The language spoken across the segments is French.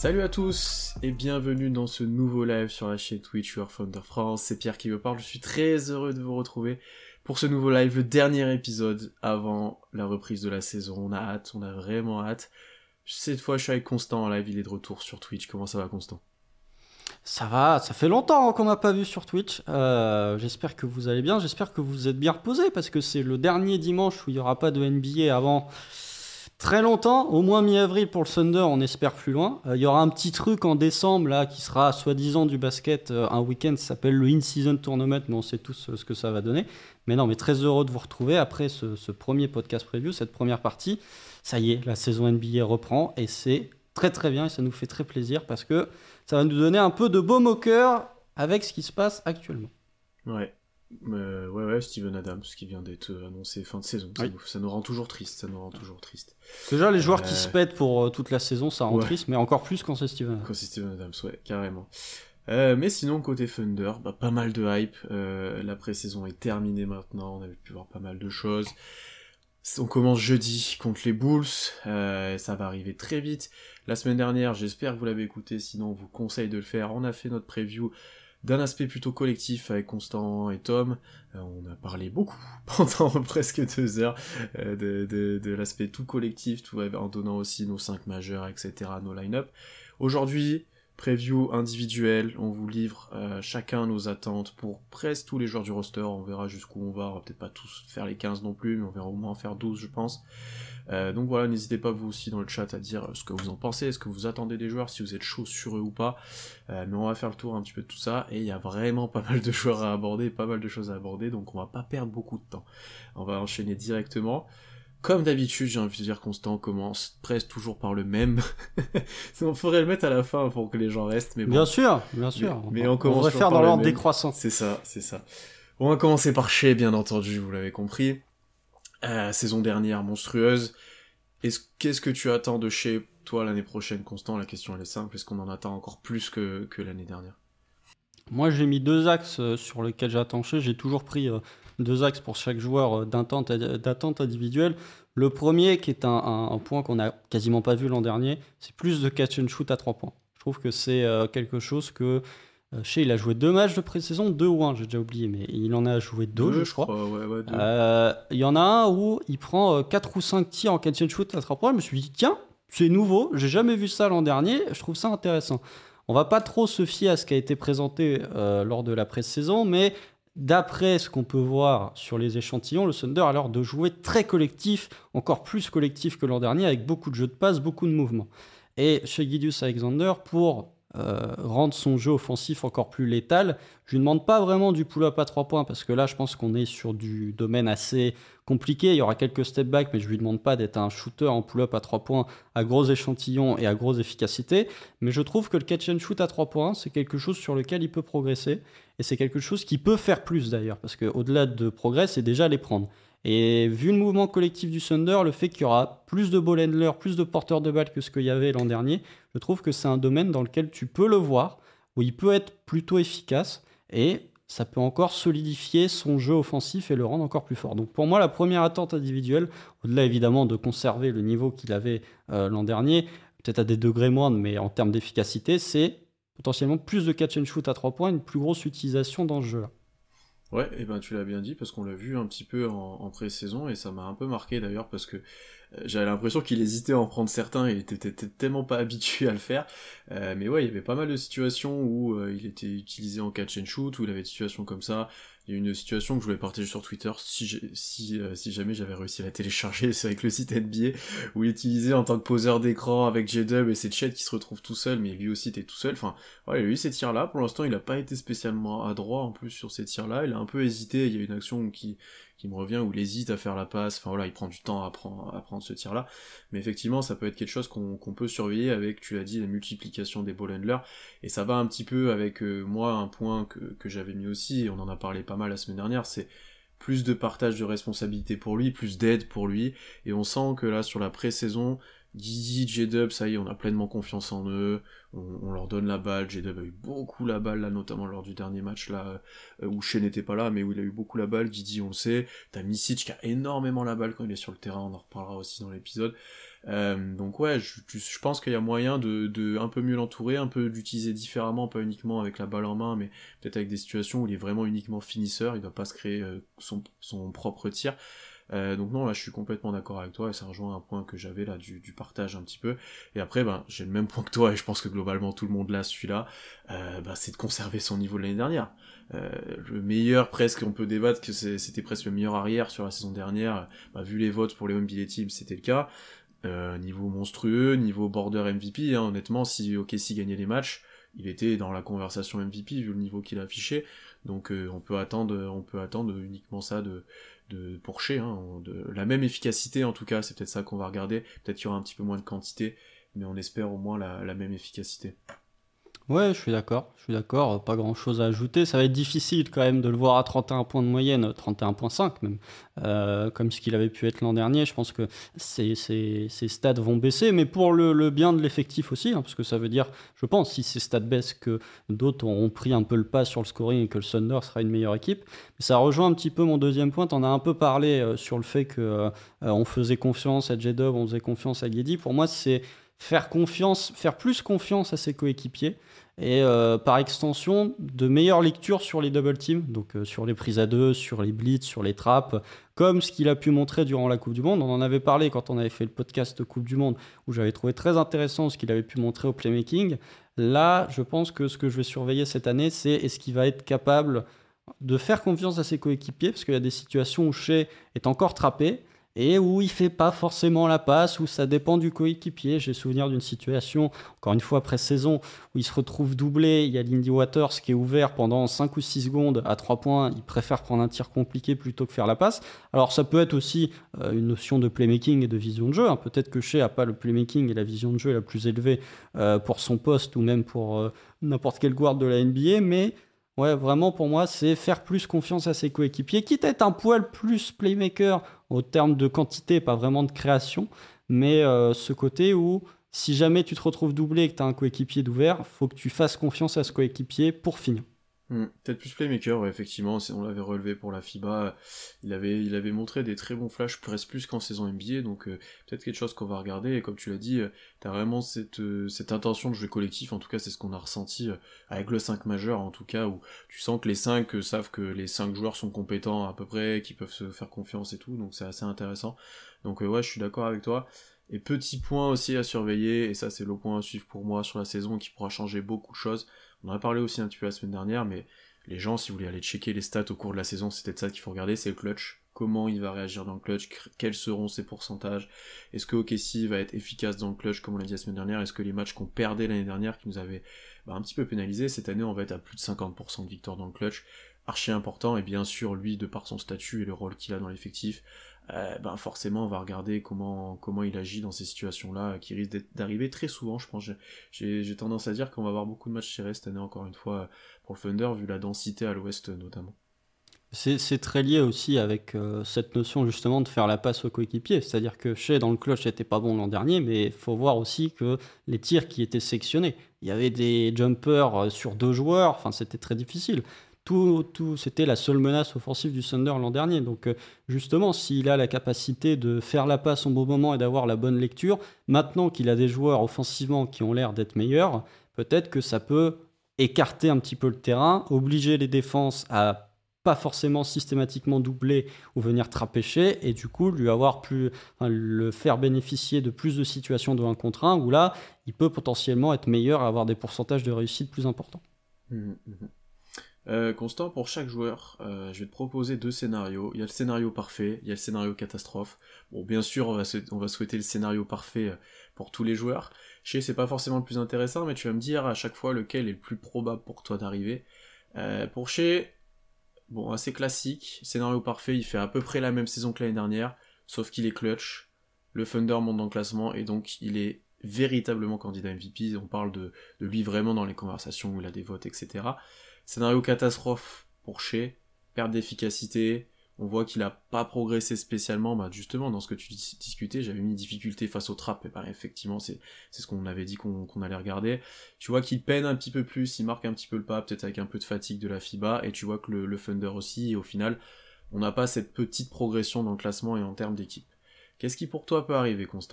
Salut à tous et bienvenue dans ce nouveau live sur la chaîne Twitch Your Thunder France. C'est Pierre qui vous parle, je suis très heureux de vous retrouver pour ce nouveau live, le dernier épisode avant la reprise de la saison. On a hâte, on a vraiment hâte. Cette fois je suis avec Constant en live, il est de retour sur Twitch. Comment ça va Constant ? Ça va, ça fait longtemps qu'on m'a pas vu sur Twitch. J'espère que vous allez bien, j'espère que vous êtes bien reposés parce que c'est le dernier dimanche où il n'y aura pas de NBA avant très longtemps, au moins mi-avril pour le Thunder, on espère plus loin. Il y aura un petit truc en décembre là qui sera soi-disant du basket, un week-end, ça s'appelle le In-Season Tournament, mais on sait tous ce que ça va donner. Mais non, mais très heureux de vous retrouver après ce premier podcast preview, cette première partie. Ça y est, la saison NBA reprend et c'est très très bien et ça nous fait très plaisir parce que ça va nous donner un peu de baume au cœur avec ce qui se passe actuellement. Ouais, Steven Adams qui vient d'être annoncé fin de saison. Oui. Ça nous rend toujours triste, Déjà, les joueurs qui se pètent pour toute la saison, ça rend Ouais. triste, mais encore plus quand c'est Steven Adams. Quand c'est Steven Adams, ouais, carrément. Mais sinon, côté Thunder, pas mal de hype. La pré-saison est terminée maintenant, on avait pu voir pas mal de choses. On commence jeudi contre les Bulls, ça va arriver très vite. La semaine dernière, j'espère que vous l'avez écouté, sinon on vous conseille de le faire. On a fait notre preview d'un aspect plutôt collectif avec Constant et Tom. On a parlé beaucoup pendant presque 2 heures de l'aspect tout collectif, tout en donnant aussi nos 5 majeurs, etc., nos line-up. Aujourd'hui, preview individuelle, on vous livre chacun nos attentes pour presque tous les joueurs du roster, on verra jusqu'où on va peut-être pas tous faire les 15 non plus, mais on verra au moins en faire 12 je pense. Donc voilà, n'hésitez pas vous aussi dans le chat à dire ce que vous en pensez, est-ce que vous attendez des joueurs, si vous êtes chaud sur eux ou pas, mais on va faire le tour un petit peu de tout ça, et il y a vraiment pas mal de joueurs à aborder, pas mal de choses à aborder, donc on va pas perdre beaucoup de temps. On va enchaîner directement. Comme d'habitude, j'ai envie de dire Constant, on commence presque toujours par le même. On faudrait le mettre à la fin pour que les gens restent, mais bon. Bien sûr. Mais on commence devrait faire dans l'ordre décroissant. C'est ça. On va commencer par Shai, bien entendu, vous l'avez compris. Saison dernière, monstrueuse. Qu'est-ce que tu attends de Shai, toi, l'année prochaine, Constant ? La question, elle est simple. Est-ce qu'on en attend encore plus que l'année dernière ? Moi, j'ai mis 2 axes sur lesquels j'attends Shai. J'ai toujours pris 2 axes pour chaque joueur d'attente individuelle. Le premier, qui est un point qu'on n'a quasiment pas vu l'an dernier, c'est plus de catch and shoot à 3 points. Je trouve que c'est quelque chose que Shai, il a joué 2 matchs de pré-saison, 2 ou 1, j'ai déjà oublié, mais il en a joué 2, je crois. Ouais, 2. Il y en a un où il prend 4 ou 5 tirs en catch and shoot à 3 points. Je me suis dit, tiens, c'est nouveau, j'ai jamais vu ça l'an dernier, je trouve ça intéressant. On va pas trop se fier à ce qui a été présenté lors de la pré-saison, mais d'après ce qu'on peut voir sur les échantillons, le Thunder a l'air de jouer très collectif, encore plus collectif que l'an dernier, avec beaucoup de jeux de passe, beaucoup de mouvements. Et chez Gilgeous-Alexander, pour rendre son jeu offensif encore plus létal, je lui demande pas vraiment du pull-up à 3 points, parce que là, je pense qu'on est sur du domaine assez compliqué. Il y aura quelques step back, mais je lui demande pas d'être un shooter en pull-up à 3 points à gros échantillons et à grosse efficacité. Mais je trouve que le catch and shoot à 3 points, c'est quelque chose sur lequel il peut progresser. Et c'est quelque chose qui peut faire plus d'ailleurs, parce qu'au-delà de progrès, c'est déjà les prendre. Et vu le mouvement collectif du Thunder, le fait qu'il y aura plus de ball handlers, plus de porteurs de balles que ce qu'il y avait l'an dernier, je trouve que c'est un domaine dans lequel tu peux le voir, où il peut être plutôt efficace, et ça peut encore solidifier son jeu offensif et le rendre encore plus fort. Donc pour moi, la première attente individuelle, au-delà évidemment de conserver le niveau qu'il avait l'an dernier, peut-être à des degrés moindres, mais en termes d'efficacité, c'est potentiellement plus de catch and shoot à 3 points, une plus grosse utilisation dans ce jeu-là. Ouais, et ben tu l'as bien dit, parce qu'on l'a vu un petit peu en pré-saison, et ça m'a un peu marqué d'ailleurs, parce que j'avais l'impression qu'il hésitait à en prendre certains, il était tellement pas habitué à le faire, mais ouais, il y avait pas mal de situations où il était utilisé en catch and shoot, où il avait des situations comme ça. Il y a une situation que je voulais partager sur Twitter, si jamais j'avais réussi à la télécharger, c'est avec le site NBA, où il est utilisé en tant que poseur d'écran avec J-Dub, et c'est Chet qui se retrouve tout seul, mais lui aussi était tout seul. Enfin, ouais, il a eu ces tirs-là, pour l'instant il a pas été spécialement adroit en plus sur ces tirs-là, il a un peu hésité, il y a une action qui me revient où il hésite à faire la passe, enfin voilà, il prend du temps à prendre ce tir-là, mais effectivement ça peut être quelque chose qu'on peut surveiller avec, tu l'as dit, la multiplication des ball handlers, et ça va un petit peu avec moi un point que j'avais mis aussi, et on en a parlé pas mal la semaine dernière, c'est plus de partage de responsabilités pour lui, plus d'aide pour lui, et on sent que là sur la pré-saison, Guidi, J-Dub, ça y est, on a pleinement confiance en eux, on leur donne la balle, J-Dub a eu beaucoup la balle, là, notamment lors du dernier match, là, où Shea n'était pas là, mais où il a eu beaucoup la balle, Guidi, on le sait, t'as Micic qui a énormément la balle quand il est sur le terrain, on en reparlera aussi dans l'épisode, donc ouais, je pense qu'il y a moyen de un peu mieux l'entourer, un peu l'utiliser différemment, pas uniquement avec la balle en main, mais peut-être avec des situations où il est vraiment uniquement finisseur, il doit pas se créer son propre tir. Donc non, là je suis complètement d'accord avec toi et ça rejoint un point que j'avais là du partage un petit peu. Et après, ben j'ai le même point que toi et je pense que globalement tout le monde l'a celui-là. C'est de conserver son niveau de l'année dernière. Le meilleur presque, on peut débattre que c'était presque le meilleur arrière sur la saison dernière. Vu les votes pour les Home Billet Team, c'était le cas. Niveau monstrueux, niveau border MVP, hein, honnêtement, si OKC gagnait les matchs, il était dans la conversation MVP vu le niveau qu'il a affiché. Donc on peut attendre uniquement ça pour Shea, hein, de la même efficacité en tout cas, c'est peut-être ça qu'on va regarder. Peut-être qu'il y aura un petit peu moins de quantité, mais on espère au moins la même efficacité. Ouais, je suis d'accord, pas grand-chose à ajouter. Ça va être difficile quand même de le voir à 31 points de moyenne, 31,5 même, comme ce qu'il avait pu être l'an dernier. Je pense que ces stats vont baisser, mais pour le bien de l'effectif aussi, hein, parce que ça veut dire, je pense, si ces stats baissent, que d'autres auront pris un peu le pas sur le scoring et que le Thunder sera une meilleure équipe. Mais ça rejoint un petit peu mon deuxième point. On a un peu parlé sur le fait que on faisait confiance à J-Dub, on faisait confiance à Giddey. Pour moi, c'est faire plus confiance à ses coéquipiers et par extension de meilleures lectures sur les double teams, donc sur les prises à deux, sur les blitz, sur les trappes, comme ce qu'il a pu montrer durant la Coupe du Monde. On en avait parlé quand on avait fait le podcast Coupe du Monde, où j'avais trouvé très intéressant ce qu'il avait pu montrer au playmaking. Là, je pense que ce que je vais surveiller cette année, c'est est-ce qu'il va être capable de faire confiance à ses coéquipiers, parce qu'il y a des situations où Shea est encore trappé, et où il fait pas forcément la passe, où ça dépend du coéquipier. J'ai souvenir d'une situation, encore une fois pré-saison, où il se retrouve doublé, il y a Lindy Waters qui est ouvert pendant 5 ou 6 secondes à 3 points, il préfère prendre un tir compliqué plutôt que faire la passe. Alors ça peut être aussi une notion de playmaking et de vision de jeu, hein. Peut-être que Shea n'a pas le playmaking et la vision de jeu la plus élevée pour son poste, ou même pour n'importe quel guard de la NBA, mais ouais, vraiment pour moi, c'est faire plus confiance à ses coéquipiers, quitte à être un poil plus playmaker au terme de quantité, pas vraiment de création, mais ce côté où si jamais tu te retrouves doublé et que tu as un coéquipier d'ouvert, faut que tu fasses confiance à ce coéquipier pour finir. Peut-être plus playmaker, ouais, effectivement, on l'avait relevé pour la FIBA, il avait montré des très bons flashs, presque plus qu'en saison NBA, donc peut-être quelque chose qu'on va regarder, et comme tu l'as dit, t'as vraiment cette intention de jouer collectif, en tout cas c'est ce qu'on a ressenti avec le 5 majeur, en tout cas, où tu sens que les 5 savent que les 5 joueurs sont compétents à peu près, qu'ils peuvent se faire confiance et tout, donc c'est assez intéressant, donc ouais, je suis d'accord avec toi. Et petit point aussi à surveiller, et ça c'est le point à suivre pour moi sur la saison qui pourra changer beaucoup de choses. On en a parlé aussi un petit peu la semaine dernière, mais les gens, si vous voulez aller checker les stats au cours de la saison, c'est peut-être ça qu'il faut regarder, c'est le clutch. Comment il va réagir dans le clutch, quels seront ses pourcentages, est-ce que OKC va être efficace dans le clutch comme on l'a dit la semaine dernière, est-ce que les matchs qu'on perdait l'année dernière, qui nous avaient un petit peu pénalisé, cette année on va être à plus de 50% de victoire dans le clutch, archi important, et bien sûr lui, de par son statut et le rôle qu'il a dans l'effectif, forcément on va regarder comment il agit dans ces situations-là, qui risquent d'arriver très souvent, je pense. J'ai tendance à dire qu'on va avoir beaucoup de matchs serrés cette année, encore une fois, pour le Thunder, vu la densité à l'ouest notamment. C'est très lié aussi avec cette notion justement de faire la passe au coéquipier. C'est-à-dire que Shea dans le clutch n'était pas bon l'an dernier, mais il faut voir aussi que les tirs qui étaient sectionnés, il y avait des jumpers sur 2 joueurs, enfin c'était très difficile. C'était la seule menace offensive du Thunder l'an dernier. Donc justement, s'il a la capacité de faire la passe au bon moment et d'avoir la bonne lecture, maintenant qu'il a des joueurs offensivement qui ont l'air d'être meilleurs, peut-être que ça peut écarter un petit peu le terrain, obliger les défenses à pas forcément systématiquement doubler ou venir trapécher, et du coup le faire bénéficier de plus de situations de 1 contre 1, où là, il peut potentiellement être meilleur et avoir des pourcentages de réussite plus importants. Constant, pour chaque joueur, je vais te proposer 2 scénarios. Il y a le scénario parfait, il y a le scénario catastrophe. Bon, bien sûr, on va souhaiter le scénario parfait pour tous les joueurs. Je sais, c'est pas forcément le plus intéressant, mais tu vas me dire à chaque fois lequel est le plus probable pour toi d'arriver. Pour Shea, bon, assez classique, scénario parfait, il fait à peu près la même saison que l'année dernière, sauf qu'il est clutch, le Thunder monte dans le classement, et donc il est véritablement candidat MVP, on parle de lui vraiment dans les conversations où il a des votes, etc. Scénario catastrophe pour Shea, perte d'efficacité, On voit qu'il a pas progressé spécialement, justement, dans ce que tu discutais, j'avais mis difficulté face aux trappes, et effectivement, c'est ce qu'on avait dit qu'on allait regarder. Tu vois qu'il peine un petit peu plus, il marque un petit peu le pas, peut-être avec un peu de fatigue de la FIBA, et tu vois que le Thunder aussi, et au final, on n'a pas cette petite progression dans le classement et en termes d'équipe. Qu'est-ce qui pour toi peut arriver, Constant ?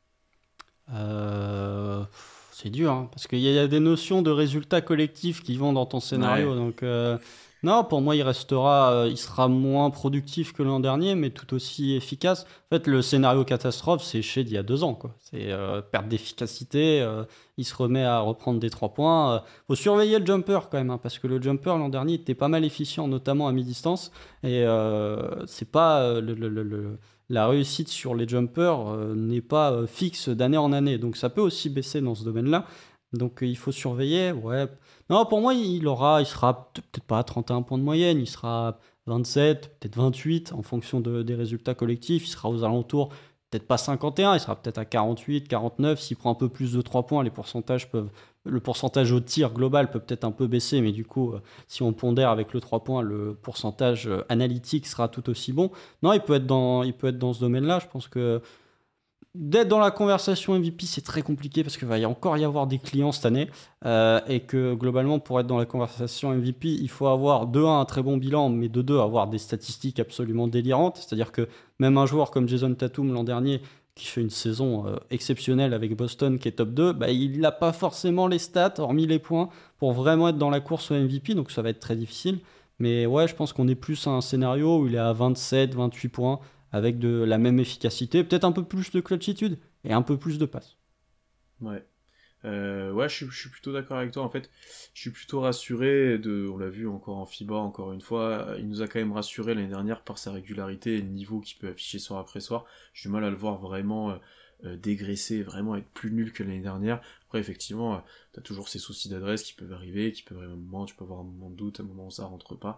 C'est dur, hein, parce qu'il y a des notions de résultats collectifs qui vont dans ton scénario. Ouais. Donc, non, pour moi, il sera moins productif que l'an dernier, mais tout aussi efficace. En fait, le scénario catastrophe, c'est chez d'il y a 2 ans, quoi. C'est perte d'efficacité. Il se remet à reprendre des 3 points. Faut surveiller le jumper quand même, hein, parce que le jumper l'an dernier était pas mal efficient, notamment à mi-distance. Et c'est pas la réussite sur les jumpers n'est pas fixe d'année en année. Donc ça peut aussi baisser dans ce domaine-là. Donc il faut surveiller. Ouais. Non, pour moi, il sera peut-être pas à 31 points de moyenne, il sera 27, peut-être 28 en fonction des résultats collectifs. Il sera aux alentours, peut-être pas 51, il sera peut-être à 48, 49. S'il prend un peu plus de 3 points, le pourcentage au tir global peut peut-être un peu baisser, mais du coup, si on pondère avec le 3 points, le pourcentage analytique sera tout aussi bon. Non, il peut être dans ce domaine-là. Je pense que d'être dans la conversation MVP, c'est très compliqué parce qu'il va encore y avoir des clients cette année et que globalement, pour être dans la conversation MVP, il faut avoir de 1 un très bon bilan, mais de 2 avoir des statistiques absolument délirantes. C'est-à-dire que même un joueur comme Jason Tatum l'an dernier, qui fait une saison exceptionnelle avec Boston, qui est top 2, il n'a pas forcément les stats, hormis les points, pour vraiment être dans la course au MVP, donc ça va être très difficile. Mais ouais, je pense qu'on est plus à un scénario où il est à 27, 28 points, avec de la même efficacité, peut-être un peu plus de clutchitude et un peu plus de passes. Ouais. Ouais, je suis plutôt d'accord avec toi. En fait, je suis plutôt rassuré on l'a vu encore en FIBA, encore une fois, il nous a quand même rassuré l'année dernière par sa régularité et le niveau qu'il peut afficher soir après soir. J'ai du mal à le voir vraiment dégraisser, vraiment être plus nul que l'année dernière. Après, effectivement, t'as toujours ces soucis d'adresse qui peuvent arriver, tu peux avoir un moment de doute, un moment où ça rentre pas.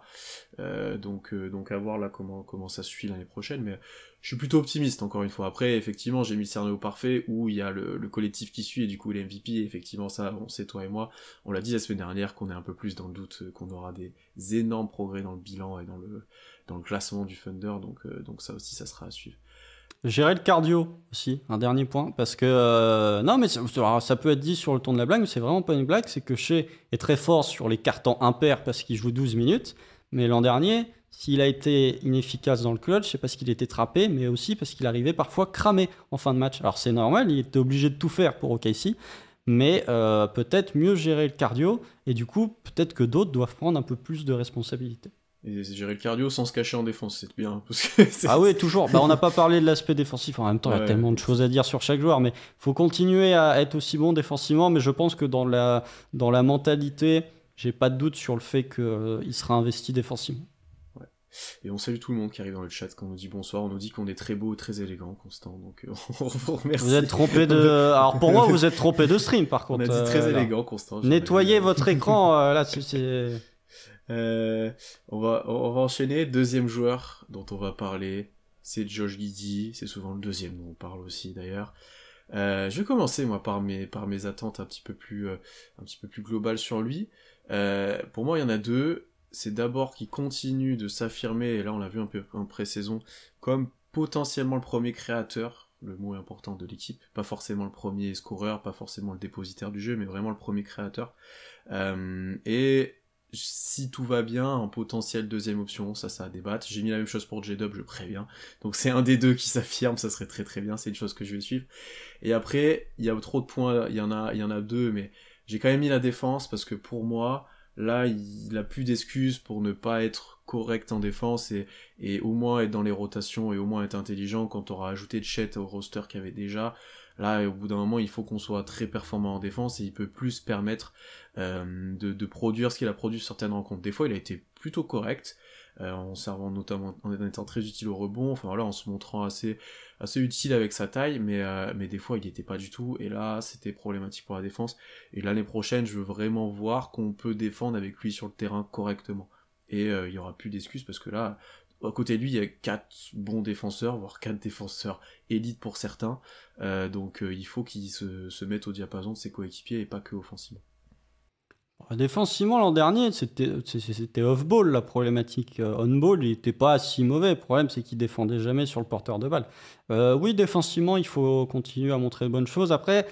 Donc à voir là comment ça suit l'année prochaine, mais je suis plutôt optimiste encore une fois. Après, effectivement, j'ai mis le scénario parfait où il y a le collectif qui suit et du coup les MVP, et effectivement ça, on sait toi et moi, on l'a dit la semaine dernière qu'on est un peu plus dans le doute, qu'on aura des énormes progrès dans le bilan et dans le classement du Thunder, donc ça aussi ça sera à suivre. Gérer le cardio aussi, un dernier point, parce que non mais ça peut être dit sur le ton de la blague, mais c'est vraiment pas une blague, c'est que Shea est très fort sur les cartons impairs parce qu'il joue 12 minutes, mais l'an dernier, s'il a été inefficace dans le clutch, c'est parce qu'il était trappé, mais aussi parce qu'il arrivait parfois cramé en fin de match. Alors c'est normal, il était obligé de tout faire pour OKC, mais peut-être mieux gérer le cardio, et du coup, peut-être que d'autres doivent prendre un peu plus de responsabilités. Et gérer le cardio sans se cacher en défense, c'est bien. Parce que ah oui, toujours. On n'a pas parlé de l'aspect défensif. En même temps, il y a tellement de choses à dire sur chaque joueur. Mais il faut continuer à être aussi bon défensivement. Mais je pense que dans la mentalité, j'ai pas de doute sur le fait qu'il sera investi défensivement. Ouais. Et on salue tout le monde qui arrive dans le chat quand on nous dit bonsoir. On nous dit qu'on est très beau, très élégant, Constant. Donc on vous remercie. Vous êtes trompé de... Alors pour moi, vous êtes trompé de stream par contre. On a dit très élégant, Constant. Nettoyez votre écran. Là, c'est... on va enchaîner. Deuxième joueur dont on va parler, c'est Josh Giddey. C'est souvent le deuxième dont on parle aussi d'ailleurs. Je vais commencer moi par mes attentes un petit peu plus globales sur lui. Pour moi, il y en a deux. C'est d'abord qu'il continue de s'affirmer, et là on l'a vu un peu en pré-saison, comme potentiellement le premier créateur, le mot important de l'équipe, pas forcément le premier scoreur, pas forcément le dépositaire du jeu, mais vraiment le premier créateur. Et si tout va bien, en potentiel deuxième option, ça à débattre. J'ai mis la même chose pour J-Dub, je préviens. Donc c'est un des deux qui s'affirme, ça serait très très bien, c'est une chose que je vais suivre. Et après, il y a trop de points, il y en a deux, mais j'ai quand même mis la défense, parce que pour moi, là, il a plus d'excuses pour ne pas être correct en défense, et au moins être dans les rotations, et au moins être intelligent quand on aura ajouté de Chet au roster qu'il y avait déjà. Là, au bout d'un moment, il faut qu'on soit très performant en défense, et il peut plus se permettre de produire ce qu'il a produit sur certaines rencontres. Des fois, il a été plutôt correct, en servant notamment, en étant très utile au rebond, enfin voilà, en se montrant assez utile avec sa taille, mais des fois il n'y était pas du tout, et là c'était problématique pour la défense, et l'année prochaine je veux vraiment voir qu'on peut défendre avec lui sur le terrain correctement, et il n'y aura plus d'excuses, parce que là, à côté de lui, il y a 4 bons défenseurs, voire 4 défenseurs élites pour certains, donc il faut qu'il se mette au diapason de ses coéquipiers, et pas que offensivement. Défensivement, l'an dernier, c'était off-ball la problématique. On-ball, il n'était pas si mauvais. Le problème, c'est qu'il défendait jamais sur le porteur de balle. Oui, défensivement, il faut continuer à montrer de bonnes choses. Après,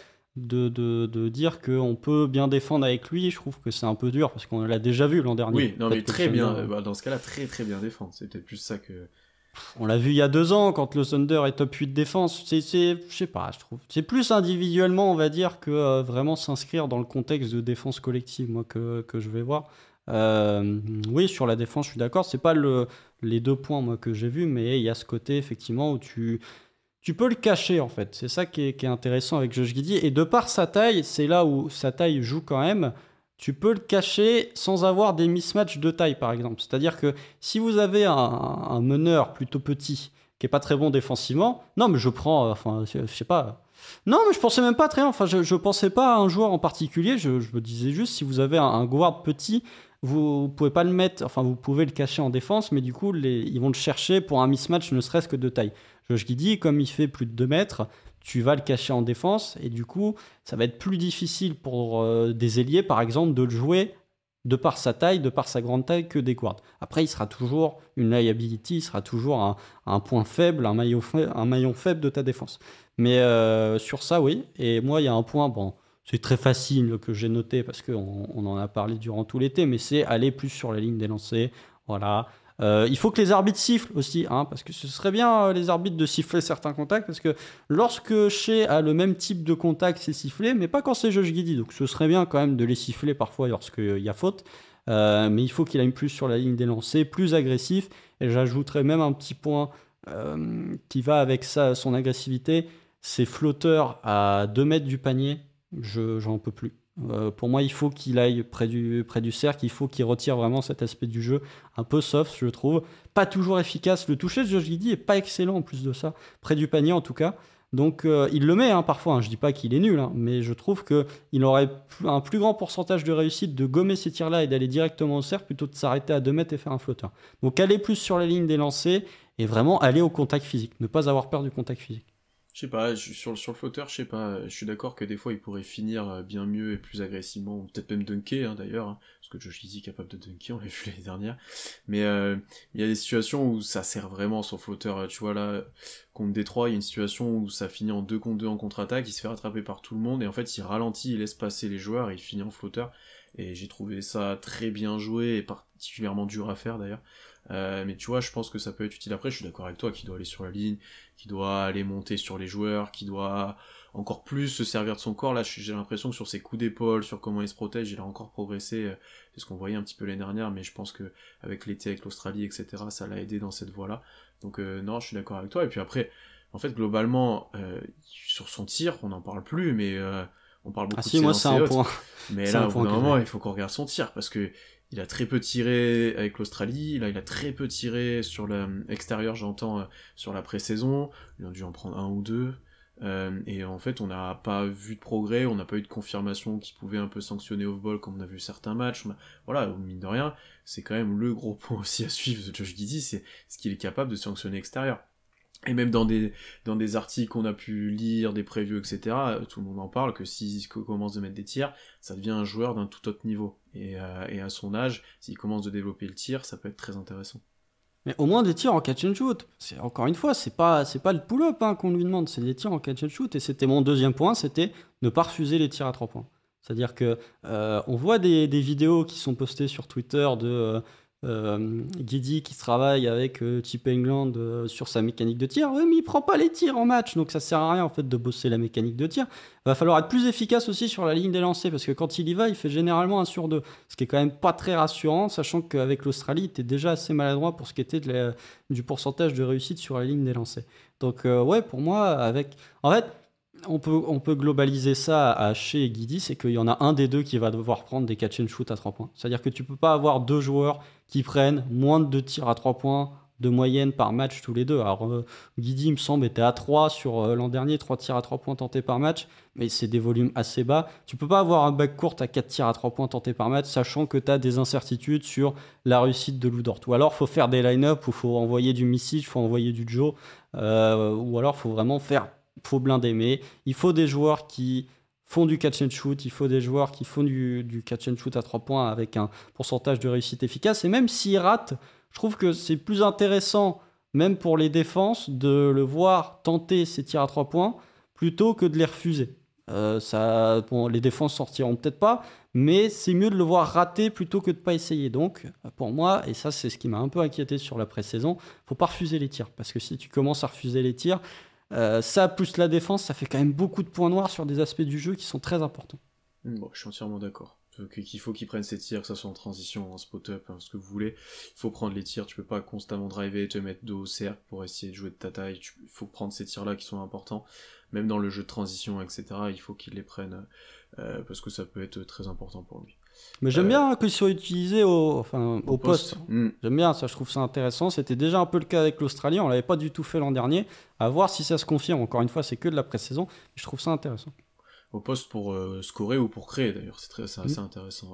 de dire qu'on peut bien défendre avec lui, je trouve que c'est un peu dur parce qu'on l'a déjà vu l'an dernier. Oui, non, mais Peut-être que très le bien. Thunder- Dans ce cas-là, très très bien défendre. C'était plus ça que. On l'a vu il y a 2 ans quand le Thunder est top 8 de défense. Je sais pas, je trouve. C'est plus individuellement, on va dire, que vraiment s'inscrire dans le contexte de défense collective, moi, que je vais voir. Oui, sur la défense, je suis d'accord. C'est pas les 2 points, moi, que j'ai vus, mais il y a ce côté, effectivement, où tu peux le cacher, en fait. C'est ça qui est intéressant avec Josh Giddey. Et de par sa taille, c'est là où sa taille joue quand même. Tu peux le cacher sans avoir des mismatchs de taille, par exemple. C'est-à-dire que si vous avez un meneur plutôt petit, qui est pas très bon défensivement, non, mais je prends, enfin, je sais pas. Non, mais je pensais même pas très, enfin, je pensais pas à un joueur en particulier. Je me disais juste, si vous avez un guard petit, vous pouvez pas le mettre, enfin, vous pouvez le cacher en défense, mais du coup, ils vont le chercher pour un mismatch, ne serait-ce que de taille. Josh Giddey, comme il fait plus de 2 mètres, tu vas le cacher en défense, et du coup, ça va être plus difficile pour des ailiers, par exemple, de le jouer de par sa taille, de par sa grande taille, que des guards. Après, il sera toujours une liability, il sera toujours un point faible, un maillon faible de ta défense. Mais sur ça, oui. Et moi, il y a un point, bon, c'est très facile que j'ai noté parce qu'on en a parlé durant tout l'été, mais c'est aller plus sur la ligne des lancers. Voilà. Il faut que les arbitres sifflent aussi, hein, parce que ce serait bien les arbitres de siffler certains contacts, parce que lorsque Shea a le même type de contact, c'est sifflé, mais pas quand c'est Josh Giddey. Donc ce serait bien quand même de les siffler parfois lorsqu'il y a faute. Mais il faut qu'il aille plus sur la ligne des lancers, plus agressif. Et j'ajouterais même un petit point qui va avec ça, son agressivité, ses flotteurs à 2 mètres du panier, j'en peux plus. Pour moi, il faut qu'il aille près du cercle, il faut qu'il retire vraiment cet aspect du jeu un peu soft, je trouve. Pas toujours efficace. Le toucher de Josh Giddey est pas excellent en plus de ça, près du panier en tout cas. Donc il le met hein, parfois, hein. Je dis pas qu'il est nul, hein, mais je trouve qu'il aurait un plus grand pourcentage de réussite de gommer ces tirs-là et d'aller directement au cercle plutôt de s'arrêter à 2 mètres et faire un flotteur. Donc aller plus sur la ligne des lancers et vraiment aller au contact physique, ne pas avoir peur du contact physique. Je sais pas, sur le flotteur, je sais pas, je suis d'accord que des fois il pourrait finir bien mieux et plus agressivement, ou peut-être même dunker hein, d'ailleurs, hein, parce que Josh Giddey est capable de dunker, on l'a vu l'année dernière, mais il y a des situations où ça sert vraiment son flotteur, tu vois là, contre Détroit, il y a une situation où ça finit en 2 contre 2 en contre-attaque, il se fait rattraper par tout le monde, et en fait il ralentit, il laisse passer les joueurs, et il finit en flotteur, et j'ai trouvé ça très bien joué, et particulièrement dur à faire d'ailleurs. Mais tu vois, je pense que ça peut être utile. Après, je suis d'accord avec toi, qui doit aller sur la ligne, qui doit aller monter sur les joueurs, qui doit encore plus se servir de son corps. Là, j'ai l'impression que sur ses coups d'épaule, sur comment il se protège, il a encore progressé. C'est ce qu'on voyait un petit peu l'année dernière, mais je pense que avec l'été, avec l'Australie, etc., ça l'a aidé dans cette voie-là. Donc non, je suis d'accord avec toi. Et puis après, en fait, globalement, sur son tir, on n'en parle plus, mais on parle beaucoup Ah de si, ses moi lancers c'est un hautes. point. Mais C'est là, un au bout point d'un que moment, j'ai. il faut qu'on regarde son tir, parce que il a très peu tiré avec l'Australie, là il a très peu tiré sur l'extérieur, j'entends, sur la pré-saison, il a dû en prendre 1 ou 2, et en fait on n'a pas vu de progrès, on n'a pas eu de confirmation qui pouvait un peu sanctionner off-ball comme on a vu certains matchs, voilà, mine de rien, c'est quand même le gros point aussi à suivre de Josh Giddey, c'est ce qu'il est capable de sanctionner extérieur. Et même dans des articles qu'on a pu lire, des previews, etc., tout le monde en parle, que s'il commence de mettre des tirs, ça devient un joueur d'un tout autre niveau. Et à son âge, s'il commence de développer le tir, ça peut être très intéressant. Mais au moins des tirs en catch and shoot. Encore une fois, c'est pas le pull-up hein, qu'on lui demande, c'est des tirs en catch and shoot. Et c'était mon deuxième point, c'était ne pas refuser les tirs à 3 points. C'est-à-dire que on voit des vidéos qui sont postées sur Twitter de Giddey qui travaille avec Chip England sur sa mécanique de tir. Oui, mais il prend pas les tirs en match, donc ça sert à rien en fait de bosser la mécanique de tir. Va falloir être plus efficace aussi sur la ligne des lancers parce que quand il y va, il fait généralement 1 sur 2, ce qui est quand même pas très rassurant, sachant qu'avec l'Australie, il était déjà assez maladroit pour ce qui était du pourcentage de réussite sur la ligne des lancers. Donc ouais, pour moi, en fait, on peut globaliser ça à Shea et Giddey, c'est qu'il y en a un des deux qui va devoir prendre des catch and shoot à 3 points. C'est-à-dire que tu peux pas avoir 2 joueurs qui prennent moins de 2 tirs à 3 points de moyenne par match tous les deux. Alors Giddey, il me semble, était à 3 sur l'an dernier, 3 tirs à 3 points tentés par match, mais c'est des volumes assez bas. Tu peux pas avoir un backcourt à 4 tirs à 3 points tentés par match, sachant que tu as des incertitudes sur la réussite de Lou Dort. Ou alors, faut faire des line-up, où faut envoyer du Micic, il faut envoyer du Joe, ou alors faut vraiment faut blinder. Mais il faut des joueurs qui font du catch and shoot, il faut des joueurs qui font du catch and shoot à 3 points avec un pourcentage de réussite efficace. Et même s'ils ratent, je trouve que c'est plus intéressant, même pour les défenses, de le voir tenter ses tirs à 3 points plutôt que de les refuser. Les défenses sortiront peut-être pas, mais c'est mieux de le voir rater plutôt que de pas essayer. Donc, pour moi, et ça c'est ce qui m'a un peu inquiété sur la pré-saison, faut pas refuser les tirs. Parce que si tu commences à refuser les tirs, ça plus la défense, ça fait quand même beaucoup de points noirs sur des aspects du jeu qui sont très importants. Bon, je suis entièrement d'accord. Qu'il faut qu'ils prennent ces tirs, que ça soit en transition, en spot-up, ce que vous voulez. Il faut prendre les tirs, tu peux pas constamment driver et te mettre dos au cercle pour essayer de jouer de ta taille. Il faut prendre ces tirs-là qui sont importants. Même dans le jeu de transition, etc., il faut qu'il les prenne parce que ça peut être très important pour lui. Mais j'aime bien qu'ils soient utilisés au poste. J'aime bien ça, je trouve ça intéressant. C'était déjà un peu le cas avec l'Australie, on l'avait pas du tout fait l'an dernier. À voir si ça se confirme. Encore une fois, c'est que de la pré-saison. Je trouve ça intéressant. Au poste pour scorer ou pour créer d'ailleurs, c'est assez intéressant.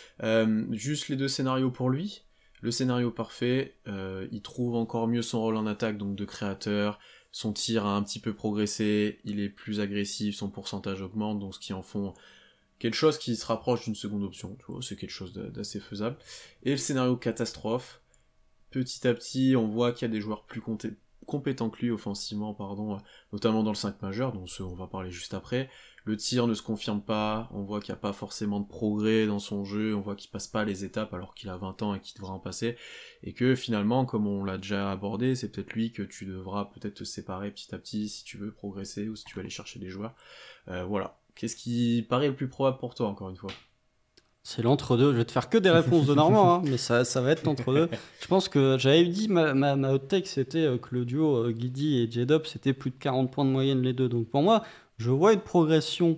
Juste les deux scénarios pour lui. Le scénario parfait, il trouve encore mieux son rôle en attaque, donc de créateur. Son tir a un petit peu progressé, il est plus agressif, son pourcentage augmente, donc ce qui en font quelque chose qui se rapproche d'une seconde option, tu vois, c'est quelque chose d'assez faisable. Et le scénario catastrophe, petit à petit, on voit qu'il y a des joueurs plus compétents que lui offensivement, notamment dans le 5 majeur, dont on va parler juste après. Le tir ne se confirme pas, on voit qu'il n'y a pas forcément de progrès dans son jeu, on voit qu'il passe pas les étapes alors qu'il a 20 ans et qu'il devrait en passer, et que finalement, comme on l'a déjà abordé, c'est peut-être lui que tu devras peut-être te séparer petit à petit si tu veux progresser ou si tu veux aller chercher des joueurs. Voilà. Qu'est-ce qui paraît le plus probable pour toi, encore une fois ? C'est l'entre-deux. Je vais te faire que des réponses de Normand, hein, mais ça va être l'entre-deux. Je pense que j'avais dit, ma hot take, c'était que le duo Guidi et J-Dub, c'était plus de 40 points de moyenne les deux. Donc pour moi, je vois une progression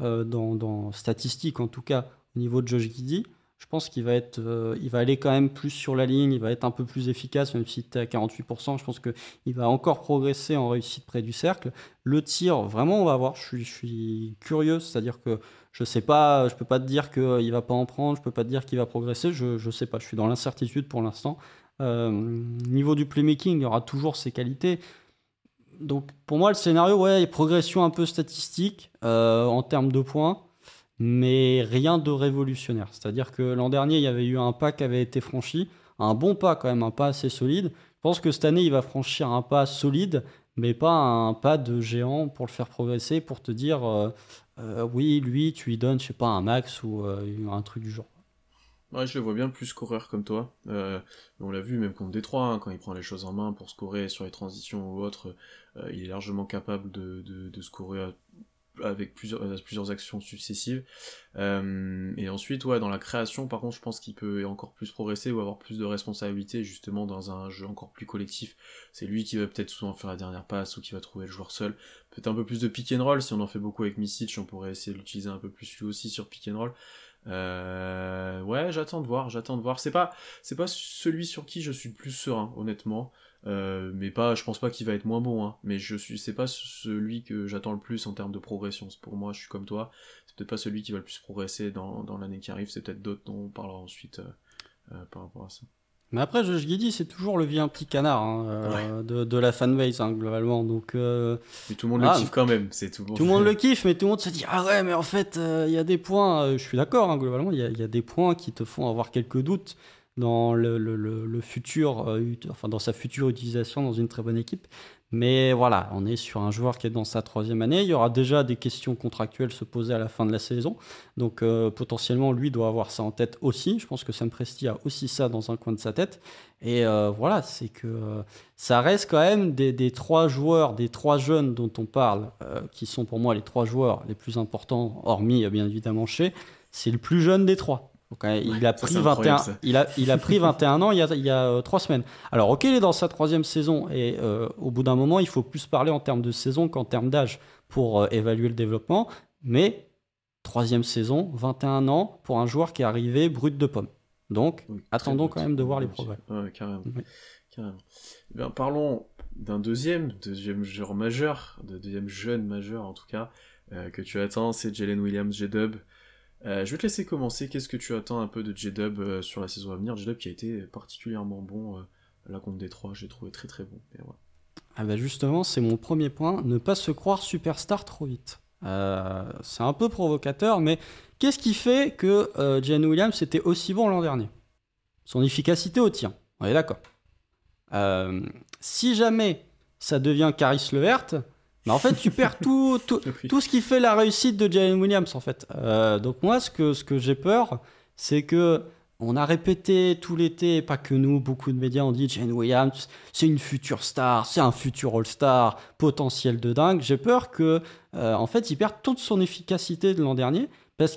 dans statistique, en tout cas, au niveau de Josh Giddey. Je pense qu'il va aller quand même plus sur la ligne, il va être un peu plus efficace, même si tu es à 48%. Je pense qu'il va encore progresser en réussite près du cercle. Le tir, vraiment, on va voir. Je suis curieux, c'est-à-dire que je sais pas, je peux pas te dire qu'il va pas en prendre, je peux pas te dire qu'il va progresser, je sais pas, je suis dans l'incertitude pour l'instant. Niveau du playmaking, il y aura toujours ses qualités. Donc pour moi, le scénario, progression un peu statistique en termes de points, mais rien de révolutionnaire. C'est-à-dire que l'an dernier, il y avait eu un pas qui avait été franchi, un bon pas quand même, un pas assez solide. Je pense que cette année, il va franchir un pas solide, mais pas un pas de géant pour le faire progresser, pour te dire oui, lui, tu lui donnes, je sais pas, un max ou un truc du genre. Ouais, je le vois bien plus scoreur comme toi. On l'a vu même contre Détroit, quand il prend les choses en main pour scorer sur les transitions ou autres, il est largement capable de scorer avec plusieurs actions successives. Et ensuite, dans la création, par contre, je pense qu'il peut encore plus progresser ou avoir plus de responsabilités justement dans un jeu encore plus collectif. C'est lui qui va peut-être souvent faire la dernière passe ou qui va trouver le joueur seul. Peut-être un peu plus de pick and roll, si on en fait beaucoup avec Micic, on pourrait essayer de l'utiliser un peu plus lui aussi sur pick and roll. J'attends de voir. C'est pas celui sur qui je suis le plus serein, honnêtement. Mais je pense pas qu'il va être moins bon, hein. Mais c'est pas celui que j'attends le plus en termes de progression. Pour moi, je suis comme toi. C'est peut-être pas celui qui va le plus progresser dans l'année qui arrive. C'est peut-être d'autres dont on parlera ensuite par rapport à ça. Mais après, Josh Giddey, c'est toujours le vieux petit canard de la fanbase, globalement. Donc, mais tout le monde le kiffe quand même. C'est tout. Tout le monde le kiffe, mais tout le monde se dit ah ouais, mais en fait, il y a des points. Je suis d'accord, globalement, il y a des points qui te font avoir quelques doutes dans le futur, dans sa future utilisation dans une très bonne équipe. Mais voilà, on est sur un joueur qui est dans sa 3e année. Il y aura déjà des questions contractuelles se poser à la fin de la saison. Donc potentiellement, lui doit avoir ça en tête aussi. Je pense que Sam Presti a aussi ça dans un coin de sa tête. Et voilà, c'est que ça reste quand même des 3 joueurs, des 3 jeunes dont on parle, qui sont pour moi les 3 joueurs les plus importants, hormis bien évidemment Shai. C'est le plus jeune des 3. Donc, il a pris 21 ans il y a 3 semaines. Alors ok, il est dans sa 3e saison et au bout d'un moment, il faut plus parler en termes de saison qu'en termes d'âge pour évaluer le développement. Mais 3e saison, 21 ans pour un joueur qui est arrivé brut de pomme. Donc attendons quand même de voir les progrès. Ouais, carrément. Oui. Carrément. Eh bien, parlons d'un deuxième joueur majeur, deuxième jeune majeur en tout cas, que tu attends, c'est Jalen Williams, J-Dub. Je vais te laisser commencer. Qu'est-ce que tu attends un peu de J-Dub sur la saison à venir? J-Dub qui a été particulièrement bon là contre Détroit, j'ai trouvé très très bon. Et ouais. Ah bah justement, c'est mon premier point, ne pas se croire superstar trop vite. C'est un peu provocateur, mais qu'est-ce qui fait que Jalen Williams était aussi bon l'an dernier? Son efficacité au tir, on est d'accord. Si jamais ça devient Caris LeVert, bah en fait tu perds tout Oui. ce qui fait la réussite de Jalen Williams en fait. Donc moi ce que j'ai peur, c'est que on a répété tout l'été, pas que nous, beaucoup de médias ont dit Jalen Williams, c'est une future star, c'est un futur All-Star, potentiel de dingue. J'ai peur que en fait il perde toute son efficacité de l'an dernier parce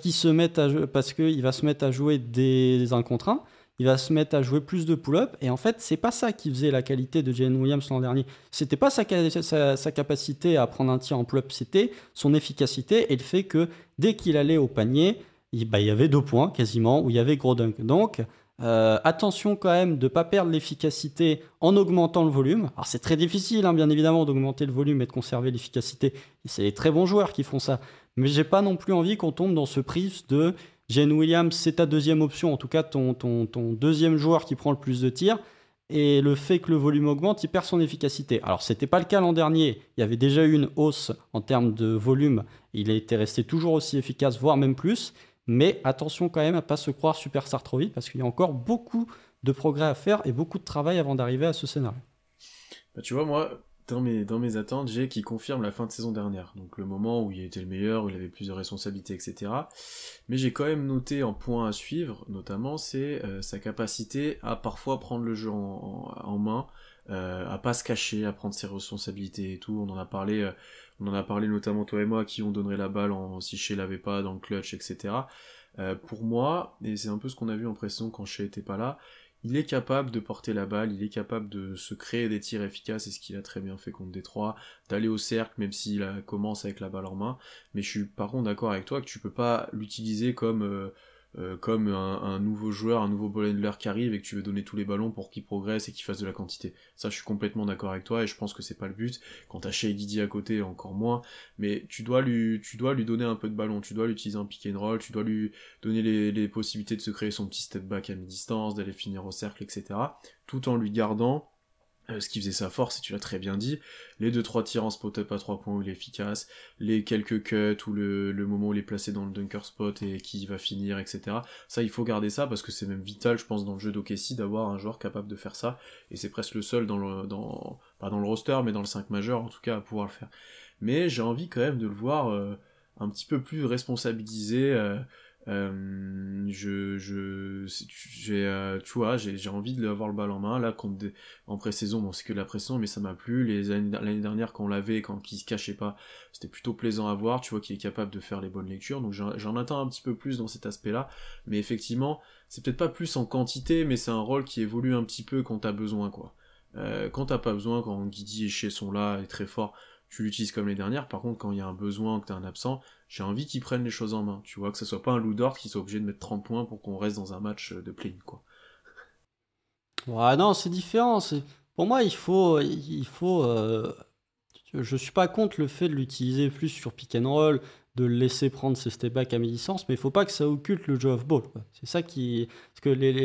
qu'il va se mettre à jouer des 1 contre 1. Il va se mettre à jouer plus de pull-up. Et en fait, c'est pas ça qui faisait la qualité de Jalen Williams l'an dernier. C'était pas sa capacité à prendre un tir en pull-up, c'était son efficacité et le fait que dès qu'il allait au panier, il y avait 2 points quasiment, où il y avait gros dunk. Donc, attention quand même de ne pas perdre l'efficacité en augmentant le volume. Alors, c'est très difficile, hein, bien évidemment, d'augmenter le volume et de conserver l'efficacité. C'est les très bons joueurs qui font ça. Mais j'ai pas non plus envie qu'on tombe dans ce prisme de Jalen Williams, c'est ta deuxième option, en tout cas ton deuxième joueur qui prend le plus de tirs. Et le fait que le volume augmente, il perd son efficacité. Alors, c'était pas le cas l'an dernier. Il y avait déjà eu une hausse en termes de volume. Il était resté toujours aussi efficace, voire même plus. Mais attention quand même à ne pas se croire superstar trop vite, parce qu'il y a encore beaucoup de progrès à faire et beaucoup de travail avant d'arriver à ce scénario. Bah, tu vois, moi, dans mes attentes, j'ai qui confirme la fin de saison dernière. Donc le moment où il était le meilleur, où il avait plus de responsabilités, etc. Mais j'ai quand même noté en point à suivre, notamment, c'est sa capacité à parfois prendre le jeu en main, à pas se cacher, à prendre ses responsabilités et tout. On en a parlé notamment toi et moi, à qui on donnerait la balle si Shea l'avait pas dans le clutch, etc. Pour moi, et c'est un peu ce qu'on a vu en pré-saison quand Shea était pas là, il est capable de porter la balle, il est capable de se créer des tirs efficaces, et ce qu'il a très bien fait contre Détroit, d'aller au cercle, même s'il commence avec la balle en main. Mais je suis par contre d'accord avec toi que tu peux pas l'utiliser comme un nouveau joueur, un nouveau ball handler qui arrive et que tu veux donner tous les ballons pour qu'il progresse et qu'il fasse de la quantité. Ça, je suis complètement d'accord avec toi et je pense que c'est pas le but. Quand t'as Shea Giddey à côté, encore moins. Mais tu dois lui donner un peu de ballon, tu dois l'utiliser en pick and roll, tu dois lui donner les possibilités de se créer son petit step back à mi-distance, d'aller finir au cercle, etc. Tout en lui gardant ce qui faisait sa force, et tu l'as très bien dit, les 2-3 tirs en spot-up à 3 points où il est efficace, les quelques cuts, ou le moment où il est placé dans le dunker spot et qui va finir, etc. Ça, il faut garder ça, parce que c'est même vital, je pense, dans le jeu d'OKC, d'avoir un joueur capable de faire ça, et c'est presque le seul pas dans le roster, mais dans le 5 majeur, en tout cas, à pouvoir le faire. Mais j'ai envie quand même de le voir un petit peu plus responsabilisé, tu vois, j'ai envie de avoir le ballon en main. Là, en pré-saison, bon, c'est que de la pré-saison, mais ça m'a plu. L'année dernière, quand on l'avait, quand il se cachait pas, c'était plutôt plaisant à voir. Tu vois qu'il est capable de faire les bonnes lectures. Donc j'en attends un petit peu plus dans cet aspect-là. Mais effectivement, c'est peut-être pas plus en quantité, mais c'est un rôle qui évolue un petit peu quand t'as besoin, quoi. Quand t'as pas besoin, quand Guidi et Shea sont là, et très fort, tu l'utilises comme les dernières. Par contre, quand il y a un besoin, que t'as un absent, j'ai envie qu'ils prennent les choses en main, tu vois, que ce soit pas un Lou Dort qui soit obligé de mettre 30 points pour qu'on reste dans un match de play-in, quoi. Ouais, non, c'est différent. Pour moi, je suis pas contre le fait de l'utiliser plus sur pick and roll, de le laisser prendre ses step back à mi-distance, mais il faut pas que ça occulte le jeu off-ball, quoi. C'est ça qui... Parce que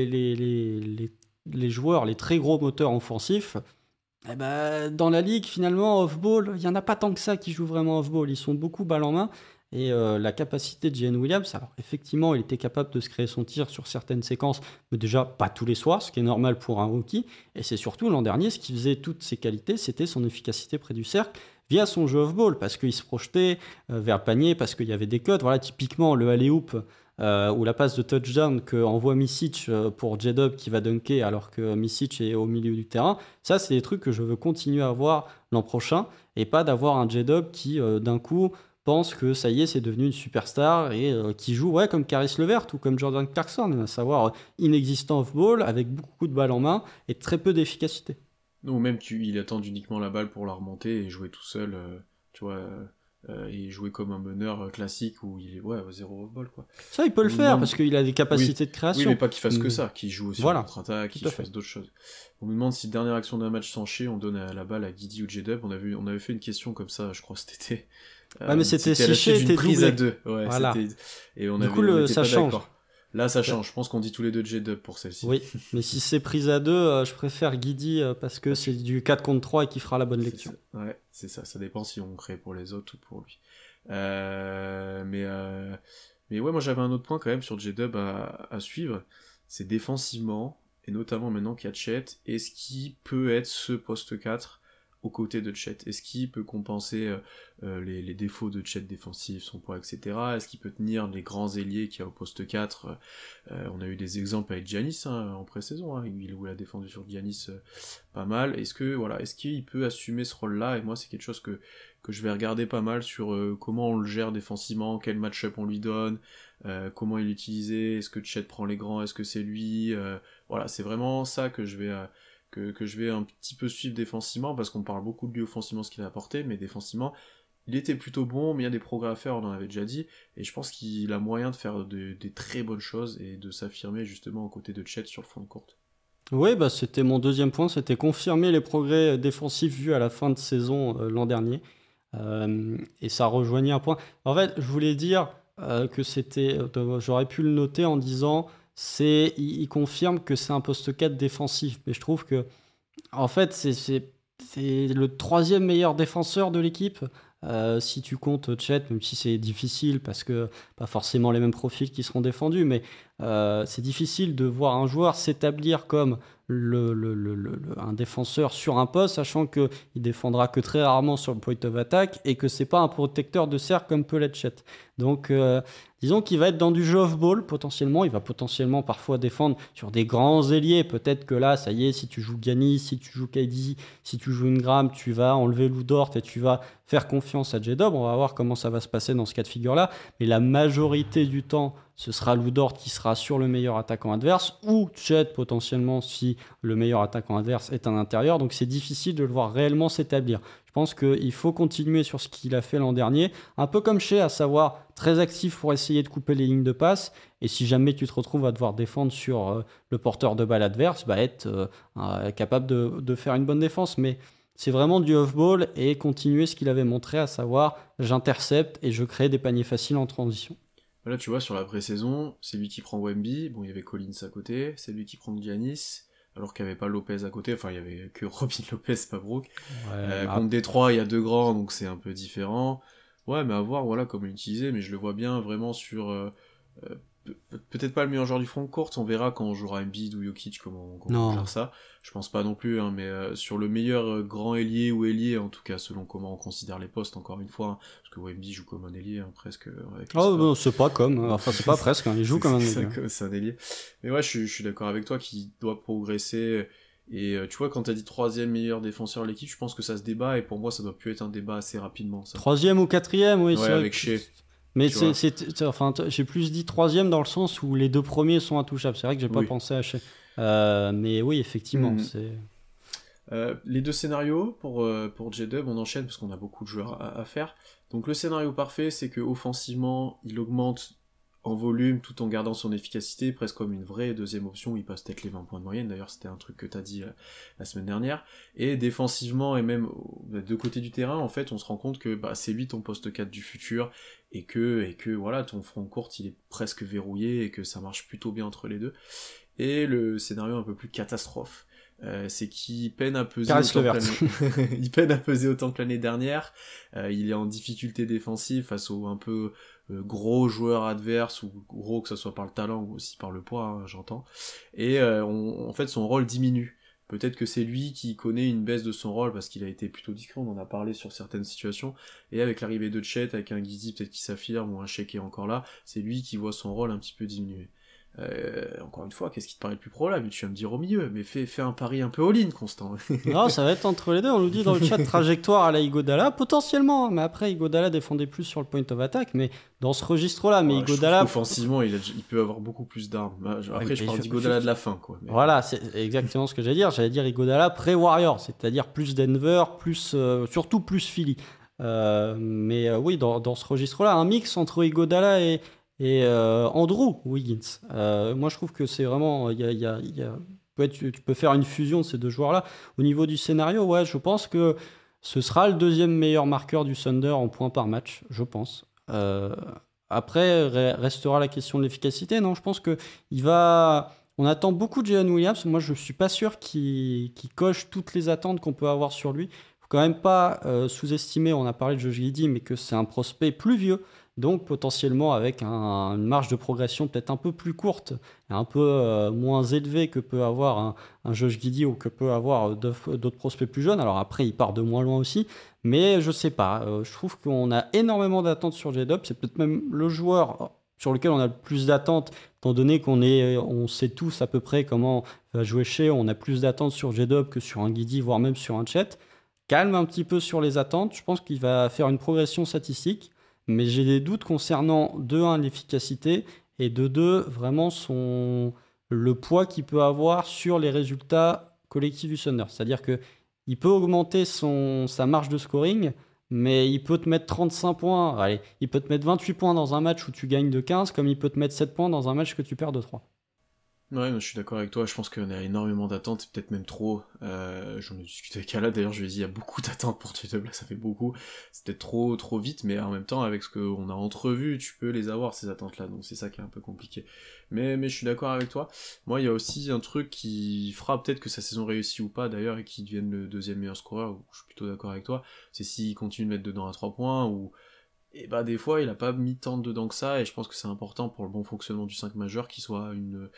les joueurs, les très gros moteurs offensifs, eh ben, dans la ligue, finalement, off-ball, il n'y en a pas tant que ça qui jouent vraiment off-ball. Ils sont beaucoup balle en main. Et la capacité de Jalen Williams, alors effectivement, il était capable de se créer son tir sur certaines séquences, mais déjà pas tous les soirs, ce qui est normal pour un rookie. Et c'est surtout l'an dernier, ce qui faisait toutes ses qualités, c'était son efficacité près du cercle via son jeu off-ball, parce qu'il se projetait vers le panier, parce qu'il y avait des cuts. Voilà, typiquement le alley-oop ou la passe de touchdown que envoie Micic pour J-Dub qui va dunker alors que Micic est au milieu du terrain. Ça, c'est des trucs que je veux continuer à voir l'an prochain, et pas d'avoir un J-Dub qui, d'un coup, pense que ça y est, c'est devenu une superstar et qui joue comme Caris LeVert ou comme Jordan Clarkson, à savoir inexistant off-ball avec beaucoup de balles en main et très peu d'efficacité. Ou même il attend uniquement la balle pour la remonter et jouer tout seul, tu vois, et jouer comme un meneur classique où il est zéro off-ball, quoi. Ça, il peut le faire demande... parce qu'il a des capacités oui. de création. Oui, mais pas qu'il fasse que ça, qu'il joue aussi en contre-attaque, qu'il fasse fait. d'autres choses. On nous demande si dernière action d'un match sans Shea, on donne la balle à Guidi ou J-Dub. On avait fait une question comme ça, je crois, cet été. Mais c'était si Shea était prise doublé. À deux. Ouais, voilà. Et on du avait, coup, on ça pas change. D'accord. Là, ça change. Je pense qu'on dit tous les deux J-Dub pour celle-ci. Oui, mais si c'est prise à deux, je préfère Guidi parce que c'est du 4 contre 3 et qui fera la bonne lecture. Ouais, c'est ça. Ça dépend si on crée pour les autres ou pour lui. Mais ouais, moi j'avais un autre point quand même sur J-Dub à suivre, c'est défensivement, et notamment maintenant qu'il y a Chet, est-ce qu'il peut être ce poste 4 aux côtés de Chet? Est-ce qu'il peut compenser les défauts de Chet défensifs, son poids, etc. Est-ce qu'il peut tenir les grands ailiers qu'il y a au poste 4? On a eu des exemples avec Giannis en pré-saison, où il a défendu sur Giannis pas mal. Est-ce qu'il peut assumer ce rôle-là? Et moi c'est quelque chose que je vais regarder pas mal sur comment on le gère défensivement, quel match-up on lui donne, comment il est utilisé, est-ce que Chet prend les grands, est-ce que c'est lui, voilà, c'est vraiment ça que je vais un petit peu suivre défensivement, parce qu'on parle beaucoup de lui offensivement, ce qu'il a apporté, mais défensivement, il était plutôt bon, mais il y a des progrès à faire, on en avait déjà dit, et je pense qu'il a moyen de faire des très bonnes choses et de s'affirmer justement aux côtés de Chet sur le fond de courte. Oui, bah, c'était mon deuxième point, c'était confirmer les progrès défensifs vus à la fin de saison l'an dernier. Et ça rejoignait un point. En fait, je voulais dire que c'était. J'aurais pu le noter en disant il confirme que c'est un poste 4 défensif. Mais je trouve que, en fait, c'est le troisième meilleur défenseur de l'équipe. Si tu comptes Chet, même si c'est difficile parce que pas forcément les mêmes profils qui seront défendus, mais c'est difficile de voir un joueur s'établir comme un défenseur sur un poste, sachant qu'il défendra que très rarement sur le point of attack et que c'est pas un protecteur de cercle comme peut l'être Chet. Donc disons qu'il va être dans du jeu off-ball potentiellement, il va potentiellement parfois défendre sur des grands ailiers, peut-être que là ça y est, si tu joues Giannis, si tu joues KD, si tu joues Ingram, tu vas enlever Lou Dort et tu vas faire confiance à J-Dub. On va voir comment ça va se passer dans ce cas de figure-là, mais la majorité du temps ce sera Lou Dort qui sera sur le meilleur attaquant adverse, ou Chet potentiellement si le meilleur attaquant adverse est un intérieur, donc c'est difficile de le voir réellement s'établir. Je pense qu'il faut continuer sur ce qu'il a fait l'an dernier, un peu comme Shea, à savoir très actif pour essayer de couper les lignes de passe, et si jamais tu te retrouves à devoir défendre sur le porteur de balle adverse, être capable de faire une bonne défense, mais c'est vraiment du off-ball et continuer ce qu'il avait montré, à savoir j'intercepte et je crée des paniers faciles en transition. Là, tu vois, sur la pré-saison, c'est lui qui prend Wemby, bon, il y avait Collins à côté, c'est lui qui prend Giannis, alors qu'il n'y avait pas Lopez à côté, enfin, il y avait que Robin Lopez, pas Brook. Contre Détroit, il y a deux grands, donc c'est un peu différent. Ouais, mais à voir, voilà, comment l'utiliser, mais je le vois bien vraiment sur... peut-être pas le meilleur joueur du front de courte, on verra quand on jouera Embiid ou Jokic comment on gère ça. Je pense pas non plus, hein, mais sur le meilleur grand ailier ou ailier, en tout cas selon comment on considère les postes, encore une fois, hein, parce que Embiid joue comme un ailier, hein, presque. Non, c'est pas comme, enfin c'est pas presque, hein, il joue comme un ailier. C'est un ailier. Mais ouais, je suis d'accord avec toi qu'il doit progresser. Et tu vois, quand t'as dit troisième meilleur défenseur de l'équipe, je pense que ça se débat, et pour moi ça doit plus être un débat assez rapidement. Ça. Troisième ou quatrième, oui. Ouais, avec Shea. Mais enfin, j'ai plus dit troisième dans le sens où les deux premiers sont intouchables. C'est vrai que j'ai pas pensé à Shea. Mais oui, effectivement, c'est... les deux scénarios pour J-Dub, on enchaîne parce qu'on a beaucoup de joueurs à faire. Donc le scénario parfait, c'est que offensivement, il augmente en volume tout en gardant son efficacité, presque comme une vraie deuxième option où il passe peut-être les 20 points de moyenne. D'ailleurs, c'était un truc que t'as dit la semaine dernière. Et défensivement, et même de deux côtés du terrain, en fait, on se rend compte que c'est lui ton poste 4 du futur, et que voilà, ton front court, il est presque verrouillé, et que ça marche plutôt bien entre les deux. Et le scénario un peu plus catastrophe, c'est qu'il peine à peser il peine à peser autant que l'année dernière. Il est en difficulté défensive face aux un peu gros joueurs adverses, ou gros que ce soit par le talent ou aussi par le poids, hein, j'entends. Et en fait son rôle diminue. Peut-être que c'est lui qui connaît une baisse de son rôle parce qu'il a été plutôt discret, on en a parlé sur certaines situations, et avec l'arrivée de Chet, avec un Giddey peut-être qui s'affirme, ou un Shea qui est encore là, c'est lui qui voit son rôle un petit peu diminuer. Encore une fois, qu'est-ce qui te paraît le plus probable? Tu vas me dire au milieu, mais fais un pari un peu all-in, Constant. Non, ça va être entre les deux. On nous dit dans le chat trajectoire à la Iguodala, potentiellement, mais après Iguodala défendait plus sur le point of attack, mais dans ce registre-là, mais Iguodala... Offensivement, il peut avoir beaucoup plus d'armes. Après, je parle d'Iguodala de la fin, quoi. Mais... Voilà, c'est exactement ce que j'allais dire. J'allais dire Iguodala pré-Warrior, c'est-à-dire plus Denver, surtout plus Philly. Oui, dans ce registre-là, un mix entre Iguodala et Andrew Wiggins. Moi, je trouve que c'est vraiment... tu peux faire une fusion de ces deux joueurs-là. Au niveau du scénario, ouais, je pense que ce sera le deuxième meilleur marqueur du Thunder en points par match, je pense. Après, restera la question de l'efficacité. Non, je pense que on attend beaucoup de Jalen Williams. Moi, je ne suis pas sûr qu'il coche toutes les attentes qu'on peut avoir sur lui. Il faut quand même pas sous-estimer, on a parlé de Josh Giddey, mais que c'est un prospect plus vieux, donc potentiellement avec une marge de progression peut-être un peu plus courte, et un peu moins élevée que peut avoir un Josh Giddey ou que peut avoir d'autres prospects plus jeunes. Alors après, il part de moins loin aussi, mais je sais pas, je trouve qu'on a énormément d'attentes sur J-Dub, c'est peut-être même le joueur sur lequel on a le plus d'attentes, étant donné on sait tous à peu près comment va jouer Shea, on a plus d'attentes sur J-Dub que sur un Giddey, voire même sur un Chet. Calme un petit peu sur les attentes, je pense qu'il va faire une progression statistique, mais j'ai des doutes concernant de 1 l'efficacité et de 2 vraiment le poids qu'il peut avoir sur les résultats collectifs du Thunder. C'est-à-dire que il peut augmenter sa marge de scoring, mais il peut te mettre 35 points, allez, il peut te mettre 28 points dans un match où tu gagnes de 15, comme il peut te mettre 7 points dans un match que tu perds de 3. Ouais, je suis d'accord avec toi, je pense qu'on a énormément d'attentes, peut-être même trop. J'en ai discuté avec Ala, d'ailleurs je lui ai dit il y a beaucoup d'attentes pour J-Dub, là ça fait beaucoup. C'est peut-être trop vite, mais en même temps avec ce qu'on a entrevu, tu peux les avoir ces attentes-là, donc c'est ça qui est un peu compliqué. Mais je suis d'accord avec toi. Moi il y a aussi un truc qui fera peut-être que sa saison réussit ou pas d'ailleurs, et qu'il devienne le deuxième meilleur scoreur, où je suis plutôt d'accord avec toi, c'est s'il continue de mettre dedans à 3 points, ou et bah des fois il a pas mis tant dedans que ça, et je pense que c'est important pour le bon fonctionnement du 5 majeur qu'il soit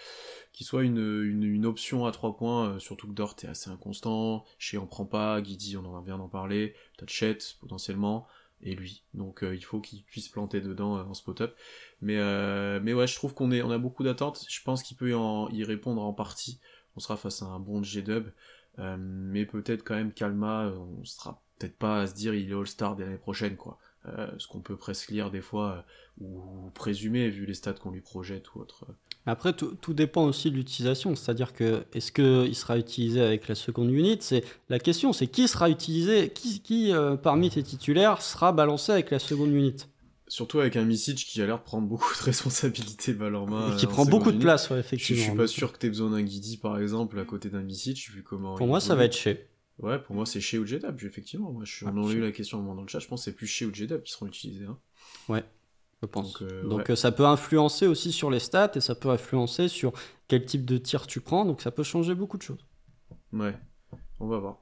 une option à 3 points, surtout que Dort est assez inconstant, Shea en prend pas, Giddey on en vient d'en parler, t'as Chet potentiellement, et lui, donc il faut qu'il puisse planter dedans en spot-up, mais ouais je trouve on a beaucoup d'attentes, je pense qu'il peut y répondre en partie, on sera face à un bon J-Dub, mais peut-être quand même Kalma, on sera peut-être pas à se dire il est All-Star dès l'année prochaine quoi. Ce qu'on peut presque lire des fois, ou présumer vu les stats qu'on lui projette ou autre. Après, tout dépend aussi de l'utilisation, c'est-à-dire que est-ce qu'il sera utilisé avec la seconde unit, la question, c'est qui sera utilisé, qui parmi tes titulaires sera balancé avec la seconde unit. Surtout avec un Micic qui a l'air de prendre beaucoup de responsabilités balle en main. Et qui prend beaucoup de place, ouais, effectivement. Je suis pas sûr que t'aies besoin d'un Giddey par exemple à côté d'un Micic, vu comment. Pour moi, ça va être Shea. Ouais, pour moi c'est Shea ou J-Dub, effectivement. Moi, on en a eu la question dans le chat, je pense que c'est plus Shea ou J-Dub qui seront utilisés. Hein. Ouais, je pense. Donc ouais. ça peut influencer aussi sur les stats, et ça peut influencer sur quel type de tir tu prends, donc ça peut changer beaucoup de choses. Ouais, on va voir.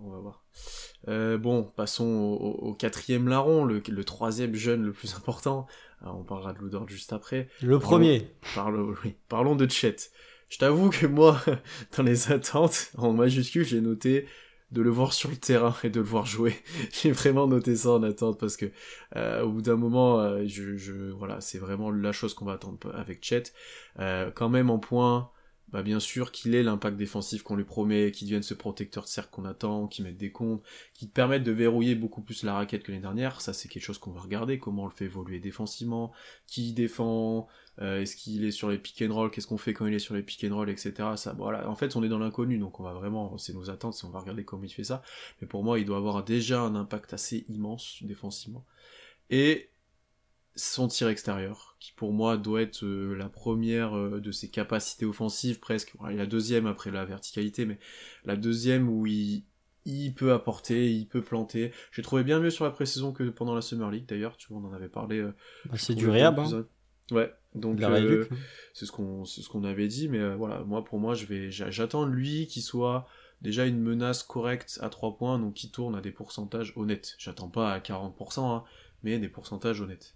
Bon, passons au quatrième larron, le troisième jeune le plus important. Alors, on parlera de Lou Dort juste après. Premier. Parlons de Chet. Je t'avoue que moi, dans les attentes, en majuscule, j'ai noté de le voir sur le terrain et de le voir jouer. J'ai vraiment noté ça en attente parce que au bout d'un moment, voilà, c'est vraiment la chose qu'on va attendre avec Chet. Quand même en point, bah bien sûr qu'il ait l'impact défensif qu'on lui promet, qu'il devienne ce protecteur de cercle qu'on attend, qu'il mette des comptes, qui te permettent de verrouiller beaucoup plus la raquette que l'année dernière. Ça c'est quelque chose qu'on va regarder, comment on le fait évoluer défensivement, qui défend, est-ce qu'il est sur les pick and roll, qu'est-ce qu'on fait quand il est sur les pick and roll, etc. Ça, voilà. En fait on est dans l'inconnu, donc on va vraiment, c'est nos attentes, on va regarder comment il fait ça, mais pour moi il doit avoir déjà un impact assez immense défensivement. Et son tir extérieur, qui pour moi doit être la première de ses capacités offensives presque, la deuxième après la verticalité, mais la deuxième où il peut apporter, il peut planter. J'ai trouvé bien mieux sur la pré-saison que pendant la Summer League d'ailleurs, tu vois, on en avait parlé. C'est du réhab, hein. Ouais, donc c'est ce qu'on avait dit, mais voilà, pour moi j'attends de lui qu'il soit déjà une menace correcte à 3 points, donc qui tourne à des pourcentages honnêtes. J'attends pas à 40%, hein, mais des pourcentages honnêtes.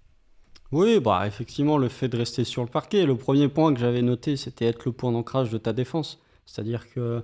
Oui, bah effectivement, le fait de rester sur le parquet. Le premier point que j'avais noté, c'était être le point d'ancrage de ta défense. C'est-à-dire que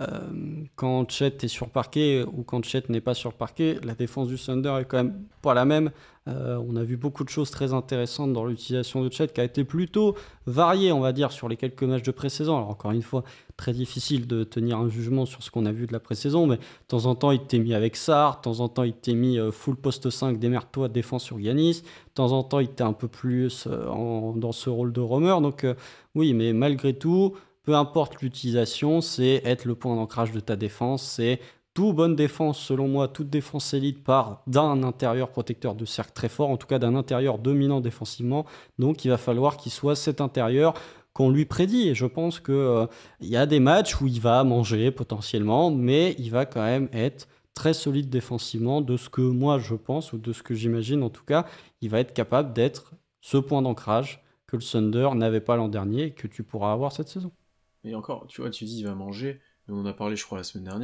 quand Chet est sur parquet ou quand Chet n'est pas sur parquet, la défense du Thunder est quand même pas la même. On a vu beaucoup de choses très intéressantes dans l'utilisation de Chet qui a été plutôt variée, on va dire, sur les quelques matchs de pré-saison. Alors encore une fois, très difficile de tenir un jugement sur ce qu'on a vu de la pré-saison, mais de temps en temps, il t'est mis avec Sarr, de temps en temps, il t'est mis full poste 5, démerde-toi, défense sur Giannis, de temps en temps, il t'est un peu plus dans ce rôle de roamer. Donc oui, mais malgré tout, peu importe l'utilisation, c'est être le point d'ancrage de ta défense, c'est toute bonne défense, selon moi, toute défense élite part d'un intérieur protecteur de cercle très fort, en tout cas d'un intérieur dominant défensivement, donc il va falloir qu'il soit cet intérieur qu'on lui prédit, et je pense qu'il y a des matchs où il va manger potentiellement, mais il va quand même être très solide défensivement, de ce que moi je pense, ou de ce que j'imagine en tout cas, il va être capable d'être ce point d'ancrage que le Thunder n'avait pas l'an dernier et que tu pourras avoir cette saison. Et encore, tu vois, tu dis il va manger, mais on en a parlé je crois la semaine dernière,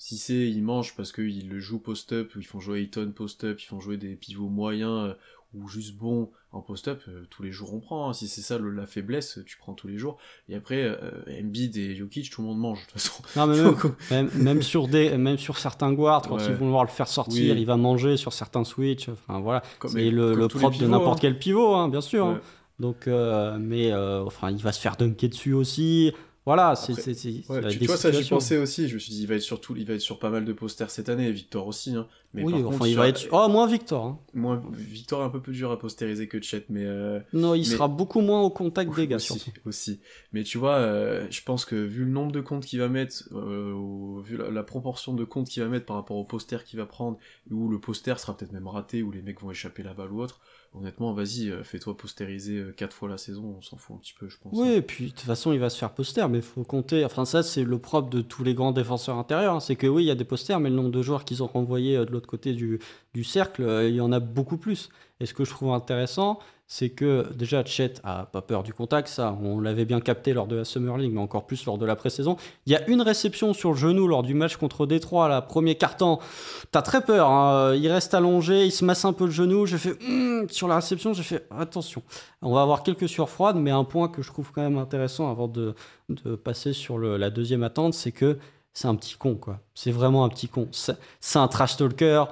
Si c'est, ils mangent parce qu'ils le jouent post-up, ou ils font jouer Ayton post-up, ils font jouer des pivots moyens, ou juste bons en post-up, tous les jours on prend, hein. Si c'est ça la faiblesse, tu prends tous les jours. Et après, Embiid et Jokic, tout le monde mange, de toute façon. Non, mais même sur certains guards, quand ils vont devoir le faire sortir, il va manger sur certains switches. Enfin, voilà. C'est le propre de n'importe quel pivot, hein, bien sûr. Hein. Donc, enfin, il va se faire dunker dessus aussi. Voilà, après, tu vois, ça j'y pensais aussi. Je me suis dit, il va être sur pas mal de posters cette année, Victor aussi. Hein. Mais oui, par enfin, contre, il va être. Oh, moins Victor. Hein. Victor est un peu plus dur à postériser que Chet, mais. Non, il sera beaucoup moins au contact des gars, aussi. Mais tu vois, je pense que vu le nombre de comptes qu'il va mettre, vu la proportion de comptes qu'il va mettre par rapport au poster qu'il va prendre, où le poster sera peut-être même raté, où les mecs vont échapper la balle ou autre. Honnêtement, vas-y, fais-toi postériser 4 fois la saison, on s'en fout un petit peu, je pense. Oui, et puis de toute façon, il va se faire poster, mais il faut compter. Enfin, ça, c'est le propre de tous les grands défenseurs intérieurs. Hein. C'est que oui, il y a des posters, mais le nombre de joueurs qu'ils ont renvoyés de l'autre côté du cercle, il y en a beaucoup plus. Et ce que je trouve intéressant, c'est que déjà, Chet a pas peur du contact, ça, on l'avait bien capté lors de la Summer League, mais encore plus lors de la pré-saison. Il y a une réception sur le genou lors du match contre Détroit, la premier quart-temps. T'as très peur, hein. Il reste allongé, il se masse un peu le genou. J'ai fait sur la réception, j'ai fait attention. On va avoir quelques surfroides, mais un point que je trouve quand même intéressant avant de passer sur la deuxième attente, c'est que c'est un petit con, quoi. C'est vraiment un petit con. C'est un trash talker.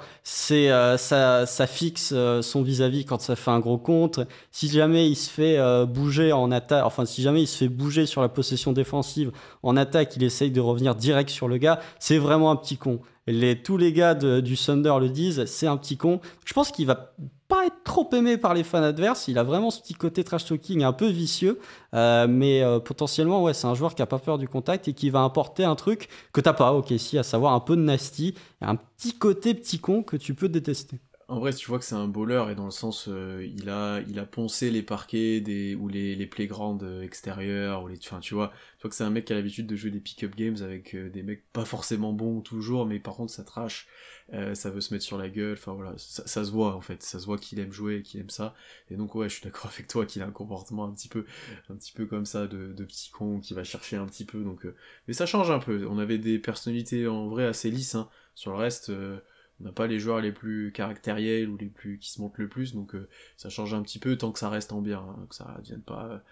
Ça fixe son vis-à-vis quand ça fait un gros contre. Si jamais il se fait bouger en attaque, enfin, si jamais il se fait bouger sur la possession défensive en attaque, il essaye de revenir direct sur le gars. C'est vraiment un petit con. Tous les gars du Thunder le disent, c'est un petit con. Je pense qu'il va pas être trop aimé par les fans adverses. Il a vraiment ce petit côté trash talking un peu vicieux, mais potentiellement, ouais, c'est un joueur qui a pas peur du contact et qui va apporter un truc que t'as pas, OKC, à savoir un peu de nasty, un petit côté petit con que tu peux détester. En vrai, tu vois que c'est un bowler et dans le sens, il a poncé les parquets ou les playgrounds extérieurs, enfin, tu vois que c'est un mec qui a l'habitude de jouer des pick-up games avec des mecs pas forcément bons toujours, mais par contre ça trash, ça veut se mettre sur la gueule, enfin voilà, ça se voit en fait, ça se voit qu'il aime jouer, qu'il aime ça, et donc ouais, je suis d'accord avec toi qu'il a un comportement un petit peu comme ça de petit con qui va chercher un petit peu, donc mais ça change un peu. On avait des personnalités en vrai assez lisses, hein. Sur le reste. On n'a pas les joueurs les plus caractériels ou les plus qui se montrent le plus, donc ça change un petit peu tant que ça reste en bien, hein, que ça devienne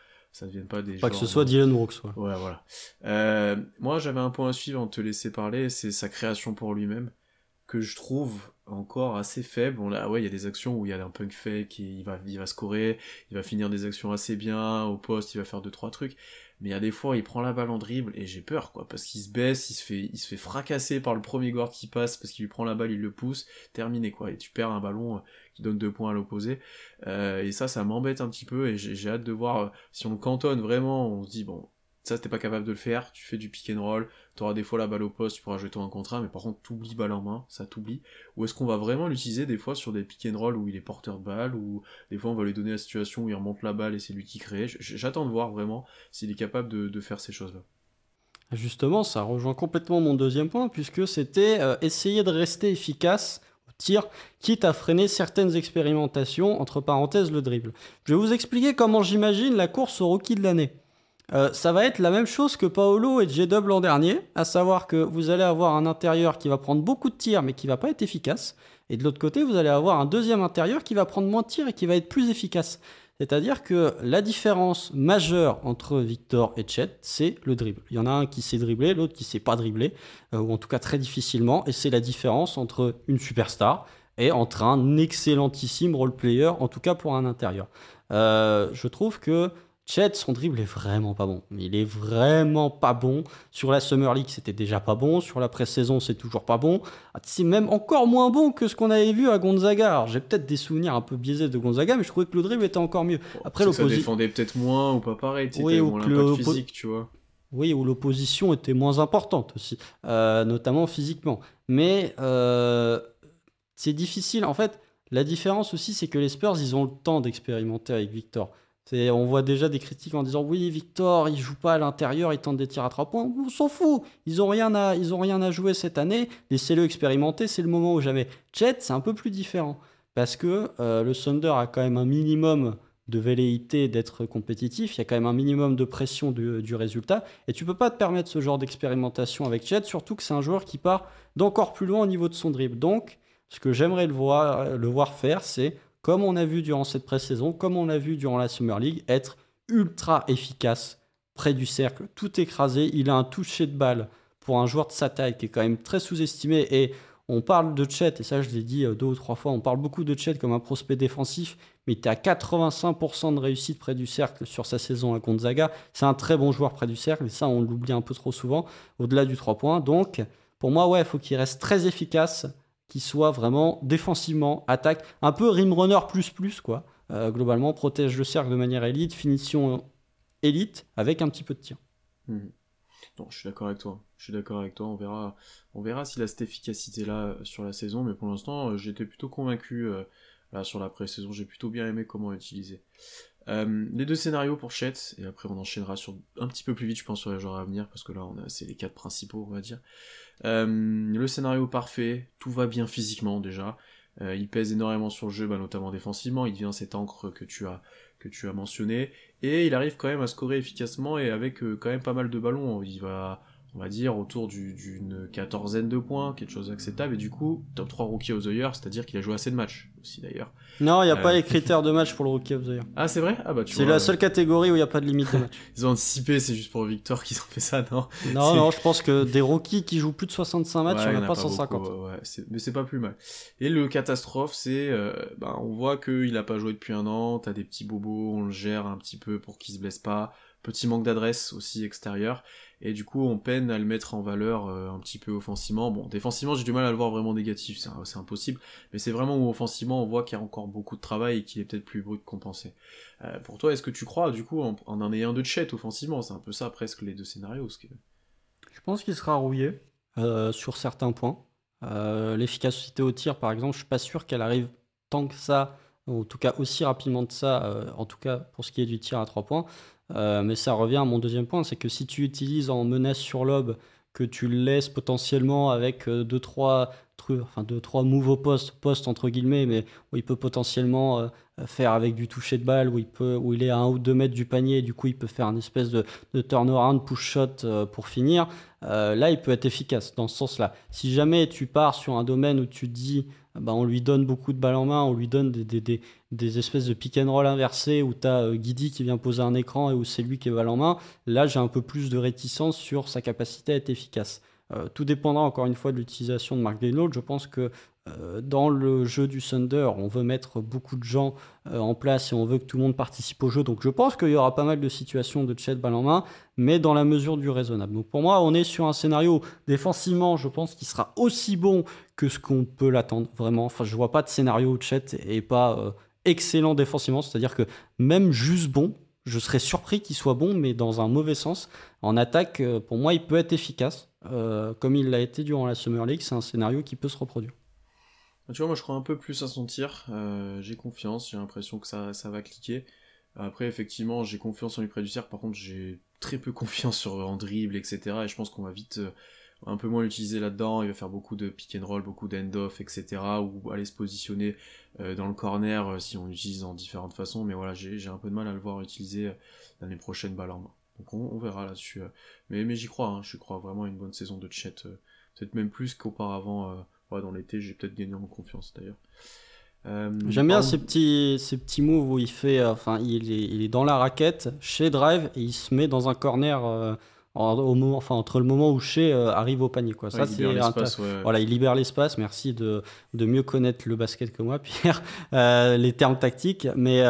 pas des joueurs... Pas que ce soit Dylan Brooks, quoi. Ouais, voilà. Moi, j'avais un point à suivre avant de te laisser parler, c'est sa création pour lui-même, que je trouve encore assez faible. Bon, là, ouais, il y a des actions où il y a un punk fake, il va scorer, il va finir des actions assez bien, au poste, il va faire 2-3 trucs, mais il y a des fois, il prend la balle en dribble, et j'ai peur, quoi, parce qu'il se baisse, il se fait fracasser par le premier guard qui passe, parce qu'il lui prend la balle, il le pousse, terminé, quoi, et tu perds un ballon qui donne 2 points à l'opposé, et ça m'embête un petit peu, et j'ai hâte de voir si on le cantonne vraiment, on se dit, bon, ça t'es pas capable de le faire, tu fais du pick and roll, t'auras des fois la balle au poste, tu pourras jouer ton 1 contre 1, mais par contre t'oublies balle en main, ça t'oublie. Ou est-ce qu'on va vraiment l'utiliser des fois sur des pick and roll où il est porteur de balle, ou des fois on va lui donner la situation où il remonte la balle et c'est lui qui crée. J'attends de voir vraiment s'il est capable de faire ces choses-là. Justement, ça rejoint complètement mon deuxième point, puisque c'était essayer de rester efficace au tir, quitte à freiner certaines expérimentations, entre parenthèses le dribble. Je vais vous expliquer comment j'imagine la course au rookie de l'année. Ça va être la même chose que Paolo et J-Dub l'an dernier, à savoir que vous allez avoir un intérieur qui va prendre beaucoup de tirs mais qui va pas être efficace, et de l'autre côté vous allez avoir un deuxième intérieur qui va prendre moins de tirs et qui va être plus efficace. C'est-à-dire que la différence majeure entre Victor et Chet, c'est le dribble. Il y en a un qui sait dribbler, l'autre qui sait pas dribbler, ou en tout cas très difficilement, et c'est la différence entre une superstar et entre un excellentissime role-player, en tout cas pour un intérieur. Je trouve que Chet, son dribble est vraiment pas bon. Il est vraiment pas bon. Sur la Summer League, c'était déjà pas bon. Sur la pré-saison, c'est toujours pas bon. C'est même encore moins bon que ce qu'on avait vu à Gonzaga. Alors, j'ai peut-être des souvenirs un peu biaisés de Gonzaga, mais je trouvais que le dribble était encore mieux. Après, ça défendait peut-être moins ou pas pareil. Oui, ou l'impact physique, tu vois. Oui, où l'opposition était moins importante aussi, notamment physiquement. Mais c'est difficile. En fait, la différence aussi, c'est que les Spurs, ils ont le temps d'expérimenter avec Victor. On voit déjà des critiques en disant oui, Victor, il joue pas à l'intérieur, il tente des tirs à 3 points. On s'en fout. Ils ont rien à jouer cette année. Laissez-le expérimenter, c'est le moment ou jamais. Chet, c'est un peu plus différent parce que le Thunder a quand même un minimum de velléité d'être compétitif, il y a quand même un minimum de pression du résultat, et tu peux pas te permettre ce genre d'expérimentation avec Chet, surtout que c'est un joueur qui part d'encore plus loin au niveau de son dribble. Donc, ce que j'aimerais le voir faire, c'est, comme on a vu durant cette pré-saison, comme on a vu durant la Summer League, être ultra efficace près du cercle, tout écrasé. Il a un toucher de balle pour un joueur de sa taille qui est quand même très sous-estimé, et on parle de Chet, et ça je l'ai dit 2 ou 3 fois, on parle beaucoup de Chet comme un prospect défensif, mais il était à 85% de réussite près du cercle sur sa saison à Gonzaga. C'est un très bon joueur près du cercle, et ça on l'oublie un peu trop souvent, au-delà du 3 points. Donc pour moi, ouais, il faut qu'il reste très efficace, qu'il soit vraiment défensivement, attaque, un peu rim runner plus, quoi. Globalement, protège le cercle de manière élite, finition élite, avec un petit peu de tir. Non, je suis d'accord avec toi. On verra s'il a cette efficacité-là sur la saison, mais pour l'instant, j'étais plutôt convaincu. Là, sur la pré-saison, j'ai plutôt bien aimé comment l'utiliser. Les 2 scénarios pour Chet, et après on enchaînera sur un petit peu plus vite, je pense, sur les joueurs à venir, parce que là, c'est les 4 principaux, on va dire. Le scénario parfait, tout va bien physiquement déjà. Il pèse énormément sur le jeu, notamment défensivement. Il devient cette encre que tu as mentionné, et il arrive quand même à scorer efficacement et avec quand même pas mal de ballons. Il va, on va dire, autour d'une quatorzaine de points, quelque chose d'acceptable, et du coup, top 3 Rookie of the Year, c'est-à-dire qu'il a joué assez de matchs aussi d'ailleurs. Non, il n'y a pas les critères de match pour le Rookie of the Year. Ah, c'est vrai? Ah bah c'est la seule catégorie où il n'y a pas de limite de match. Ils ont anticipé, c'est juste pour Victor qu'ils ont fait ça, non? Non, je pense que des rookies qui jouent plus de 65 matchs, il n'y en a pas 150. Beaucoup, mais c'est pas plus mal. Et le catastrophe, c'est, on voit qu'il a pas joué depuis un an, t'as des petits bobos, on le gère un petit peu pour qu'il se blesse pas, petit manque d'adresse aussi extérieur, et du coup on peine à le mettre en valeur un petit peu offensivement. Bon, défensivement j'ai du mal à le voir vraiment négatif, c'est impossible, mais c'est vraiment où offensivement on voit qu'il y a encore beaucoup de travail et qu'il est peut-être plus brut compensé. Pour toi, est-ce que tu crois du coup en un ayant de Chet offensivement? C'est un peu ça presque les 2 scénarios. Je pense qu'il sera rouillé sur certains points. L'efficacité au tir par exemple, je suis pas sûr qu'elle arrive tant que ça, ou en tout cas aussi rapidement que ça, en tout cas pour ce qui est du tir à 3 points. Mais ça revient à mon deuxième point, c'est que si tu utilises en menace sur lob, que tu le laisses potentiellement avec 2-3 moves au poste entre guillemets, mais où il peut potentiellement faire avec du toucher de balle, où il est à 1 ou 2 mètres du panier, et du coup il peut faire une espèce de turnaround, push shot pour finir. Là, il peut être efficace dans ce sens-là. Si jamais tu pars sur un domaine où tu te dis, on lui donne beaucoup de balles en main, on lui donne des espèces de pick and roll inversés où tu as Guidi qui vient poser un écran et où c'est lui qui est balle en main, là j'ai un peu plus de réticence sur sa capacité à être efficace. Tout dépendra encore une fois de l'utilisation de Mark Daigneault. Je pense que dans le jeu du Thunder, on veut mettre beaucoup de gens en place et on veut que tout le monde participe au jeu. Donc je pense qu'il y aura pas mal de situations de Chet balle en main, mais dans la mesure du raisonnable. Donc pour moi, on est sur un scénario défensivement, je pense qu'il sera aussi bon que ce qu'on peut l'attendre vraiment. Enfin, je vois pas de scénario où Chet est pas excellent défensivement, c'est-à-dire que même juste bon, je serais surpris qu'il soit bon, mais dans un mauvais sens. En attaque, pour moi, il peut être efficace, comme il l'a été durant la Summer League. C'est un scénario qui peut se reproduire. Tu vois, moi je crois un peu plus à son tir, j'ai confiance, j'ai l'impression que ça va cliquer. Après, effectivement, j'ai confiance en lui près du cercle, par contre j'ai très peu confiance en dribble, etc. Et je pense qu'on va vite un peu moins l'utiliser là-dedans, il va faire beaucoup de pick and roll, beaucoup d'end-off, etc. Ou aller se positionner dans le corner si on l'utilise en différentes façons, mais voilà, j'ai un peu de mal à le voir utiliser l'année prochaine balle en main. Donc on verra là-dessus. Mais j'y crois, je crois vraiment à une bonne saison de Chet, peut-être même plus qu'auparavant. Dans l'été, j'ai peut-être gagné en confiance d'ailleurs. J'aime bien ces petits moves où il fait, il est dans la raquette chez drive et il se met dans un corner entre le moment où Shea arrive au panier, quoi. Ouais, Ça, il libère l'espace, ouais. Voilà, il libère l'espace. Merci de mieux connaître le basket que moi, Pierre. Les termes tactiques, mais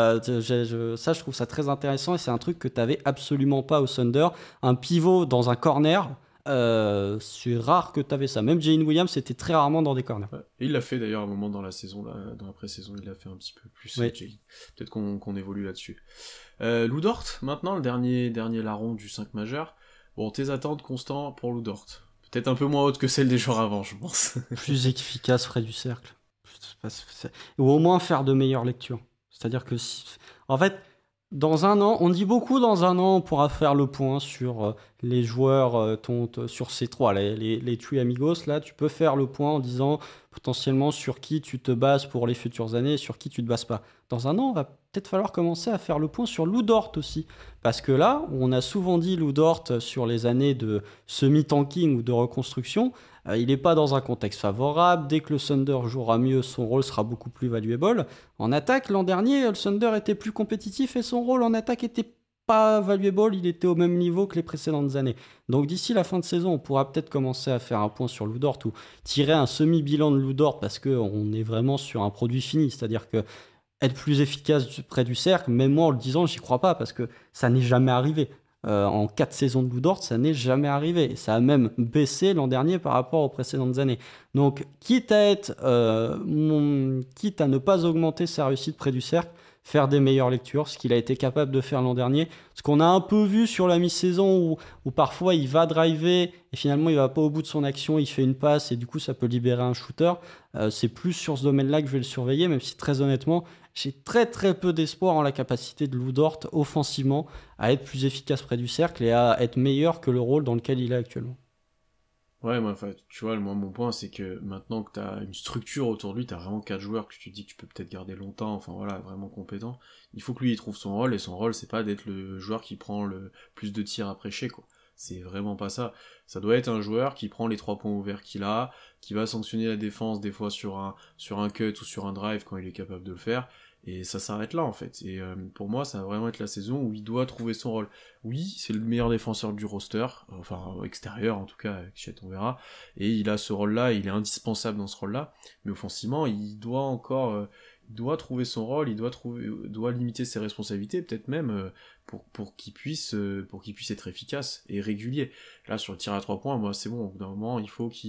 je trouve ça très intéressant et c'est un truc que tu n'avais absolument pas au Thunder. Un pivot dans un corner. C'est rare que tu avais ça. Même Jalen Williams, c'était très rarement dans des corners. Ouais. Et il l'a fait d'ailleurs à un moment dans la saison, dans la pré-saison, il l'a fait un petit peu plus. Oui. Peut-être qu'on évolue là-dessus. Lou Dort, maintenant, le dernier larron du 5 majeur. Bon, tes attentes, Constant, pour Lou Dort. Peut-être un peu moins hautes que celles des jours avant, je pense. Plus efficace près du cercle. Ou au moins faire de meilleures lectures. C'est-à-dire que en fait, Dans un an, on dit beaucoup dans un an, on pourra faire le point sur les joueurs, sur ces trois, les Three Amigos. Là, tu peux faire le point en disant potentiellement sur qui tu te bases pour les futures années et sur qui tu te bases pas. Dans un an, on va peut-être falloir commencer à faire le point sur Lou Dort aussi. Parce que là, on a souvent dit Lou Dort sur les années de semi-tanking ou de reconstruction. Il n'est pas dans un contexte favorable. Dès que le Thunder jouera mieux, son rôle sera beaucoup plus valuable. En attaque, l'an dernier, le Thunder était plus compétitif et son rôle en attaque était pas valuable, il était au même niveau que les précédentes années. Donc d'ici la fin de saison, on pourra peut-être commencer à faire un point sur Lou Dort ou tirer un semi-bilan de Lou Dort parce qu'on est vraiment sur un produit fini. C'est-à-dire que être plus efficace près du cercle, même moi en le disant, j'y crois pas parce que ça n'est jamais arrivé. En 4 saisons de Lou Dort, ça n'est jamais arrivé. Ça a même baissé l'an dernier par rapport aux précédentes années. Donc, quitte à ne pas augmenter sa réussite près du cercle, faire des meilleures lectures, ce qu'il a été capable de faire l'an dernier. Ce qu'on a un peu vu sur la mi-saison où parfois il va driver et finalement il va pas au bout de son action, il fait une passe et du coup ça peut libérer un shooter. C'est plus sur ce domaine-là que je vais le surveiller, même si très honnêtement, j'ai très très peu d'espoir en la capacité de Lou Dort offensivement à être plus efficace près du cercle et à être meilleur que le rôle dans lequel il est actuellement. Ouais, moi, enfin, tu vois, moi, mon point, c'est que maintenant que t'as une structure autour de lui, t'as vraiment 4 joueurs que tu te dis que tu peux peut-être garder longtemps, enfin voilà, vraiment compétents. Il faut que lui, il trouve son rôle, et son rôle, c'est pas d'être le joueur qui prend le plus de tirs à prêcher, quoi. C'est vraiment pas ça. Ça doit être un joueur qui prend les 3 points ouverts qu'il a, qui va sanctionner la défense des fois sur un cut ou sur un drive quand il est capable de le faire, et ça s'arrête là, en fait. Et pour moi, ça va vraiment être la saison où il doit trouver son rôle. Oui, c'est le meilleur défenseur du roster, enfin extérieur en tout cas, Chet on verra, et il a ce rôle-là, il est indispensable dans ce rôle-là, mais offensivement, il doit trouver son rôle, doit limiter ses responsabilités, peut-être même pour qu'il puisse être efficace et régulier. Là, sur le tir à 3 points, moi c'est bon, au bout d'un moment,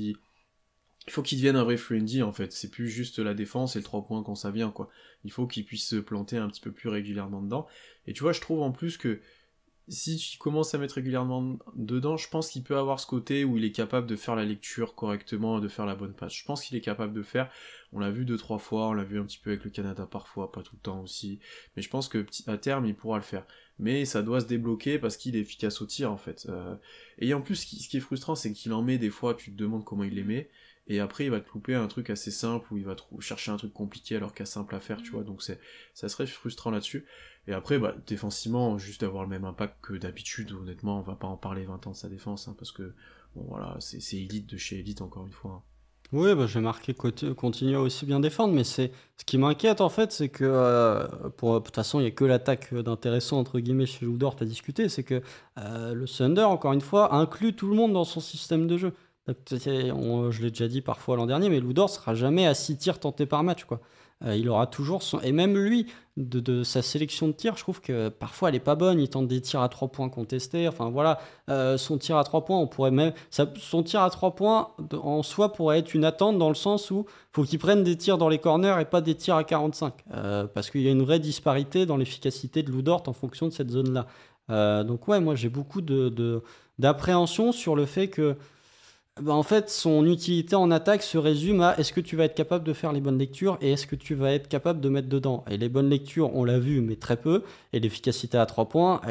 il faut qu'il devienne un vrai friendly en fait, c'est plus juste la défense et le 3 points quand ça vient quoi. Il faut qu'il puisse se planter un petit peu plus régulièrement dedans. Et tu vois, je trouve en plus que si tu commences à mettre régulièrement dedans, je pense qu'il peut avoir ce côté où il est capable de faire la lecture correctement et de faire la bonne passe. Je pense qu'il est capable de faire, on l'a vu 2-3 fois, on l'a vu un petit peu avec le Canada parfois, pas tout le temps aussi, mais je pense que à terme il pourra le faire. Mais ça doit se débloquer parce qu'il est efficace au tir en fait. Et en plus, ce qui est frustrant, c'est qu'il en met des fois, tu te demandes comment il les met, et après il va te louper un truc assez simple où il va chercher un truc compliqué alors qu'il y a simple à faire, tu vois, donc ça serait frustrant là-dessus. Et après, bah, défensivement, juste avoir le même impact que d'habitude, honnêtement, on va pas en parler 20 ans de sa défense, hein, parce que, bon voilà, c'est élite de chez élite, encore une fois. Hein. Oui, bah, j'ai marqué continuer à aussi bien défendre, mais ce qui m'inquiète en fait, c'est que de toute façon, il n'y a que l'attaque d'intéressant entre guillemets chez Lou Dort à discuter, c'est que le Thunder, encore une fois, inclut tout le monde dans son système de jeu. Donc, je l'ai déjà dit parfois l'an dernier, mais Lou Dort sera jamais à 6 tirs tentés par match, quoi. Il aura toujours son... Et même lui, de sa sélection de tirs, je trouve que parfois elle est pas bonne. Il tente des tirs à 3 points contestés. Enfin voilà, son tir à 3 points, on pourrait même... son tir à 3 points, en soi, pourrait être une attente dans le sens où faut qu'il prenne des tirs dans les corners et pas des tirs à 45. Parce qu'il y a une vraie disparité dans l'efficacité de Lou Dort en fonction de cette zone-là. Donc ouais, moi j'ai beaucoup d'appréhension sur le fait que en fait, son utilité en attaque se résume à est-ce que tu vas être capable de faire les bonnes lectures et est-ce que tu vas être capable de mettre dedans. Et les bonnes lectures, on l'a vu, mais très peu. Et l'efficacité à 3 points,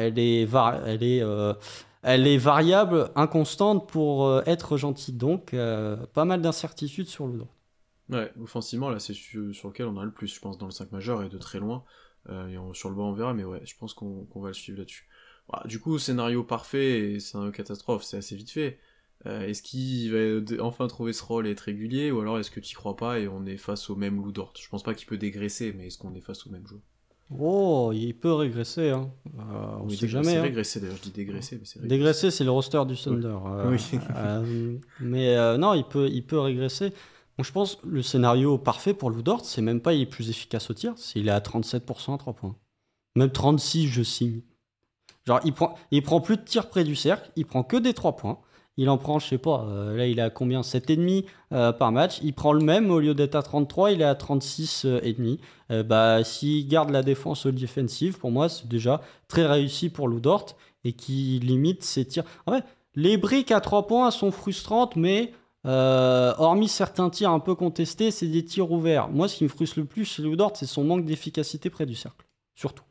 elle est variable, inconstante pour être gentille. Donc, pas mal d'incertitudes sur le dos. Ouais, offensivement, là, c'est sur lequel on a le plus, je pense, dans le 5 majeur et de très loin. Sur le banc, on verra, mais ouais, je pense qu'on va le suivre là-dessus. Bah, du coup, scénario parfait et scénario catastrophe, c'est assez vite fait. Est-ce qu'il va enfin trouver ce rôle et être régulier, ou alors est-ce que tu y crois pas et on est face au même Lou Dort? Je pense pas qu'il peut dégraisser, mais est-ce qu'on est face au même joueur? Oh, il peut régresser, hein. On Oui, sait jamais. c'est Hein. régressé d'ailleurs, je dis dégraisser, mais c'est régressé. Dégraisser, c'est le roster du Thunder. Oui. Mais non, il peut régresser. Donc, je pense que le scénario parfait pour Lou Dort, c'est même pas il est plus efficace au tir, c'est il est à 37% à 3 points. Même 36, je signe. Genre, il prend plus de tirs près du cercle, il prend que des 3 points. Il en prend, je sais pas, là il est à combien 7,5 par match. Il prend le même, au lieu d'être à 33, il est à 36,5. Bah, s'il garde la défense défensive, pour moi, c'est déjà très réussi pour Lou Dort et qui limite ses tirs. En fait, les briques à 3 points sont frustrantes, mais hormis certains tirs un peu contestés, c'est des tirs ouverts. Moi, ce qui me frustre le plus chez Lou Dort, c'est son manque d'efficacité près du cercle. Surtout.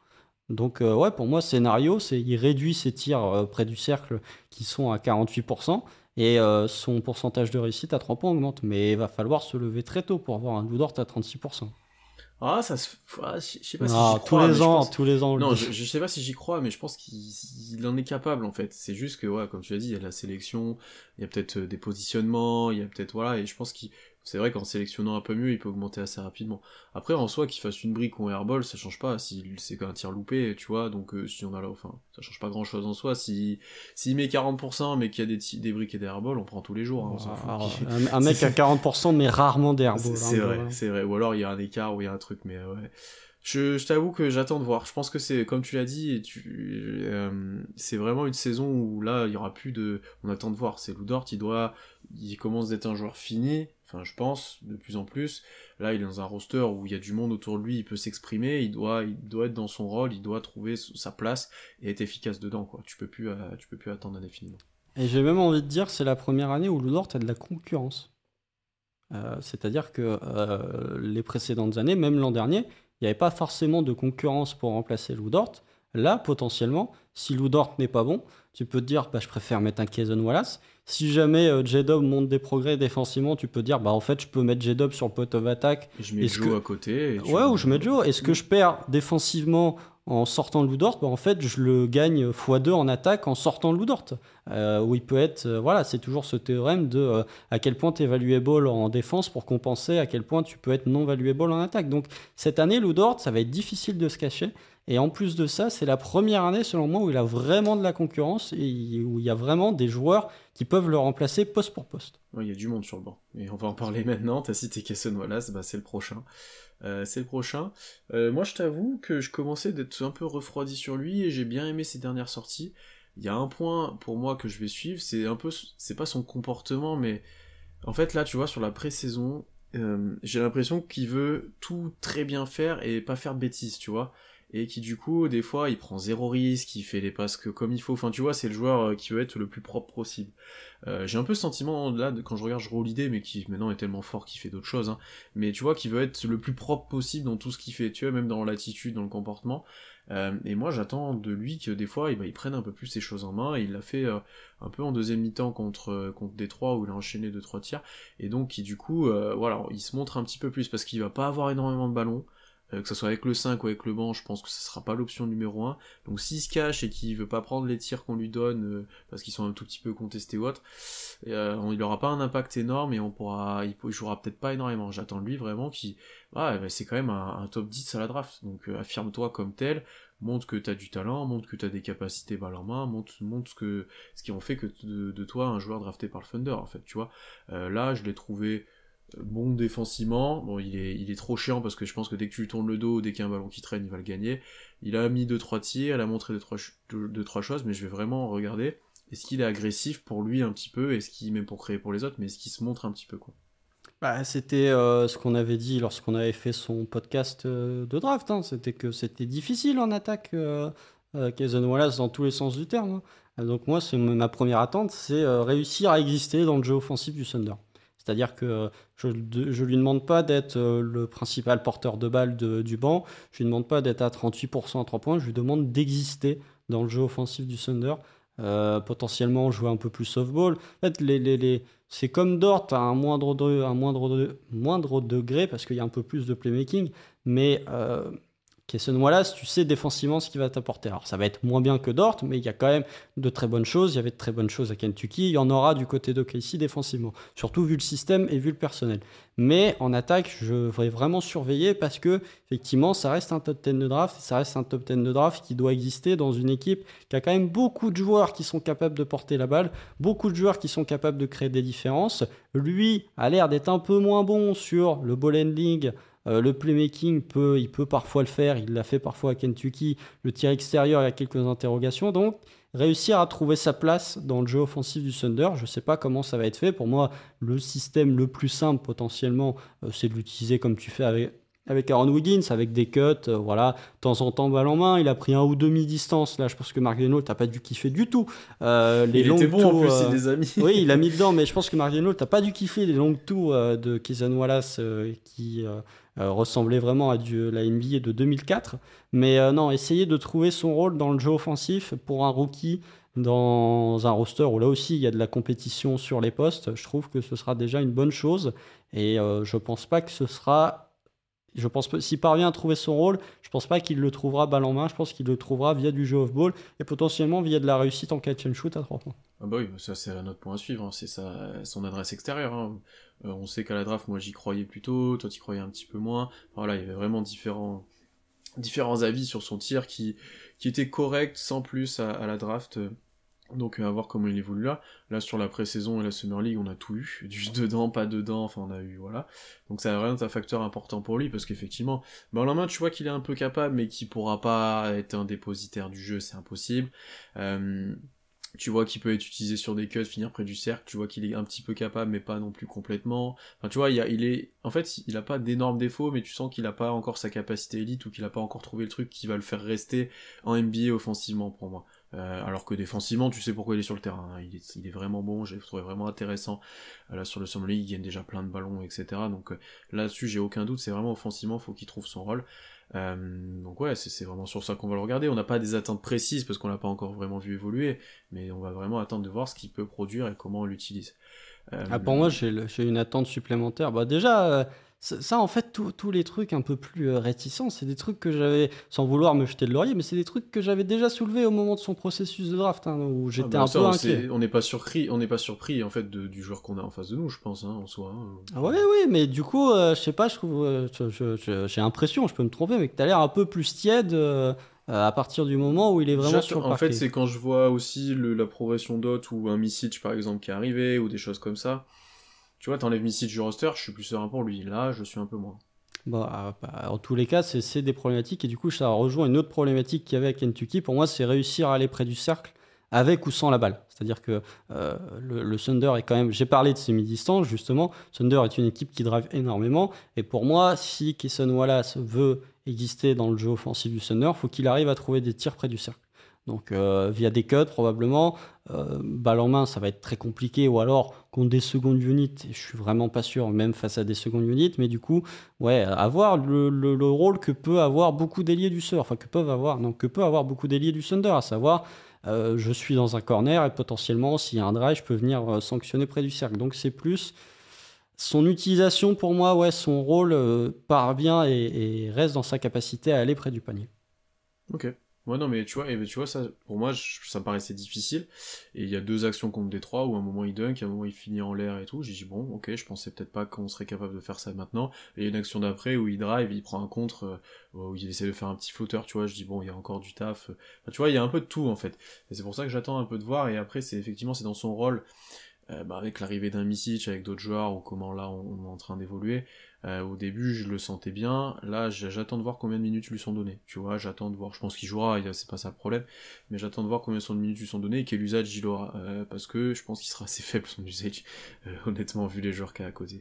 Donc, ouais, pour moi, scénario, c'est il réduit ses tirs près du cercle qui sont à 48% et son pourcentage de réussite à 3 points augmente. Mais il va falloir se lever très tôt pour avoir un Lou Dort à 36%. Ah, je sais pas si j'y Ah, crois, mais je pense. tous les ans, on le Non, dit. je sais pas si j'y crois, mais je pense qu'il en est capable en fait. C'est juste que, ouais, comme tu l'as dit, il y a de la sélection, il y a peut-être des positionnements, il y a peut-être, voilà, et je pense qu'il. C'est vrai qu'en sélectionnant un peu mieux, il peut augmenter assez rapidement. Après, en soi, qu'il fasse une brique ou un airball, ça change pas. Si c'est qu'un tir loupé, tu vois, donc si on a là, enfin, ça change pas grand chose en soi. S'il met 40%, mais qu'il y a des briques et des airballs, on prend tous les jours, hein, on s'en fout. Alors, un mec à 40%, mais rarement des airballs. C'est vrai, c'est vrai. Ou alors il y a un écart ou il y a un truc, mais ouais. Je t'avoue que j'attends de voir. Je pense que c'est, comme tu l'as dit, c'est vraiment une saison où là, il y aura plus de. On attend de voir. C'est Lou Dort, il commence d'être un joueur fini. Enfin, je pense, de plus en plus. Là, il est dans un roster où il y a du monde autour de lui, il peut s'exprimer, il doit être dans son rôle, il doit trouver sa place et être efficace dedans, quoi. Tu peux plus attendre indéfiniment. Et j'ai même envie de dire, c'est la première année où Lou Dort a de la concurrence. C'est-à-dire que les précédentes années, même l'an dernier, il n'y avait pas forcément de concurrence pour remplacer Lou Dort. Là, potentiellement, si Lou Dort n'est pas bon, tu peux te dire, bah, je préfère mettre un Cason Wallace. Si jamais J-Dub monte des progrès défensivement, tu peux dire, bah, en fait, je peux mettre J-Dub sur le point of attack. Et je mets Joe à côté. Et ouais, ou je mets Joe. Est-ce que je perds défensivement en sortant Lou Dort? Bah, en fait, je le gagne x2 en attaque en sortant Lou Dort. Où il peut être... voilà, c'est toujours ce théorème de à quel point tu es valuable en défense pour compenser à quel point tu peux être non valuable en attaque. Donc, cette année, Lou Dort, ça va être difficile de se cacher. Et en plus de ça, c'est la première année, selon moi, où il a vraiment de la concurrence et où il y a vraiment des joueurs qui peuvent le remplacer poste pour poste. Ouais, il y a du monde sur le banc. Et on va en parler maintenant. T'as cité Cason Wallace, bah c'est le prochain. Moi, je t'avoue que je commençais d'être un peu refroidi sur lui et j'ai bien aimé ses dernières sorties. Il y a un point pour moi que je vais suivre, c'est pas son comportement, mais en fait là, tu vois, sur la pré-saison, j'ai l'impression qu'il veut tout très bien faire et pas faire de bêtises, tu vois. Et qui du coup, des fois, il prend zéro risque, il fait les passes comme il faut. Enfin, tu vois, c'est le joueur qui veut être le plus propre possible. J'ai un peu ce sentiment là quand je regarde Jrue Holiday, mais qui maintenant est tellement fort qu'il fait d'autres choses, hein, mais tu vois qu'il veut être le plus propre possible dans tout ce qu'il fait, tu vois, même dans l'attitude, dans le comportement. Et moi j'attends de lui que des fois il prenne un peu plus ses choses en main, et il l'a fait un peu en deuxième mi-temps contre Détroit où il a enchaîné 2-3 tirs, et donc qui du coup voilà, il se montre un petit peu plus parce qu'il va pas avoir énormément de ballons. Que ce soit avec le 5 ou avec le banc, je pense que ce sera pas l'option numéro 1. Donc s'il se cache et qu'il veut pas prendre les tirs qu'on lui donne parce qu'ils sont un tout petit peu contestés ou autre, il aura pas un impact énorme et il jouera peut-être pas énormément. J'attends de lui vraiment c'est quand même un top 10 à la draft. Donc affirme-toi comme tel, montre que t'as du talent, montre que t'as des capacités balle en main, montre ce qui ont fait que de toi un joueur drafté par le Thunder en fait, tu vois. Là je l'ai trouvé bon défensivement, bon il est trop chiant parce que je pense que dès que tu lui tournes le dos, dès qu'il y a un ballon qui traîne, il va le gagner. Il a mis 2-3 tirs, il a montré 2-3 choses, mais je vais vraiment regarder, est-ce qu'il est agressif pour lui un petit peu, est-ce qu'il, même pour créer pour les autres, mais est-ce qu'il se montre un petit peu quoi. Bah, c'était ce qu'on avait dit lorsqu'on avait fait son podcast de draft, hein. C'était que c'était difficile en attaque, Cason Wallace, dans tous les sens du terme, hein. Donc moi, c'est ma première attente, c'est réussir à exister dans le jeu offensif du Thunder. C'est-à-dire que je lui demande pas d'être le principal porteur de balle du banc, je lui demande pas d'être à 38% à 3 points, je lui demande d'exister dans le jeu offensif du Thunder. Potentiellement jouer un peu plus softball. En fait, c'est comme Dort à un moindre degré parce qu'il y a un peu plus de playmaking, mais Cason Wallace, tu sais défensivement ce qu'il va t'apporter. Alors ça va être moins bien que Dort, mais il y a quand même de très bonnes choses. Il y avait de très bonnes choses à Kentucky. Il y en aura du côté d'OKC défensivement, surtout vu le système et vu le personnel. Mais en attaque, je vais vraiment surveiller parce que effectivement, ça reste un top 10 de draft. Ça reste un top 10 de draft qui doit exister dans une équipe qui a quand même beaucoup de joueurs qui sont capables de porter la balle, beaucoup de joueurs qui sont capables de créer des différences. Lui a l'air d'être un peu moins bon sur le ball handling. Le playmaking, il peut parfois le faire, il l'a fait parfois à Kentucky. Le tir extérieur, il y a quelques interrogations. Donc, réussir à trouver sa place dans le jeu offensif du Thunder, je ne sais pas comment ça va être fait. Pour moi, le système le plus simple potentiellement, c'est de l'utiliser comme tu fais avec Aaron Wiggins, avec des cuts, voilà, de temps en temps balle en main, il a pris un ou deux mi-distance, là je pense que Mark Denault t'as pas dû kiffer du tout. Les Il était longues bon en tours, plus, il les a mis. oui il a mis dedans, mais je pense que Mark Denault t'as pas dû kiffer les longues tours de Keeson Wallace qui ressemblait vraiment à la NBA de 2004, mais non, essayer de trouver son rôle dans le jeu offensif pour un rookie dans un roster où là aussi il y a de la compétition sur les postes, je trouve que ce sera déjà une bonne chose. Et je pense pas que ce sera. Je pense pas, s'il parvient à trouver son rôle, je pense pas qu'il le trouvera balle en main. Je pense qu'il le trouvera via du jeu off-ball et potentiellement via de la réussite en catch and shoot à 3 points. Ah bah oui, ça c'est notre point à suivre, hein. C'est son adresse extérieure, hein. On sait qu'à la draft, moi j'y croyais plus tôt, toi t'y croyais un petit peu moins. Voilà, il y avait vraiment différents avis sur son tir qui étaient corrects sans plus à la draft. Donc à voir comment il évolue là. Là sur la pré-saison et la Summer League, on a tout eu. Du dedans, pas dedans, enfin on a eu, voilà. Donc ça a vraiment un facteur important pour lui, parce qu'effectivement, en la main tu vois qu'il est un peu capable, mais qu'il pourra pas être un dépositaire du jeu, c'est impossible. Tu vois qu'il peut être utilisé sur des cuts, finir près du cercle, tu vois qu'il est un petit peu capable, mais pas non plus complètement. Enfin, tu vois, en fait, il a pas d'énormes défauts, mais tu sens qu'il a pas encore sa capacité élite, ou qu'il a pas encore trouvé le truc qui va le faire rester en NBA offensivement, pour moi. Alors que défensivement, tu sais pourquoi il est sur le terrain, hein. Il est vraiment bon, j'ai trouvé vraiment intéressant. Là, sur le Summer League, il gagne déjà plein de ballons, etc. Donc là-dessus, j'ai aucun doute, c'est vraiment offensivement, faut qu'il trouve son rôle. Donc ouais, c'est vraiment sur ça qu'on va le regarder. On n'a pas des attentes précises parce qu'on l'a pas encore vraiment vu évoluer, mais on va vraiment attendre de voir ce qu'il peut produire et comment on l'utilise. Ah, pour moi, j'ai une attente supplémentaire. Bah, déjà, ça, en fait, tous les trucs un peu plus réticents, c'est des trucs que j'avais, sans vouloir me jeter de laurier, mais c'est des trucs que j'avais déjà soulevés au moment de son processus de draft, hein, où j'étais un peu inquiet. On n'est pas surpris en fait du joueur qu'on a en face de nous, je pense, hein, en soi. Hein. Ah ouais, oui, mais du coup, je sais pas, je trouve, j'ai l'impression, je peux me tromper, mais que t'as l'air un peu plus tiède à partir du moment où il est vraiment sur le En fait, parquet. c'est quand je vois aussi la progression d'Hot ou un Misic par exemple qui est arrivé, ou des choses comme ça. Tu vois, t'enlèves Misic du roster, je suis plus serein pour lui. Là, je suis un peu moins. Bah, en tous les cas, c'est des problématiques. Et du coup, ça rejoint une autre problématique qu'il y avait à Kentucky. Pour moi, c'est réussir à aller près du cercle avec ou sans la balle. C'est-à-dire que le Thunder est quand même... J'ai parlé de semi-distance, justement. Thunder est une équipe qui drive énormément. Et pour moi, si Cason Wallace veut exister dans le jeu offensif du Thunder, il faut qu'il arrive à trouver des tirs près du cercle. Donc via des cuts probablement, balle en main ça va être très compliqué, ou alors contre des secondes units, je suis vraiment pas sûr, même face à des secondes units, mais du coup, ouais, avoir le rôle que peut avoir beaucoup d'ailiers du Thunder, enfin que peut avoir beaucoup d'ailiers du Thunder, à savoir je suis dans un corner et potentiellement s'il y a un drive, je peux venir sanctionner près du cercle. Donc c'est plus son utilisation pour moi, ouais, son rôle parvient et reste dans sa capacité à aller près du panier. Ok. Ouais, non, mais tu vois, ça, pour moi, ça me paraissait difficile. Et il y a deux actions contre Détroit où à un moment il dunk, à un moment il finit en l'air et tout. J'ai dit, bon, ok, je pensais peut-être pas qu'on serait capable de faire ça maintenant. Et il y a une action d'après où il drive, il prend un contre, où il essaie de faire un petit flotteur, tu vois. Je dis, bon, il y a encore du taf. Enfin, tu vois, il y a un peu de tout en fait. Et c'est pour ça que j'attends un peu de voir. Et après, c'est dans son rôle. Avec l'arrivée d'un Misic, avec d'autres joueurs, ou comment là on est en train d'évoluer, au début je le sentais bien, là j'attends de voir combien de minutes lui sont données, tu vois, j'attends de voir, je pense qu'il jouera, c'est pas ça le problème, mais j'attends de voir combien de minutes lui sont données et quel usage il aura, parce que je pense qu'il sera assez faible son usage, honnêtement vu les joueurs qu'il y a à côté.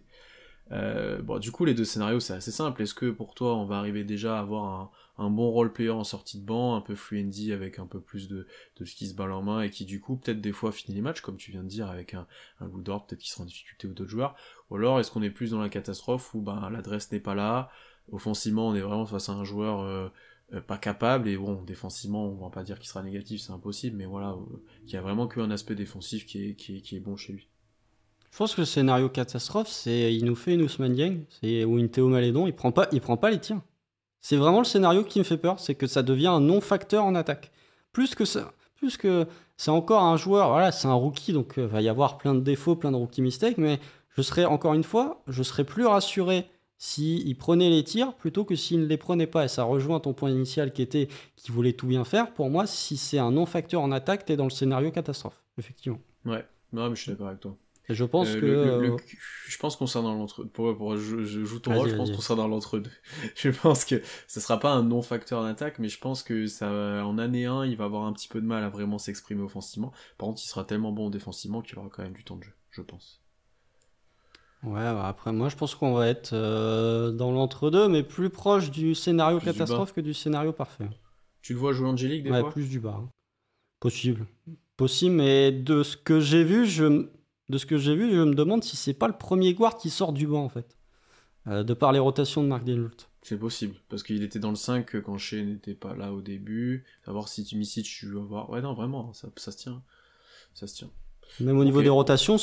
Bon, du coup, les deux scénarios, c'est assez simple. Est-ce que pour toi, on va arriver déjà à avoir un bon role-player en sortie de banc, un peu free and D avec un peu plus de ce qui se balle en main et qui, du coup, peut-être des fois finit les matchs, comme tu viens de dire, avec un Lou Dort, peut-être qui sera en difficulté ou d'autres joueurs. Ou alors, est-ce qu'on est plus dans la catastrophe où ben, l'adresse n'est pas là, offensivement, on est vraiment face à un joueur pas capable, et bon, défensivement, on va pas dire qu'il sera négatif, c'est impossible, mais voilà, qui a vraiment qu'un aspect défensif qui est bon chez lui. Je pense que le scénario catastrophe, c'est il nous fait une Ousmane Dieng, ou une Théo Malédon, il prend pas les tirs. C'est vraiment le scénario qui me fait peur, c'est que ça devient un non-facteur en attaque. Plus que ça, plus que c'est encore un joueur, voilà, c'est un rookie, donc il va y avoir plein de défauts, plein de rookie mistakes, mais encore une fois, je serais plus rassuré s'il prenait les tirs plutôt que s'il ne les prenait pas. Et ça rejoint ton point initial qui était qu'il voulait tout bien faire. Pour moi, si c'est un non-facteur en attaque, t'es dans le scénario catastrophe, effectivement. Ouais, non, mais je suis d'accord avec toi. Et je pense que... Je pense qu'on sera dans l'entre-deux. Je joue ton Vas-y, rôle, je pense vas-y. qu'on sera dans l'entre-deux. Je pense que ce sera pas un non-facteur d'attaque, mais je pense que ça, en année 1, il va avoir un petit peu de mal à vraiment s'exprimer offensivement. Par contre, il sera tellement bon défensivement qu'il aura quand même du temps de jeu, je pense. Ouais, bah après, moi, je pense qu'on va être dans l'entre-deux, mais plus proche du scénario Plus du bas. catastrophe que du scénario parfait. Tu le vois jouer Angélique des Ouais, fois? plus du bas, hein. Possible. Possible, mais de ce que j'ai vu, je me demande si c'est pas le premier guard qui sort du banc, en fait. De par les rotations de Mark Denault. C'est possible, parce qu'il était dans le 5 quand Shea n'était pas là au début. À voir si Micic, tu vas voir. Ouais, non, vraiment, ça se tient. Ça se tient. Même au Ok, niveau des rotations,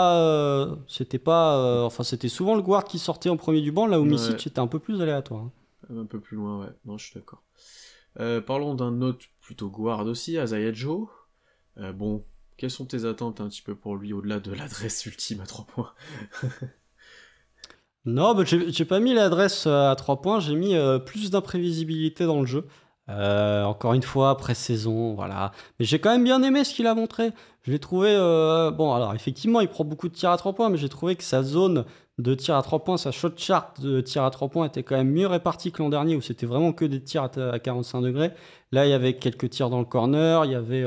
enfin, c'était souvent le guard qui sortait en premier du banc, là où ouais, Micic était un peu plus aléatoire, hein. un peu plus loin, ouais. Non, je suis d'accord. Parlons d'un autre plutôt guard aussi, Isaiah Joe. Bon, quelles sont tes attentes un petit peu pour lui, au-delà de l'adresse ultime à 3 points? Non, bah, j'ai pas mis l'adresse à 3 points, j'ai mis plus d'imprévisibilité dans le jeu. Encore une fois, pré-saison, voilà. Mais j'ai quand même bien aimé ce qu'il a montré. Je l'ai trouvé. Bon, alors effectivement, il prend beaucoup de tirs à 3 points, mais j'ai trouvé que sa zone de tir à 3 points, sa shot chart de tir à 3 points était quand même mieux répartie que l'an dernier, où c'était vraiment que des tirs à 45 degrés. Là, il y avait quelques tirs dans le corner, il y avait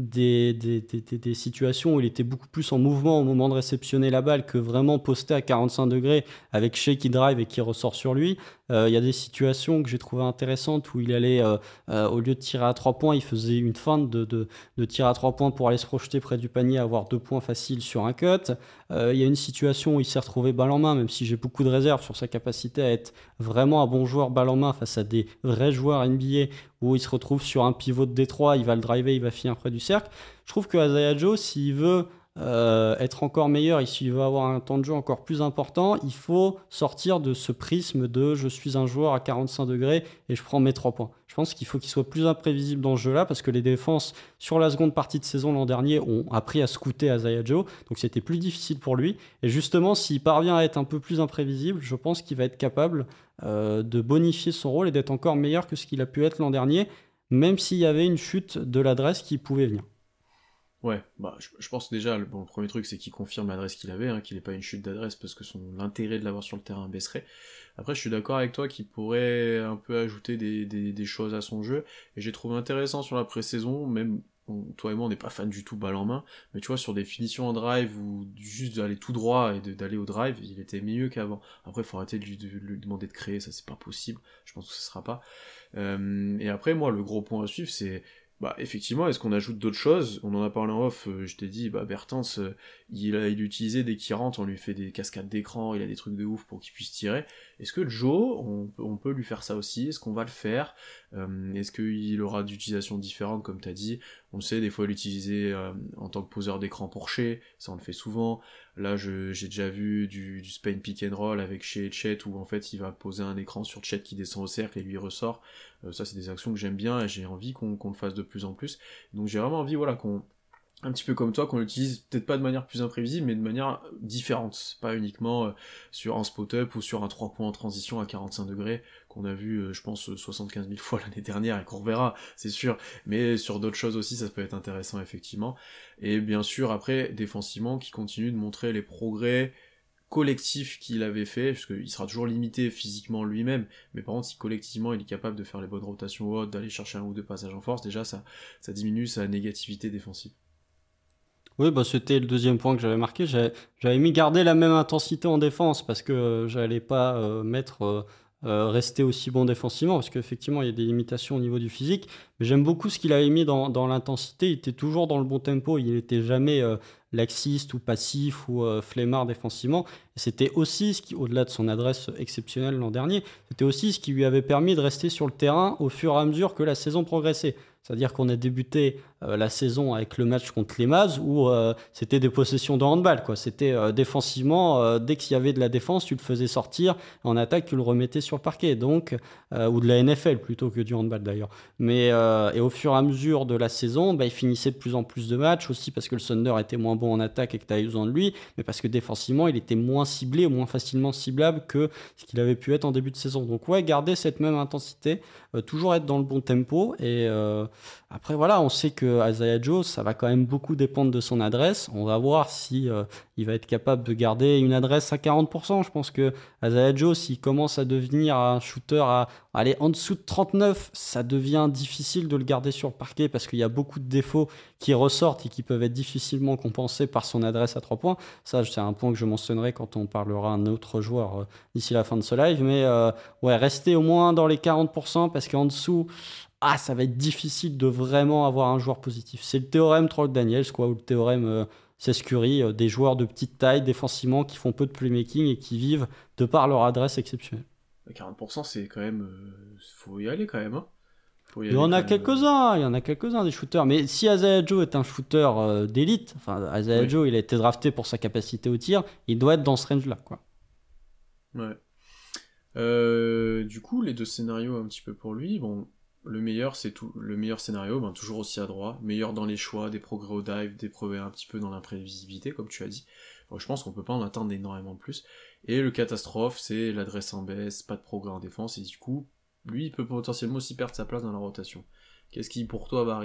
des situations où il était beaucoup plus en mouvement au moment de réceptionner la balle que vraiment posté à 45 degrés avec Shea qui drive et qui ressort sur lui. Il y a des situations que j'ai trouvées intéressantes où il allait, au lieu de tirer à 3 points, il faisait une feinte de tir à 3 points pour aller se projeter près du panier, avoir 2 points faciles sur un cut. Il y a une situation où il s'est retrouvé balle en main, même si j'ai beaucoup de réserves sur sa capacité à être vraiment un bon joueur balle en main face à des vrais joueurs NBA, où il se retrouve sur un pivot de Détroit, il va le driver, il va finir près du cercle. Je trouve que Isaiah Joe, s'il veut être encore meilleur, et s'il veut avoir un temps de jeu encore plus important, il faut sortir de ce prisme de je suis un joueur à 45 degrés et je prends mes 3 points. Je pense qu'il faut qu'il soit plus imprévisible dans ce jeu-là parce que les défenses sur la seconde partie de saison l'an dernier ont appris à scouter Isaiah Joe, donc c'était plus difficile pour lui. Et justement, s'il parvient à être un peu plus imprévisible, je pense qu'il va être capable de bonifier son rôle et d'être encore meilleur que ce qu'il a pu être l'an dernier, même s'il y avait une chute de l'adresse qui pouvait venir. Ouais, bah, je pense déjà, le premier truc, c'est qu'il confirme l'adresse qu'il avait, hein, qu'il n'est pas une chute d'adresse, parce que l'intérêt de l'avoir sur le terrain baisserait. Après, je suis d'accord avec toi qu'il pourrait un peu ajouter des choses à son jeu, et j'ai trouvé intéressant sur la pré-saison, même, bon, toi et moi, on n'est pas fan du tout balle en main, mais tu vois, sur des finitions en drive, ou juste d'aller tout droit et d'aller au drive, il était mieux qu'avant. Après, il faut arrêter de lui demander de créer, ça c'est pas possible, je pense que ce sera pas. Et après, moi, le gros point à suivre, c'est bah effectivement, est-ce qu'on ajoute d'autres choses? On en a parlé en off, je t'ai dit, bah Bertens, il utilisait dès qu'il rentre, on lui fait des cascades d'écran, il a des trucs de ouf pour qu'il puisse tirer. Est-ce que Joe, on peut lui faire ça aussi? Est-ce qu'on va le faire? Est-ce qu'il aura d'utilisation différente, comme t'as dit? On le sait, des fois l'utiliser en tant que poseur d'écran pour Shea, ça on le fait souvent. Là, j'ai déjà vu du Spain pick and roll avec Shea et Chet, où en fait il va poser un écran sur Chet qui descend au cercle et lui ressort. Ça, c'est des actions que j'aime bien et j'ai envie qu'on le fasse de plus en plus. Donc j'ai vraiment envie, voilà, un petit peu comme toi, qu'on l'utilise peut-être pas de manière plus imprévisible, mais de manière différente. Pas uniquement sur un spot-up ou sur un 3 points en transition à 45 degrés, qu'on a vu, je pense, 75 000 fois l'année dernière et qu'on reverra, c'est sûr. Mais sur d'autres choses aussi, ça peut être intéressant, effectivement. Et bien sûr, après, défensivement, qui continue de montrer les progrès collectif qu'il avait fait, parce qu'il sera toujours limité physiquement lui-même, mais par contre si collectivement il est capable de faire les bonnes rotations hautes, d'aller chercher un ou deux passages en force, déjà ça diminue sa négativité défensive. Oui, bah, c'était le deuxième point que j'avais marqué. J'avais mis garder la même intensité en défense parce que j'allais pas rester aussi bon défensivement parce qu'effectivement il y a des limitations au niveau du physique. Mais j'aime beaucoup ce qu'il avait mis dans l'intensité. Il était toujours dans le bon tempo. Il n'était jamais laxiste ou passif ou flemmard défensivement. Et c'était aussi ce qui, au-delà de son adresse exceptionnelle l'an dernier, c'était aussi ce qui lui avait permis de rester sur le terrain au fur et à mesure que la saison progressait. C'est-à-dire qu'on a débuté la saison avec le match contre les Mavs où c'était des possessions de handball, quoi. C'était défensivement, dès qu'il y avait de la défense, tu le faisais sortir, en attaque, tu le remettais sur le parquet, donc, ou de la NFL plutôt que du handball d'ailleurs. Mais et au fur et à mesure de la saison, bah, il finissait de plus en plus de matchs aussi parce que le Thunder était moins bon en attaque et que tu avais besoin de lui, mais parce que défensivement, il était moins ciblé, moins facilement ciblable que ce qu'il avait pu être en début de saison. Donc ouais, garder cette même intensité, toujours être dans le bon tempo et après voilà, on sait que Isaiah Joe, ça va quand même beaucoup dépendre de son adresse. On va voir si il va être capable de garder une adresse à 40%. Je pense que Isaiah Joe, s'il commence à devenir un shooter à Allez, en dessous de 39, ça devient difficile de le garder sur le parquet parce qu'il y a beaucoup de défauts qui ressortent et qui peuvent être difficilement compensés par son adresse à 3 points. Ça, c'est un point que je mentionnerai quand on parlera d'un autre joueur d'ici la fin de ce live. Mais ouais, rester au moins dans les 40% parce qu'en dessous, ça va être difficile de vraiment avoir un joueur positif. C'est le théorème Troll-Daniels, quoi, ou le théorème Cesc-Curry, des joueurs de petite taille défensivement qui font peu de playmaking et qui vivent de par leur adresse exceptionnelle. 40%, c'est quand même... faut y aller quand même, hein. Il y en a quelques-uns des shooters. Mais si Isaiah Joe est un shooter d'élite, enfin Isaiah Joe, il a été drafté pour sa capacité au tir, il doit être dans ce range-là, quoi. Ouais. Du coup, les 2 scénarios un petit peu pour lui, bon, le meilleur scénario, toujours aussi adroit, meilleur dans les choix, des progrès au dive, des progrès un petit peu dans l'imprévisibilité, comme tu as dit. Bon, je pense qu'on peut pas en atteindre énormément plus. Et le catastrophe, c'est l'adresse en baisse, pas de progrès en défense, et du coup, lui, il peut potentiellement aussi perdre sa place dans la rotation. Qu'est-ce qui, pour toi, va arriver ?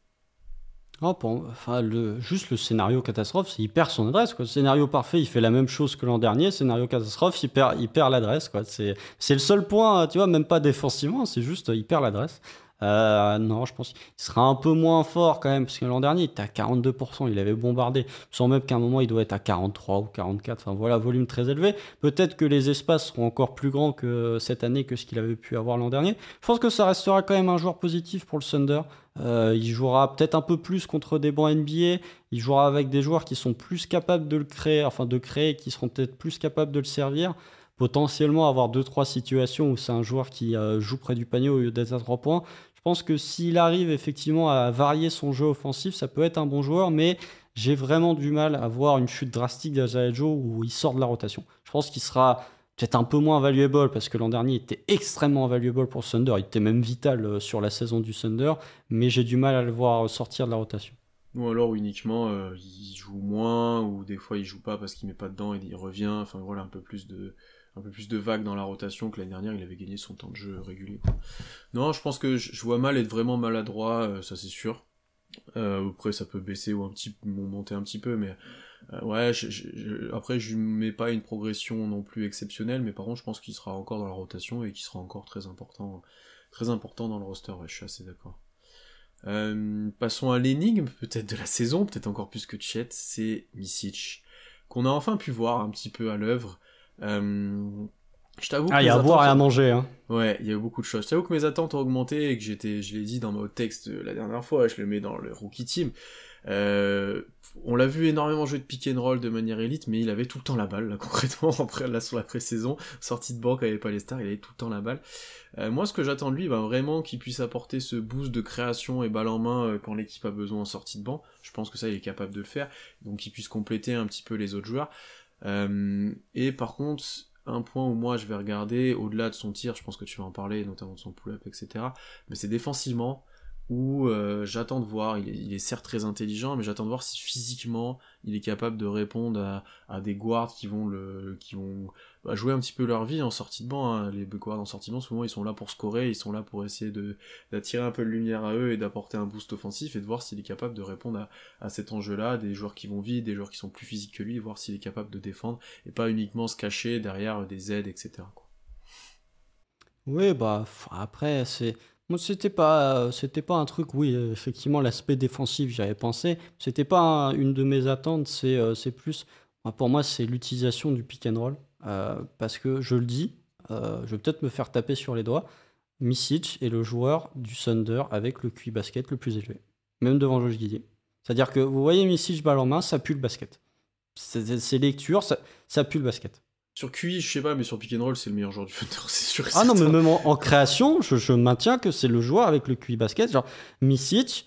Juste le scénario catastrophe, c'est il perd son adresse, quoi. Le scénario parfait, il fait la même chose que l'an dernier. Scénario catastrophe, il perd l'adresse, quoi. C'est le seul point, tu vois, même pas défensivement, c'est juste il perd l'adresse. Non, je pense qu'il sera un peu moins fort quand même, parce que l'an dernier, il était à 42%, il avait bombardé, sans même qu'à un moment, il doit être à 43 ou 44, enfin voilà, volume très élevé. Peut-être que les espaces seront encore plus grands que cette année, que ce qu'il avait pu avoir l'an dernier. Je pense que ça restera quand même un joueur positif pour le Thunder. Il jouera peut-être un peu plus contre des bancs NBA, il jouera avec des joueurs qui sont plus capables de le créer, qui seront peut-être plus capables de le servir. Potentiellement avoir 2-3 situations où c'est un joueur qui joue près du panier au lieu d'être à 3 points. Je pense que s'il arrive effectivement à varier son jeu offensif, ça peut être un bon joueur, mais j'ai vraiment du mal à voir une chute drastique d'Isaiah Joe où il sort de la rotation. Je pense qu'il sera peut-être un peu moins valuable parce que l'an dernier il était extrêmement valuable pour le Thunder, il était même vital sur la saison du Thunder, mais j'ai du mal à le voir sortir de la rotation. Ou alors uniquement il joue moins, ou des fois il joue pas parce qu'il met pas dedans et il revient, enfin voilà, un peu plus de vagues dans la rotation que l'année dernière, il avait gagné son temps de jeu régulier, quoi. Non, je pense que je vois mal être vraiment maladroit, ça c'est sûr. Après ça peut baisser ou monter un petit peu, mais ouais, après je mets pas une progression non plus exceptionnelle, mais par contre je pense qu'il sera encore dans la rotation et qu'il sera encore très important dans le roster, ouais, je suis assez d'accord. Passons à l'énigme peut-être de la saison, peut-être encore plus que Chet, c'est Micic, qu'on a enfin pu voir un petit peu à l'œuvre. Je t'avoue que il y a à boire et à manger, hein. Ouais, il y a eu beaucoup de choses. Je t'avoue que mes attentes ont augmenté et que je l'ai dit dans mon texte la dernière fois, je le mets dans le rookie team. On l'a vu énormément jouer de pick and roll de manière élite, mais il avait tout le temps la balle, là, concrètement, après, là, sur la pré-saison, sortie de banque, il avait pas les stars, il avait tout le temps la balle. Moi, ce que j'attends de lui, vraiment qu'il puisse apporter ce boost de création et balle en main quand l'équipe a besoin en sortie de banc. Je pense que ça, il est capable de le faire, donc qu'il puisse compléter un petit peu les autres joueurs. Et par contre, un point où moi je vais regarder, au-delà de son tir, je pense que tu vas en parler, notamment de son pull-up, etc., mais c'est défensivement, où j'attends de voir, il est certes très intelligent, mais j'attends de voir si physiquement il est capable de répondre à des guards qui vont jouer un petit peu leur vie en sortie de banc, hein. Les guards en sortie de banc, souvent ils sont là pour scorer, ils sont là pour essayer d'attirer un peu de lumière à eux et d'apporter un boost offensif, et de voir s'il est capable de répondre à cet enjeu-là, des joueurs qui vont vite, des joueurs qui sont plus physiques que lui, et voir s'il est capable de défendre, et pas uniquement se cacher derrière des aides, etc., quoi. Oui, après, moi, c'était pas un truc, oui, effectivement, l'aspect défensif, j'y avais pensé. C'était pas une de mes attentes, c'est plus, pour moi, c'est l'utilisation du pick and roll. Parce que, je le dis, je vais peut-être me faire taper sur les doigts, Micic est le joueur du Thunder avec le QI basket le plus élevé, même devant Josh Giddey. C'est-à-dire que vous voyez Micic balle en main, ça pue le basket. Ses lectures, ça pue le basket. Sur QI, je sais pas, mais sur pick and roll, c'est le meilleur joueur du Thunder, c'est sûr. Ah non, mais même en création, je maintiens que c'est le joueur avec le QI basket. Genre, Micic,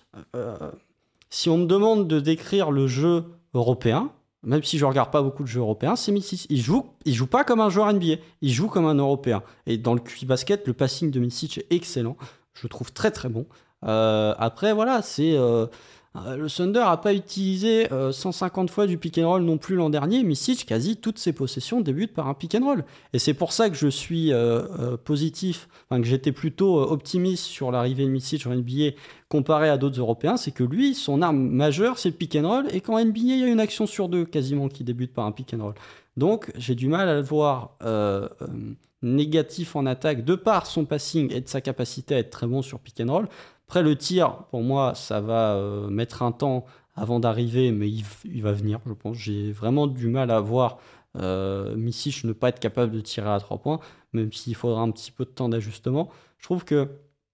si on me demande de décrire le jeu européen, même si je regarde pas beaucoup de jeux européens, c'est Micic. Il joue pas comme un joueur NBA, il joue comme un Européen. Et dans le QI basket, le passing de Micic est excellent. Je le trouve très très bon. Après, voilà, c'est... le Thunder n'a pas utilisé 150 fois du pick and roll non plus l'an dernier. Micic, quasi toutes ses possessions débutent par un pick and roll. Et c'est pour ça que je suis positif, que j'étais plutôt optimiste sur l'arrivée de Micic en NBA comparé à d'autres Européens. C'est que lui, son arme majeure, c'est le pick and roll. Et qu'en NBA, il y a une action sur deux quasiment qui débute par un pick and roll. Donc, j'ai du mal à le voir négatif en attaque de par son passing et de sa capacité à être très bon sur pick and roll. Après, le tir, pour moi, ça va mettre un temps avant d'arriver, mais il va venir, je pense. J'ai vraiment du mal à voir Micic ne pas être capable de tirer à 3 points, même s'il faudra un petit peu de temps d'ajustement. Je trouve que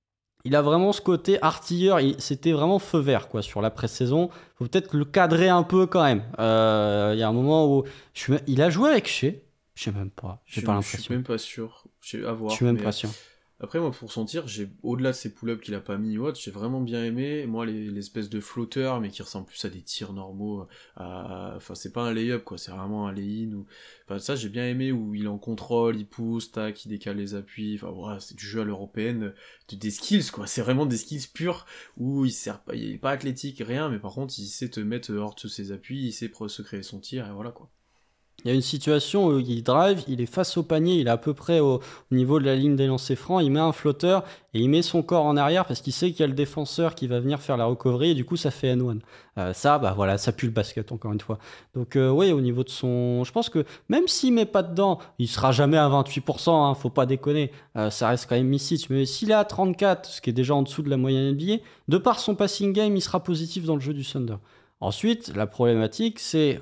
il a vraiment ce côté artilleur, c'était vraiment feu vert quoi, sur la pré-saison. Faut peut-être le cadrer un peu quand même. Il y a un moment où il a joué avec Shea, je sais même pas, j'ai pas l'impression. Je suis même pas sûr, à voir. Je suis même pas sûr. Après, moi, pour son tir, au-delà de ces pull-ups qu'il a pas mis ou autre, j'ai vraiment bien aimé, moi, l'espèce de flotteurs, mais qui ressemble plus à des tirs normaux, enfin, c'est pas un lay-up, quoi, c'est vraiment un lay-in, enfin, ça, j'ai bien aimé, où il est en contrôle, il pousse, tac, il décale les appuis, enfin, voilà, c'est du jeu à l'européenne, des skills, quoi, c'est vraiment des skills purs, où il est pas athlétique, rien, mais par contre, il sait te mettre hors de ses appuis, il sait se créer son tir, et voilà, quoi. Il y a une situation où il drive, il est face au panier, il est à peu près au niveau de la ligne des lancers francs, il met un flotteur et il met son corps en arrière parce qu'il sait qu'il y a le défenseur qui va venir faire la recovery et du coup ça fait N1. Ça, bah voilà, ça pue le basket encore une fois. Donc oui, au niveau de son... Je pense que même s'il met pas dedans, il sera jamais à 28%, hein, faut pas déconner, ça reste quand même Micic, mais s'il est à 34, ce qui est déjà en dessous de la moyenne NBA, de par son passing game, il sera positif dans le jeu du Thunder. Ensuite, la problématique, c'est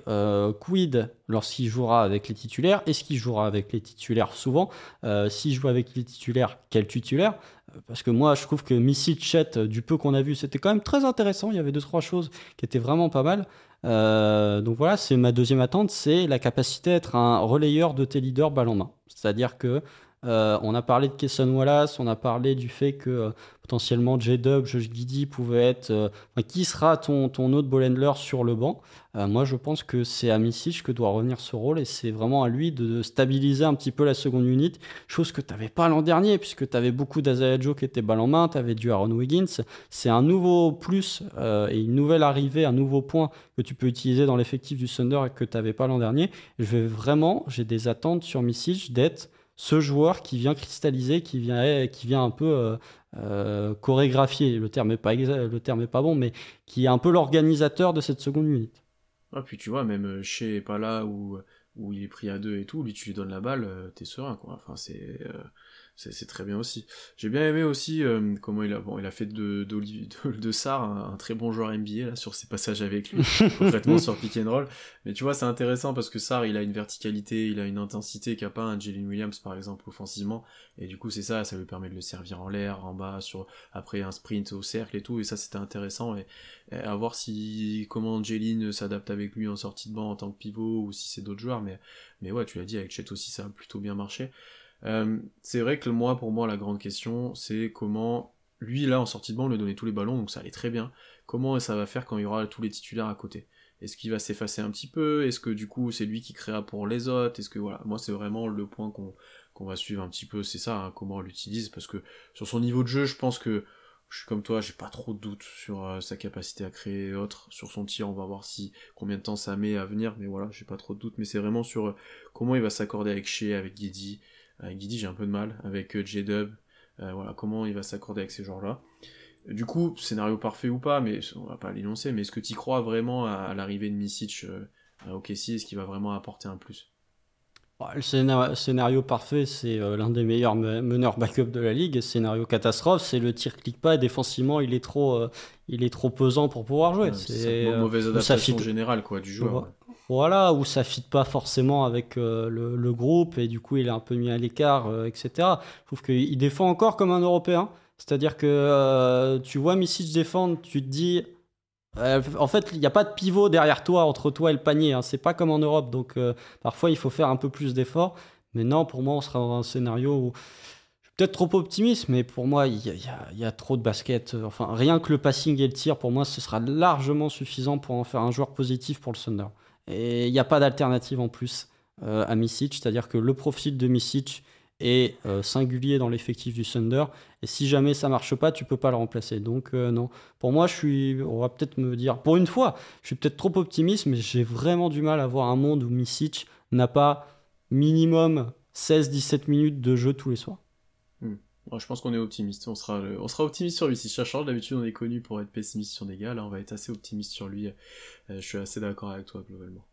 quid lorsqu'il jouera avec les titulaires. Est-ce qu'il jouera avec les titulaires souvent S'il joue avec les titulaires, quel titulaire Parce que moi, je trouve que Micic, Chet, du peu qu'on a vu, c'était quand même très intéressant. Il y avait 2-3 choses qui étaient vraiment pas mal. Donc voilà, c'est ma deuxième attente, c'est la capacité à être un relayeur de tes leaders balle en main. C'est-à-dire que on a parlé de Cason Wallace, on a parlé du fait que potentiellement J-Dub, Josh Giddey pouvait être... qui sera ton autre ball handler sur le banc moi, je pense que c'est à Micic que doit revenir ce rôle et c'est vraiment à lui de stabiliser un petit peu la seconde unité, chose que tu n'avais pas l'an dernier puisque tu avais beaucoup d'Isaiah Joe qui était balle en main, tu avais du Aaron Wiggins. C'est un nouveau plus et une nouvelle arrivée, un nouveau point que tu peux utiliser dans l'effectif du Thunder et que tu n'avais pas l'an dernier. J'ai des attentes sur Micic d'être ce joueur qui vient cristalliser, qui vient un peu chorégraphier, le terme est pas bon, mais qui est un peu l'organisateur de cette seconde unité. Ah, puis tu vois, même Shea est pas là, où il est pris à deux et tout, lui tu lui donnes la balle, t'es serein, quoi. Enfin, c'est très bien aussi. J'ai bien aimé aussi comment il a fait de Sarr un très bon joueur NBA là sur ses passages avec lui, concrètement sur pick and roll. Mais tu vois, c'est intéressant parce que Sarr, il a une verticalité, il a une intensité qu'a pas un Jalen Williams par exemple offensivement, et du coup c'est ça lui permet de le servir en l'air, en bas, après un sprint au cercle et tout, et ça c'était intéressant. Et à voir comment Jalen s'adapte avec lui en sortie de banc en tant que pivot ou si c'est d'autres joueurs, mais ouais, tu l'as dit, avec Chet aussi ça a plutôt bien marché. C'est vrai que pour moi la grande question c'est comment lui là en sortie de banc on lui donnait tous les ballons donc ça allait très bien, comment ça va faire quand il y aura tous les titulaires à côté, est-ce qu'il va s'effacer un petit peu, est-ce que du coup c'est lui qui créera pour les autres, est-ce que voilà, moi c'est vraiment le point qu'on va suivre un petit peu, c'est ça, hein, comment on l'utilise, parce que sur son niveau de jeu je pense que je suis comme toi, j'ai pas trop de doutes sur sa capacité à créer et autres, sur son tir on va voir combien de temps ça met à venir, mais voilà, j'ai pas trop de doutes, mais c'est vraiment sur comment il va s'accorder avec Shea, avec Giddey. Avec Giddey, j'ai un peu de mal. Avec J-Dub, voilà, comment il va s'accorder avec ces joueurs-là. Du coup, scénario parfait ou pas, mais on va pas l'énoncer, mais est-ce que tu crois vraiment à l'arrivée de Micic à OKC, est-ce qu'il va vraiment apporter un plus? Le scénario parfait, c'est l'un des meilleurs meneurs backup de la ligue. Et scénario catastrophe, c'est le tir clique pas et défensivement, il est trop pesant pour pouvoir jouer. Ouais, c'est une mauvaise adaptation générale quoi, du joueur. Ouais. Voilà, où ça ne fit pas forcément avec le groupe et du coup il est un peu mis à l'écart, etc. Je trouve qu'il défend encore comme un Européen. C'est-à-dire que tu vois Micic défendre, tu te dis... en fait, il n'y a pas de pivot derrière toi, entre toi et le panier. Hein. C'est pas comme en Europe, donc parfois il faut faire un peu plus d'efforts. Mais non, pour moi, on sera dans un scénario où je suis peut-être trop optimiste, mais pour moi, il y a trop de basket. Enfin, rien que le passing et le tir, pour moi, ce sera largement suffisant pour en faire un joueur positif pour le Thunder. Et il n'y a pas d'alternative en plus à Micic, c'est-à-dire que le profil de Micic est singulier dans l'effectif du Thunder, et si jamais ça marche pas, tu peux pas le remplacer. Donc non, pour moi, on va peut-être me dire, pour une fois, je suis peut-être trop optimiste, mais j'ai vraiment du mal à voir un monde où Micic n'a pas minimum 16-17 minutes de jeu tous les soirs. Bon, je pense qu'on est optimiste, on sera optimiste sur lui. Si ça change, d'habitude on est connu pour être pessimiste sur des gars, là on va être assez optimiste sur lui. Je suis assez d'accord avec toi globalement.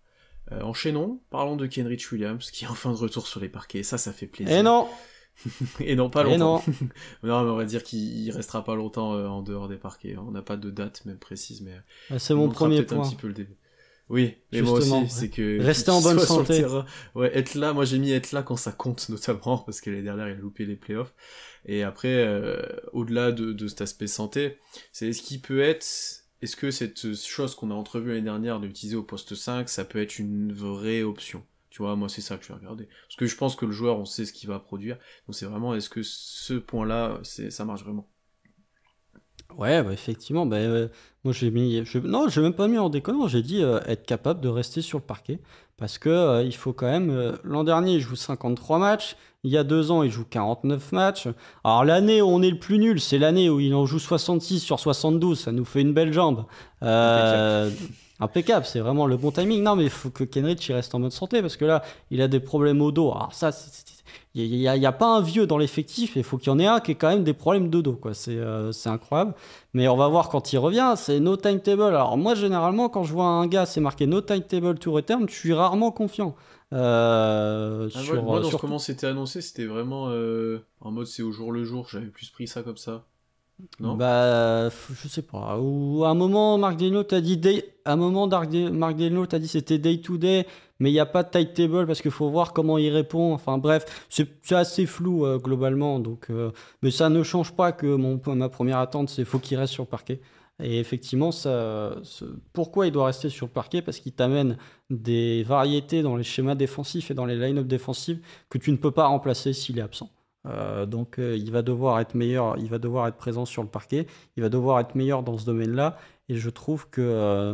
Enchaînons, parlons de Kenrich Williams, qui est enfin de retour sur les parquets, ça fait plaisir. Et non. Et non, pas longtemps. Et non. Non, mais on va dire qu'il restera pas longtemps en dehors des parquets. On n'a pas de date même précise, mais C'est il mon montrera premier peut-être un point. petit peu le début. Oui, mais Justement, moi aussi, c'est que rester qu'il en bonne soit sur le santé. terrain. Ouais, être là, moi j'ai mis être là quand ça compte notamment, parce que l'année dernière il a loupé les playoffs. Et après, au-delà de cet aspect santé, c'est est-ce que cette chose qu'on a entrevue l'année dernière d'utiliser au poste 5, ça peut être une vraie option? Tu vois, moi c'est ça que je vais regarder. Parce que je pense que le joueur, on sait ce qu'il va produire. Donc c'est vraiment, est-ce que ce point-là, ça marche vraiment? Ouais, effectivement. Moi, non, j'ai même pas mis en déconnant. J'ai dit être capable de rester sur le parquet. Parce que il faut quand même. L'an dernier, il joue 53 matchs. Il y a 2 ans, il joue 49 matchs. Alors, l'année où on est le plus nul, c'est l'année où il en joue 66 sur 72. Ça nous fait une belle jambe. Impeccable. Impeccable, c'est vraiment le bon timing. Non, mais il faut que Kenrich il reste en bonne santé. Parce que là, il a des problèmes au dos. Alors, ça, il n'y a pas un vieux dans l'effectif, il faut qu'il y en ait un qui ait quand même des problèmes de dos, quoi. C'est incroyable. Mais on va voir quand il revient, c'est no timetable. Alors moi, généralement, quand je vois un gars, c'est marqué no timetable to return, je suis rarement confiant. Moi, dans Sur comment c'était annoncé, c'était vraiment en mode c'est au jour le jour. J'avais plus pris ça comme ça. Non? Je sais pas. Ou à un moment, Marc Delino t'a dit à un moment, Marc Delino t'a dit c'était day to day, mais il n'y a pas de timetable parce qu'il faut voir comment il répond. Enfin bref, c'est assez flou globalement. Mais ça ne change pas que ma première attente, c'est faut qu'il reste sur le parquet. Et effectivement, pourquoi il doit rester sur le parquet? Parce qu'il t'amène des variétés dans les schémas défensifs et dans les line-up défensifs que tu ne peux pas remplacer s'il est absent. Il va devoir être meilleur, il va devoir être présent sur le parquet, il va devoir être meilleur dans ce domaine-là. Et je trouve que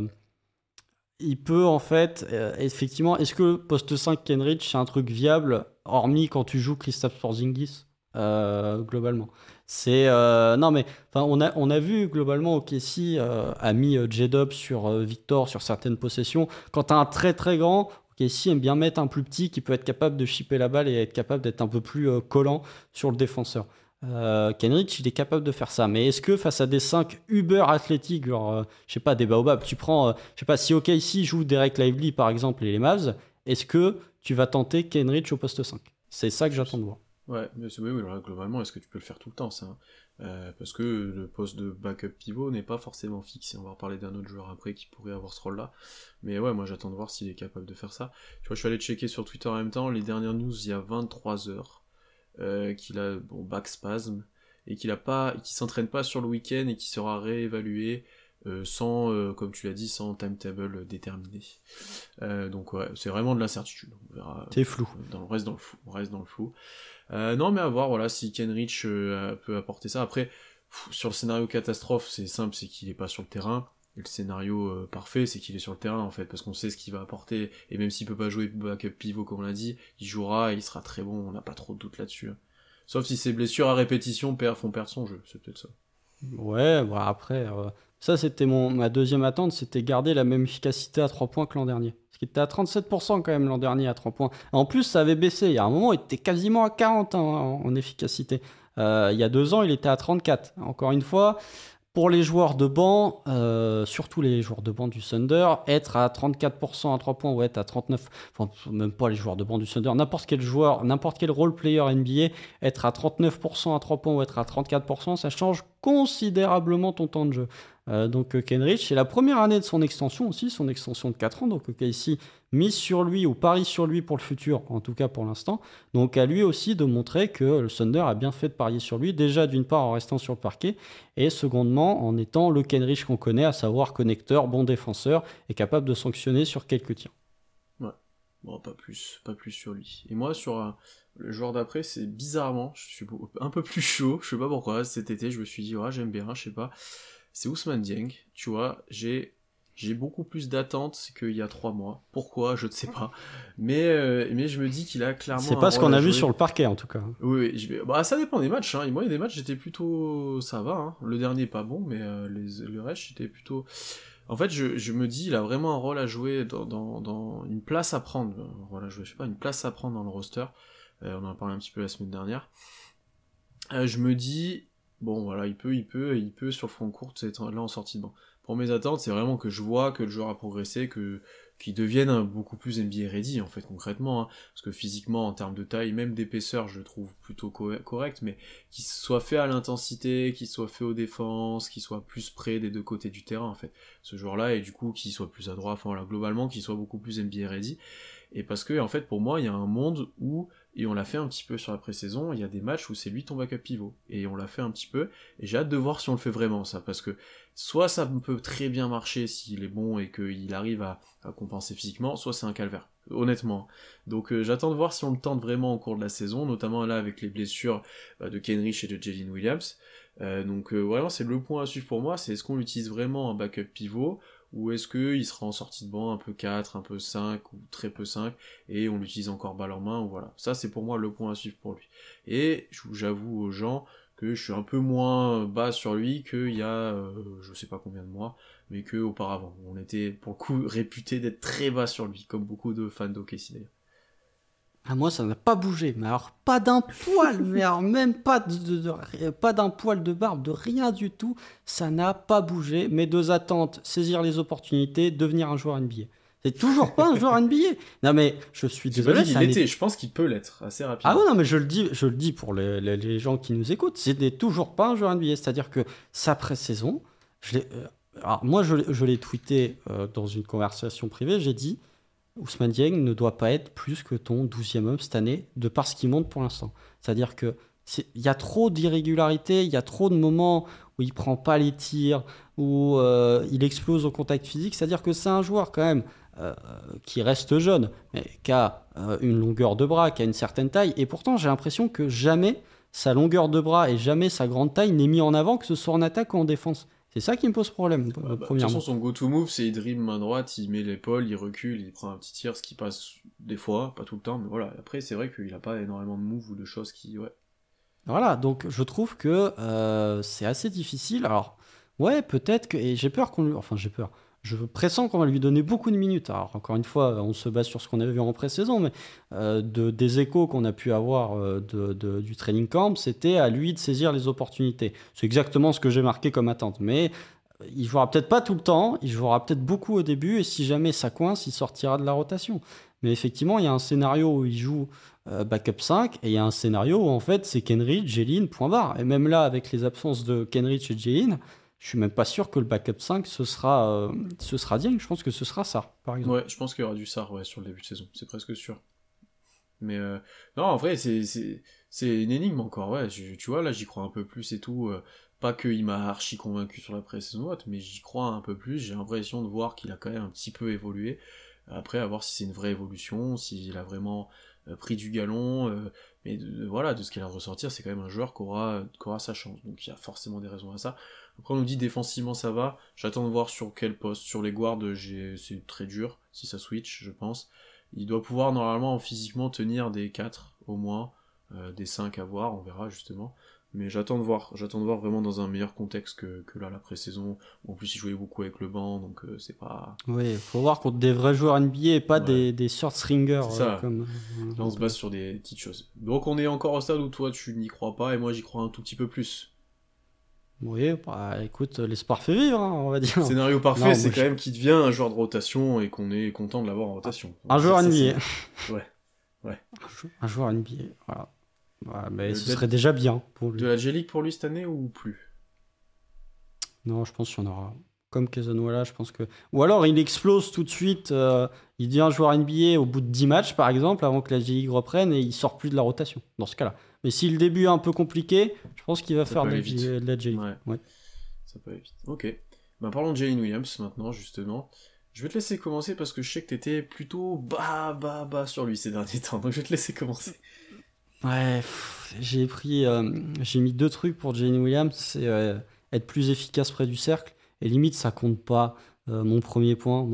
il peut en fait, effectivement, est-ce que poste 5 Kenrich c'est un truc viable, hormis quand tu joues Kristaps Porzingis globalement. Non mais enfin on a vu globalement OKC a mis J-Dub sur Victor sur certaines possessions. Quand tu as un très très grand, OKC aime bien mettre un plus petit qui peut être capable de chipper la balle et être capable d'être un peu plus collant sur le défenseur. Kenrich, il est capable de faire ça. Mais est-ce que face à des 5 uber athlétiques, genre, je sais pas, des baobabs, tu prends, je sais pas, si OKC joue Derek Lively par exemple et les Mavs, est-ce que tu vas tenter Kenrich au poste 5? C'est ça que j'attends de voir. Ouais, mais oui, alors, globalement, est-ce que tu peux le faire tout le temps, ça, hein? Parce que le poste de backup pivot n'est pas forcément fixe, et on va reparler d'un autre joueur après qui pourrait avoir ce rôle-là. Mais ouais, moi j'attends de voir s'il est capable de faire ça. Tu vois, je suis allé checker sur Twitter en même temps, les dernières news il y a 23 heures, qu'il a, back spasm, et qu'il s'entraîne pas sur le week-end et qui sera réévalué sans, comme tu l'as dit, sans timetable déterminé. Donc ouais, c'est vraiment de l'incertitude. On verra. C'est flou. On reste dans le flou. Non, mais à voir, voilà, si Kenrich peut apporter ça. Après, sur le scénario catastrophe, c'est simple, c'est qu'il est pas sur le terrain. Et le scénario parfait, c'est qu'il est sur le terrain, en fait, parce qu'on sait ce qu'il va apporter. Et même s'il peut pas jouer backup pivot, comme on l'a dit, il jouera et il sera très bon, on n'a pas trop de doute là-dessus. Sauf si ses blessures à répétition font perdre son jeu, c'est peut-être ça. Ouais, après, ça c'était ma deuxième attente, c'était garder la même efficacité à 3 points que l'an dernier. Parce qu'il était à 37% quand même l'an dernier à 3 points. En plus, ça avait baissé. Il y a un moment, il était quasiment à 40 hein, en efficacité. Il y a 2 ans, il était à 34. Encore une fois, pour les joueurs de banc, surtout les joueurs de banc du Thunder, être à 34% à 3 points ou être à 39%, enfin même pas les joueurs de banc du Thunder, n'importe quel joueur, n'importe quel role player NBA, être à 39% à 3 points ou être à 34%, ça change considérablement ton temps de jeu. Kenrich, c'est la première année de son extension aussi, son extension de 4 ans, donc ici mise sur lui ou parie sur lui pour le futur, en tout cas pour l'instant. Donc à lui aussi de montrer que le Thunder a bien fait de parier sur lui, déjà d'une part en restant sur le parquet, et secondement en étant le Kenrich qu'on connaît, à savoir connecteur, bon défenseur, et capable de sanctionner sur quelques tirs. Ouais, bon, pas plus sur lui. Et moi, sur le joueur d'après, c'est bizarrement, je suis un peu plus chaud, je sais pas pourquoi, cet été, je me suis dit, ouais, j'aime bien, je sais pas. C'est Ousmane Dieng, tu vois, j'ai beaucoup plus d'attentes qu'il y a 3 mois. Pourquoi, je ne sais pas. Mais je me dis qu'il a clairement c'est pas ce qu'on a vu sur le parquet, en tout cas. Oui, ça dépend des matchs. Hein. Moi, il y a des matchs, j'étais plutôt... Ça va, hein. Le dernier, pas bon, mais le reste, j'étais plutôt... En fait, je me dis, il a vraiment un rôle à jouer dans une place à prendre. Voilà, je sais pas, une place à prendre dans le roster. On en a parlé un petit peu la semaine dernière. Je me dis... Bon, voilà, il peut sur le front court être là en sortie de banc. Pour mes attentes, c'est vraiment que je vois que le joueur a progressé, qu'il devienne beaucoup plus NBA ready, en fait, concrètement, hein. Parce que physiquement, en termes de taille, même d'épaisseur, je le trouve plutôt correct, mais qu'il soit fait à l'intensité, qu'il soit fait aux défenses, qu'il soit plus près des deux côtés du terrain, en fait. Ce joueur-là, et du coup, qu'il soit plus adroit, enfin, voilà, globalement, qu'il soit beaucoup plus NBA ready. Et parce que, en fait, pour moi, il y a un monde où, et on l'a fait un petit peu sur la pré-saison, il y a des matchs où c'est lui ton backup pivot. Et on l'a fait un petit peu, et j'ai hâte de voir si on le fait vraiment, ça, parce que soit ça peut très bien marcher s'il est bon et qu'il arrive à compenser physiquement, soit c'est un calvaire, honnêtement. Donc j'attends de voir si on le tente vraiment au cours de la saison, notamment là avec les blessures de Kenrich et de Jalen Williams. Donc vraiment c'est le point à suivre pour moi, c'est est-ce qu'on l'utilise vraiment en backup pivot, ou est-ce qu'il sera en sortie de banc un peu 4, un peu 5, ou très peu 5, et on l'utilise encore balle en main, ou voilà. Ça c'est pour moi le point à suivre pour lui. Et j'avoue aux gens que je suis un peu moins bas sur lui qu'il y a je sais pas combien de mois, mais que auparavant. On était pour le coup réputé d'être très bas sur lui, comme beaucoup de fans d'OKC d'ailleurs. Ah, moi, ça n'a pas bougé, mais alors pas d'un poil, mais alors même pas, pas d'un poil de barbe, de rien du tout, ça n'a pas bougé. Mes deux attentes, saisir les opportunités, devenir un joueur NBA. C'est toujours pas un joueur NBA. Non mais je suis désolé. Il l'était, je pense qu'il peut l'être assez rapidement. Ah ouais, non mais je le dis pour les gens qui nous écoutent, c'était toujours pas un joueur NBA. C'est-à-dire que sa pré-saison, alors moi je l'ai tweeté dans une conversation privée, j'ai dit Ousmane Dieng ne doit pas être plus que ton 12e homme cette année, de par ce qu'il montre pour l'instant. C'est-à-dire que il y a trop d'irrégularités, il y a trop de moments où il prend pas les tirs, où il explose au contact physique. C'est-à-dire que c'est un joueur quand même qui reste jeune, mais qui a une longueur de bras, qui a une certaine taille. Et pourtant, j'ai l'impression que jamais sa longueur de bras et jamais sa grande taille n'est mis en avant, que ce soit en attaque ou en défense. C'est ça qui me pose problème, De toute premièrement. façon, son go-to move, c'est il dribble main droite, il met l'épaule, il recule, il prend un petit tir, ce qui passe des fois, pas tout le temps, mais voilà. Après, c'est vrai qu'il a pas énormément de moves ou de choses qui... Ouais. Voilà, donc je trouve que c'est assez difficile. Alors, ouais, peut-être que. Et j'ai peur qu'on lui. Enfin, j'ai peur. Je pressens qu'on va lui donner beaucoup de minutes. Alors, encore une fois, on se base sur ce qu'on avait vu en pré-saison, mais des échos qu'on a pu avoir du training camp, c'était à lui de saisir les opportunités. C'est exactement ce que j'ai marqué comme attente. Mais il jouera peut-être pas tout le temps, il jouera peut-être beaucoup au début, et si jamais ça coince, il sortira de la rotation. Mais effectivement, il y a un scénario où il joue backup 5, et il y a un scénario où en fait c'est Kenrich, Jeline, point barre. Et même là, avec les absences de Kenrich et Jeline, je suis même pas sûr que le backup 5 ce sera Dieng. Je pense que ce sera ça, par exemple. Ouais, je pense qu'il y aura du Sarr sur le début de saison, c'est presque sûr. Mais non, en vrai, c'est une énigme encore, ouais. Tu vois, là, j'y crois un peu plus et tout. Pas qu'il m'a archi convaincu sur la pré-saison haute, mais j'y crois un peu plus. J'ai l'impression de voir qu'il a quand même un petit peu évolué. Après, à voir si c'est une vraie évolution, s'il a vraiment pris du galon. Mais voilà, de ce qu'il a à ressortir, c'est quand même un joueur qui aura sa chance. Donc il y a forcément des raisons à ça. Après, on nous dit défensivement ça va. J'attends de voir sur quel poste. Sur les guards, c'est très dur, si ça switch, je pense. Il doit pouvoir normalement physiquement tenir des 4 au moins, des 5 à voir, on verra justement. Mais j'attends de voir vraiment dans un meilleur contexte que là la pré-saison. En plus il jouait beaucoup avec le banc, donc c'est pas... Oui, il faut voir contre des vrais joueurs NBA et pas Ouais. des short stringers. C'est ça. Comme, Là on se base sur des petites choses. Donc on est encore au stade où toi tu n'y crois pas et moi j'y crois un tout petit peu plus. Oui, bah écoute, l'espoir fait vivre, hein, on va dire. Le scénario parfait, Non, c'est quand même qu'il devient un joueur de rotation et qu'on est content de l'avoir en rotation. Un joueur Ça, NBA. Ouais. Un joueur NBA, voilà. Ouais, mais ce De- serait déjà bien pour lui. De la J-League pour lui cette année ou plus? Non, je pense qu'il y en aura. Comme Kazonwala, je pense que. Ou alors il explose tout de suite, il devient joueur NBA au bout de 10 matchs, par exemple, avant que la J-League reprenne et il sort plus de la rotation, dans ce cas-là. Mais si le début est un peu compliqué, je pense qu'il va Ça faire peut de aller vite. la J-League. Ouais. Ouais. Ça peut aller vite. Ok. Ben, parlons de Jalen Williams maintenant, justement. Je vais te laisser commencer parce que je sais que t'étais plutôt bas sur lui ces derniers temps, donc je vais te laisser commencer. Ouais, j'ai mis deux trucs pour Jalen Williams, c'est être plus efficace près du cercle, et limite ça compte pas. Mon premier point,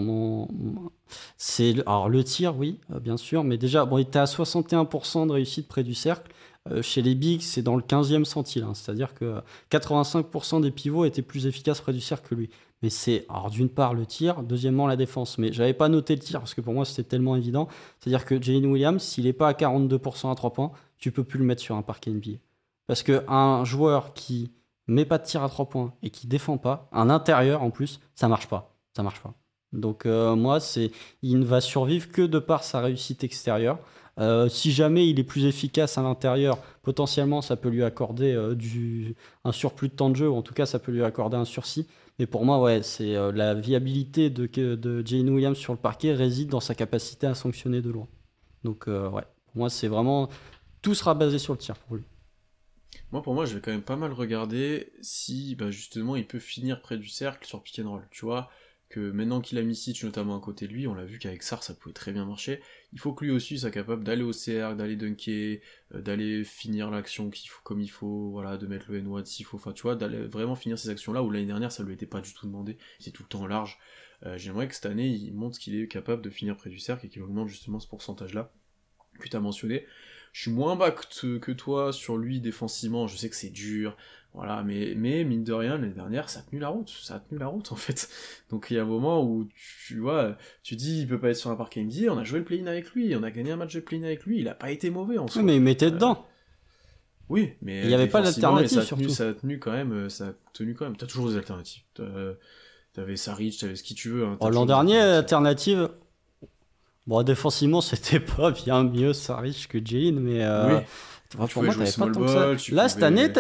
c'est alors le tir, oui, bien sûr, mais déjà, bon, il était à 61% de réussite près du cercle. Chez les Bigs, c'est dans le 15e centile, hein, c'est-à-dire que 85% des pivots étaient plus efficaces près du cercle que lui. Mais c'est, alors d'une part le tir, deuxièmement la défense. Mais j'avais pas noté le tir parce que pour moi c'était tellement évident. C'est-à-dire que Jalen Williams, s'il est pas à 42% à 3 points, tu peux plus le mettre sur un parquet NBA. Parce qu'un joueur qui met pas de tir à 3 points et qui défend pas, un intérieur en plus, ça marche pas. Ça marche pas. Donc moi, il ne va survivre que de par sa réussite extérieure. Si jamais il est plus efficace à l'intérieur, potentiellement ça peut lui accorder un surplus de temps de jeu, ou en tout cas ça peut lui accorder un sursis. Mais pour moi, ouais, c'est la viabilité de Jalen Williams sur le parquet réside dans sa capacité à sanctionner de loin. Donc ouais, pour moi c'est vraiment tout sera basé sur le tir pour lui. Moi, pour moi, je vais quand même pas mal regarder si, bah, justement, il peut finir près du cercle sur pick and roll. Tu vois, que maintenant qu'il a mis Sitch notamment à côté de lui, on l'a vu qu'avec Sarr, ça pouvait très bien marcher. Il faut que lui aussi soit capable d'aller au cercle, d'aller dunker, d'aller finir l'action comme il faut, voilà, de mettre le N1 s'il faut. Enfin, tu vois, d'aller vraiment finir ces actions-là où l'année dernière, ça lui était pas du tout demandé. C'est tout le temps large. J'aimerais que cette année, il montre qu'il est capable de finir près du cercle et qu'il augmente justement ce pourcentage-là que tu as mentionné. Je suis moins bas que toi sur lui défensivement, je sais que c'est dur, voilà, mais mine de rien, l'année dernière, ça a tenu la route en fait. Donc il y a un moment où, tu vois, tu dis, il peut pas être sur un parquet NBA, on a joué le play-in avec lui, on a gagné un match de play-in avec lui, il a pas été mauvais en soi. Oui, mais il mettait dedans. Oui, mais il n'y avait pas d'alternative surtout. Ça a tenu quand même. T'as toujours des alternatives. T'avais Saric, t'avais ce qui tu veux. Hein, l'an dernier, alternative... Bon, défensivement, c'était pas bien mieux Saric que Jalen, mais oui. pour moi, t'avais pas tant que ça. Là, cette année,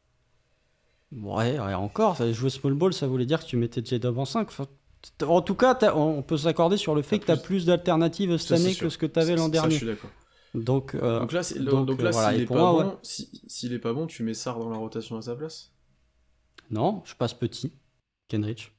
ouais, encore, jouer small ball, ça voulait dire que tu mettais J-Dub en 5. Enfin, en tout cas, on peut s'accorder sur le fait que t'as plus d'alternatives cette année que ce que t'avais l'an dernier. Ça, je suis d'accord. Donc là, voilà. S'il est pas bon, tu mets Sarr dans la rotation à sa place? Non, je passe petit. Kenrich.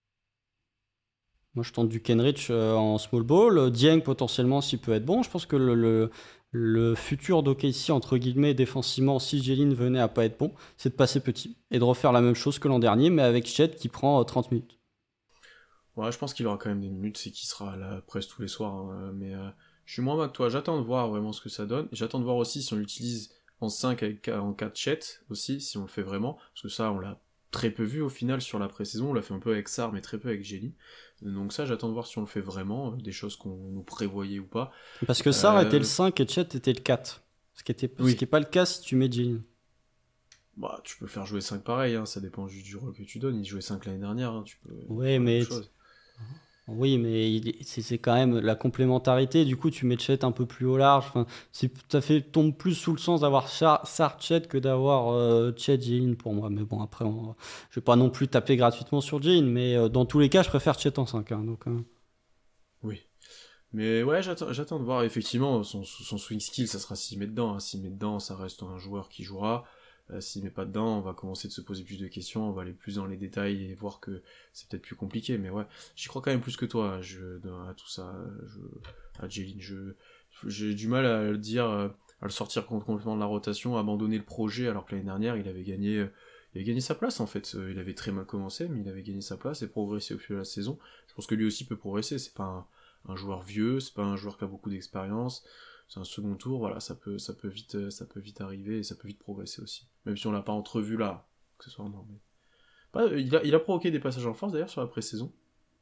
Moi, je tente du Kenrich en small ball. Dieng, potentiellement, s'il peut être bon. Je pense que le futur d'OKC, entre guillemets, défensivement, si Jalen venait à pas être bon, c'est de passer petit et de refaire la même chose que l'an dernier, mais avec Chet qui prend 30 minutes. Ouais, je pense qu'il aura quand même des minutes, c'est qu'il sera là presque tous les soirs. Hein, mais je suis moins bas que toi. J'attends de voir vraiment ce que ça donne. J'attends de voir aussi si on l'utilise en 5 en 4 Chet aussi, si on le fait vraiment. Parce que ça, on l'a très peu vu au final sur la pré-saison. On l'a fait un peu avec Sarr, mais très peu avec Jelly. Donc ça, j'attends de voir si on le fait vraiment, des choses qu'on nous prévoyait ou pas. Parce que Sarr était le 5 et Chet était le 4. Ce qui n'est pas le cas si tu mets Jelly. Bah, tu peux faire jouer 5 pareil, hein, ça dépend juste du rôle que tu donnes. Il jouait 5 l'année dernière, hein, tu peux... Ouais, mais... Oui, mais c'est quand même la complémentarité. Du coup, tu mets Chet un peu plus au large. Enfin, ça tombe plus sous le sens d'avoir Sarr Chet que d'avoir Chet Jalen pour moi. Mais bon, après, je vais pas non plus taper gratuitement sur Jalen, mais dans tous les cas, je préfère Chet en 5. Hein, donc, Oui. Mais ouais, j'attends de voir. Effectivement, son swing skill, ça sera s'il met dedans. Hein. S'il met dedans, ça reste un joueur qui jouera. S'il met pas dedans, on va commencer de se poser plus de questions, on va aller plus dans les détails et voir que c'est peut-être plus compliqué, mais ouais, j'y crois quand même plus que toi à tout ça, à Jalen. J'ai du mal à le dire, à le sortir complètement de la rotation, à abandonner le projet, alors que l'année dernière, il avait gagné sa place en fait. Il avait très mal commencé, mais il avait gagné sa place et progressé au fil de la saison. Je pense que lui aussi peut progresser, c'est pas un joueur vieux, c'est pas un joueur qui a beaucoup d'expérience. C'est un second tour, voilà, ça peut vite arriver et ça peut vite progresser aussi. Même si on l'a pas entrevu là, que ce soit en mais... il a provoqué des passages en force d'ailleurs sur la pré-saison.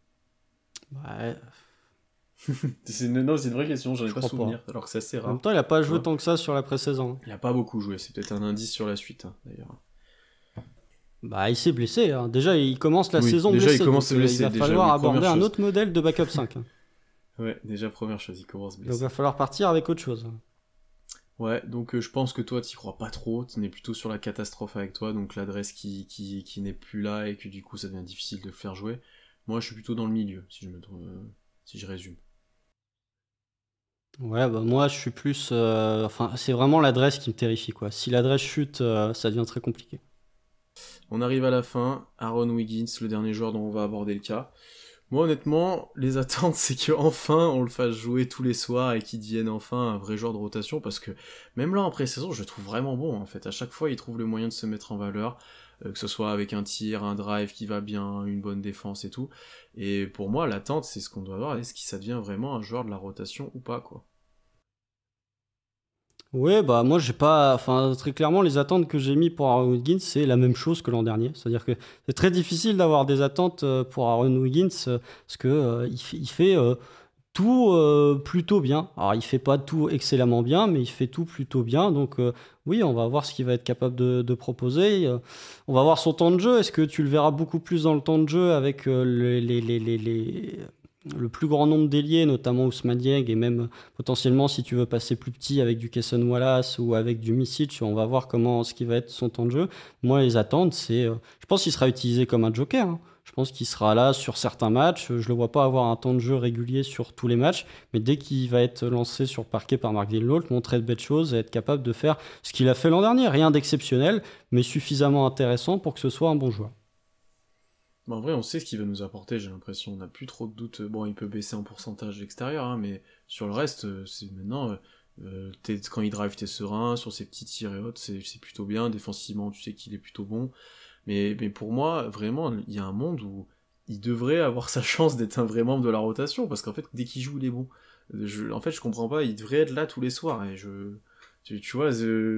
Ouais. c'est une vraie question, j'en ai pas souvenir, alors que c'est assez rare. En même temps, il a pas joué tant que ça sur la pré-saison. Il a pas beaucoup joué, c'est peut-être un indice sur la suite, hein, d'ailleurs. Bah, il s'est blessé, hein. Déjà, il commence la saison blessé. Il commence blessé. Il va falloir aborder un autre modèle de backup 5. Ouais, déjà première chose, il commence blessé. Donc il va falloir partir avec autre chose. Ouais, donc je pense que toi t'y crois pas trop, t'en es plutôt sur la catastrophe avec toi, donc l'adresse qui n'est plus là et que du coup ça devient difficile de le faire jouer. Moi je suis plutôt dans le milieu, si je résume. Ouais, bah moi je suis plus... Enfin, c'est vraiment l'adresse qui me terrifie, quoi. Si l'adresse chute, ça devient très compliqué. On arrive à la fin, Aaron Wiggins, le dernier joueur dont on va aborder le cas. Moi, honnêtement, les attentes, c'est qu'enfin, on le fasse jouer tous les soirs et qu'il devienne enfin un vrai joueur de rotation, parce que même là, en pré-saison, je le trouve vraiment bon, en fait. À chaque fois, il trouve le moyen de se mettre en valeur, que ce soit avec un tir, un drive qui va bien, une bonne défense et tout. Et pour moi, l'attente, c'est ce qu'on doit voir. Est-ce que ça devient vraiment un joueur de la rotation ou pas, quoi? Ouais, bah moi j'ai pas... Enfin, très clairement, les attentes que j'ai mis pour Aaron Wiggins, c'est la même chose que l'an dernier. C'est-à-dire que c'est très difficile d'avoir des attentes pour Aaron Wiggins, parce que il fait tout plutôt bien. Alors il fait pas tout excellemment bien, mais il fait tout plutôt bien. Donc oui, on va voir ce qu'il va être capable de proposer. On va voir son temps de jeu. Est-ce que tu le verras beaucoup plus dans le temps de jeu avec le plus grand nombre d'ailiers, notamment Ousmane Dieng, et même potentiellement si tu veux passer plus petit avec du Cason Wallace ou avec du Misic, on va voir ce qui va être son temps de jeu. Moi, les attentes, je pense qu'il sera utilisé comme un joker, hein. Je pense qu'il sera là sur certains matchs. Je ne le vois pas avoir un temps de jeu régulier sur tous les matchs, mais dès qu'il va être lancé sur parquet par Mark Greenlaw, montrer de belles choses et être capable de faire ce qu'il a fait l'an dernier. Rien d'exceptionnel, mais suffisamment intéressant pour que ce soit un bon joueur. Bah, en vrai, on sait ce qu'il va nous apporter, j'ai l'impression. On n'a plus trop de doutes. Bon, il peut baisser en pourcentage extérieur, hein, mais sur le reste, c'est maintenant. Quand il drive, t'es serein. Sur ses petits tirs et autres, c'est plutôt bien. Défensivement, tu sais qu'il est plutôt bon. Mais pour moi, vraiment, il y a un monde où il devrait avoir sa chance d'être un vrai membre de la rotation, parce qu'en fait, dès qu'il joue, il est bon. En fait, je comprends pas, il devrait être là tous les soirs, et tu vois,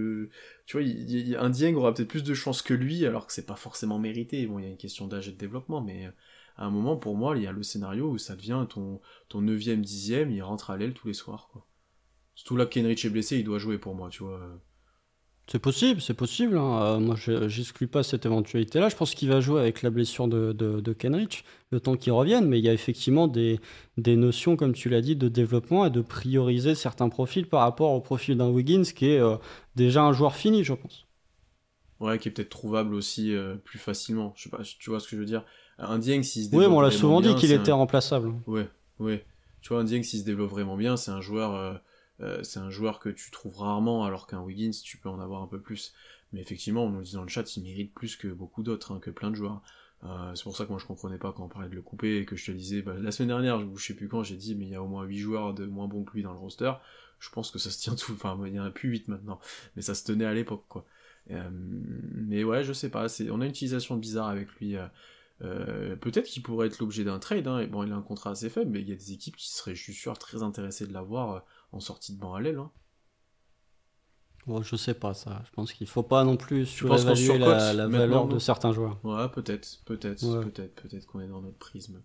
un Dieng aura peut-être plus de chances que lui, alors que c'est pas forcément mérité. Bon, il y a une question d'âge et de développement, mais à un moment, pour moi, il y a le scénario où ça devient ton 9ème, 10ème, il rentre à l'aile tous les soirs, quoi. Surtout là, Kenrich est blessé, il doit jouer pour moi, tu vois. C'est possible, hein. Moi, je j'exclus pas cette éventualité-là. Je pense qu'il va jouer avec la blessure de Kenrich, le temps qu'il revienne, mais il y a effectivement des notions, comme tu l'as dit, de développement et de prioriser certains profils par rapport au profil d'un Wiggins qui est déjà un joueur fini, je pense. Ouais, qui est peut-être trouvable aussi plus facilement. Je sais pas, tu vois ce que je veux dire. Un Dieng, s'il se Oui, mais développe on l'a vraiment souvent dit bien, qu'il c'est était un... remplaçable. Ouais, ouais. Tu vois, un Dieng, s'il se développe vraiment bien, c'est un joueur que tu trouves rarement, alors qu'un Wiggins, tu peux en avoir un peu plus. Mais effectivement, on nous le dit dans le chat, il mérite plus que beaucoup d'autres, hein, que plein de joueurs. C'est pour ça que moi je comprenais pas quand on parlait de le couper et que je te disais, bah, la semaine dernière, ou je sais plus quand, j'ai dit, mais il y a au moins 8 joueurs de moins bons que lui dans le roster. Je pense que ça se tient tout, enfin, il y en a plus 8 maintenant, mais ça se tenait à l'époque, quoi. Mais ouais, je sais pas, on a une utilisation bizarre avec lui. Peut-être qu'il pourrait être l'objet d'un trade, hein. Et bon, il a un contrat assez faible, mais il y a des équipes qui seraient, je suis sûr, très intéressées de l'avoir en sortie de banc à l'aile, hein. Bon, je sais pas ça. Je pense qu'il faut pas non plus Tu penses qu'en surévaluer surcote, la maintenant, valeur de non? certains joueurs. Ouais, Ouais. peut-être qu'on est dans notre prisme.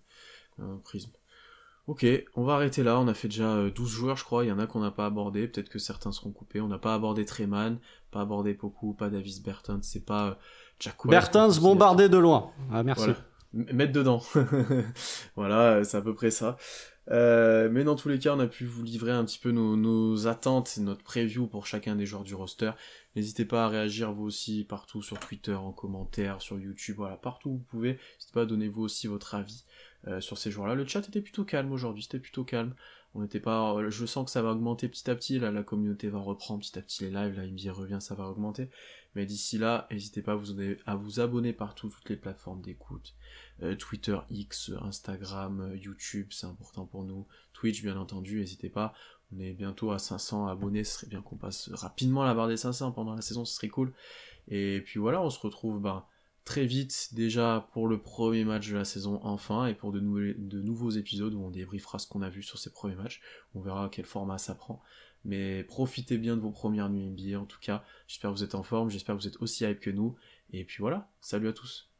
Ok, on va arrêter là, on a fait déjà 12 joueurs je crois, il y en a qu'on n'a pas abordé, peut-être que certains seront coupés, on n'a pas abordé Treman, pas abordé Poku, pas Davis Bertans, c'est pas Jack White. Bertens bombardé de loin. Ah, merci. Voilà, mettre dedans. Voilà, c'est à peu près ça. Mais dans tous les cas, on a pu vous livrer un petit peu nos attentes, notre preview pour chacun des joueurs du roster. N'hésitez pas à réagir vous aussi partout sur Twitter, en commentaire, sur YouTube, voilà, partout où vous pouvez. N'hésitez pas à donner vous aussi votre avis sur ces joueurs-là. Le chat était plutôt calme aujourd'hui, c'était plutôt calme. On n'était pas, je sens que ça va augmenter petit à petit. Là, la communauté va reprendre petit à petit les lives. Là, NBA revient, ça va augmenter. Mais d'ici là, n'hésitez pas à vous abonner partout, toutes les plateformes d'écoute. Twitter, X, Instagram, YouTube, c'est important pour nous. Twitch, bien entendu, n'hésitez pas. On est bientôt à 500 abonnés, ce serait bien qu'on passe rapidement la barre des 500 pendant la saison, ce serait cool. Et puis voilà, on se retrouve très vite déjà pour le premier match de la saison enfin, et pour de nouveaux épisodes où on débriefera ce qu'on a vu sur ces premiers matchs. On verra quel format ça prend. Mais profitez bien de vos premières nuits NBA en tout cas. J'espère que vous êtes en forme, j'espère que vous êtes aussi hype que nous. Et puis voilà, salut à tous.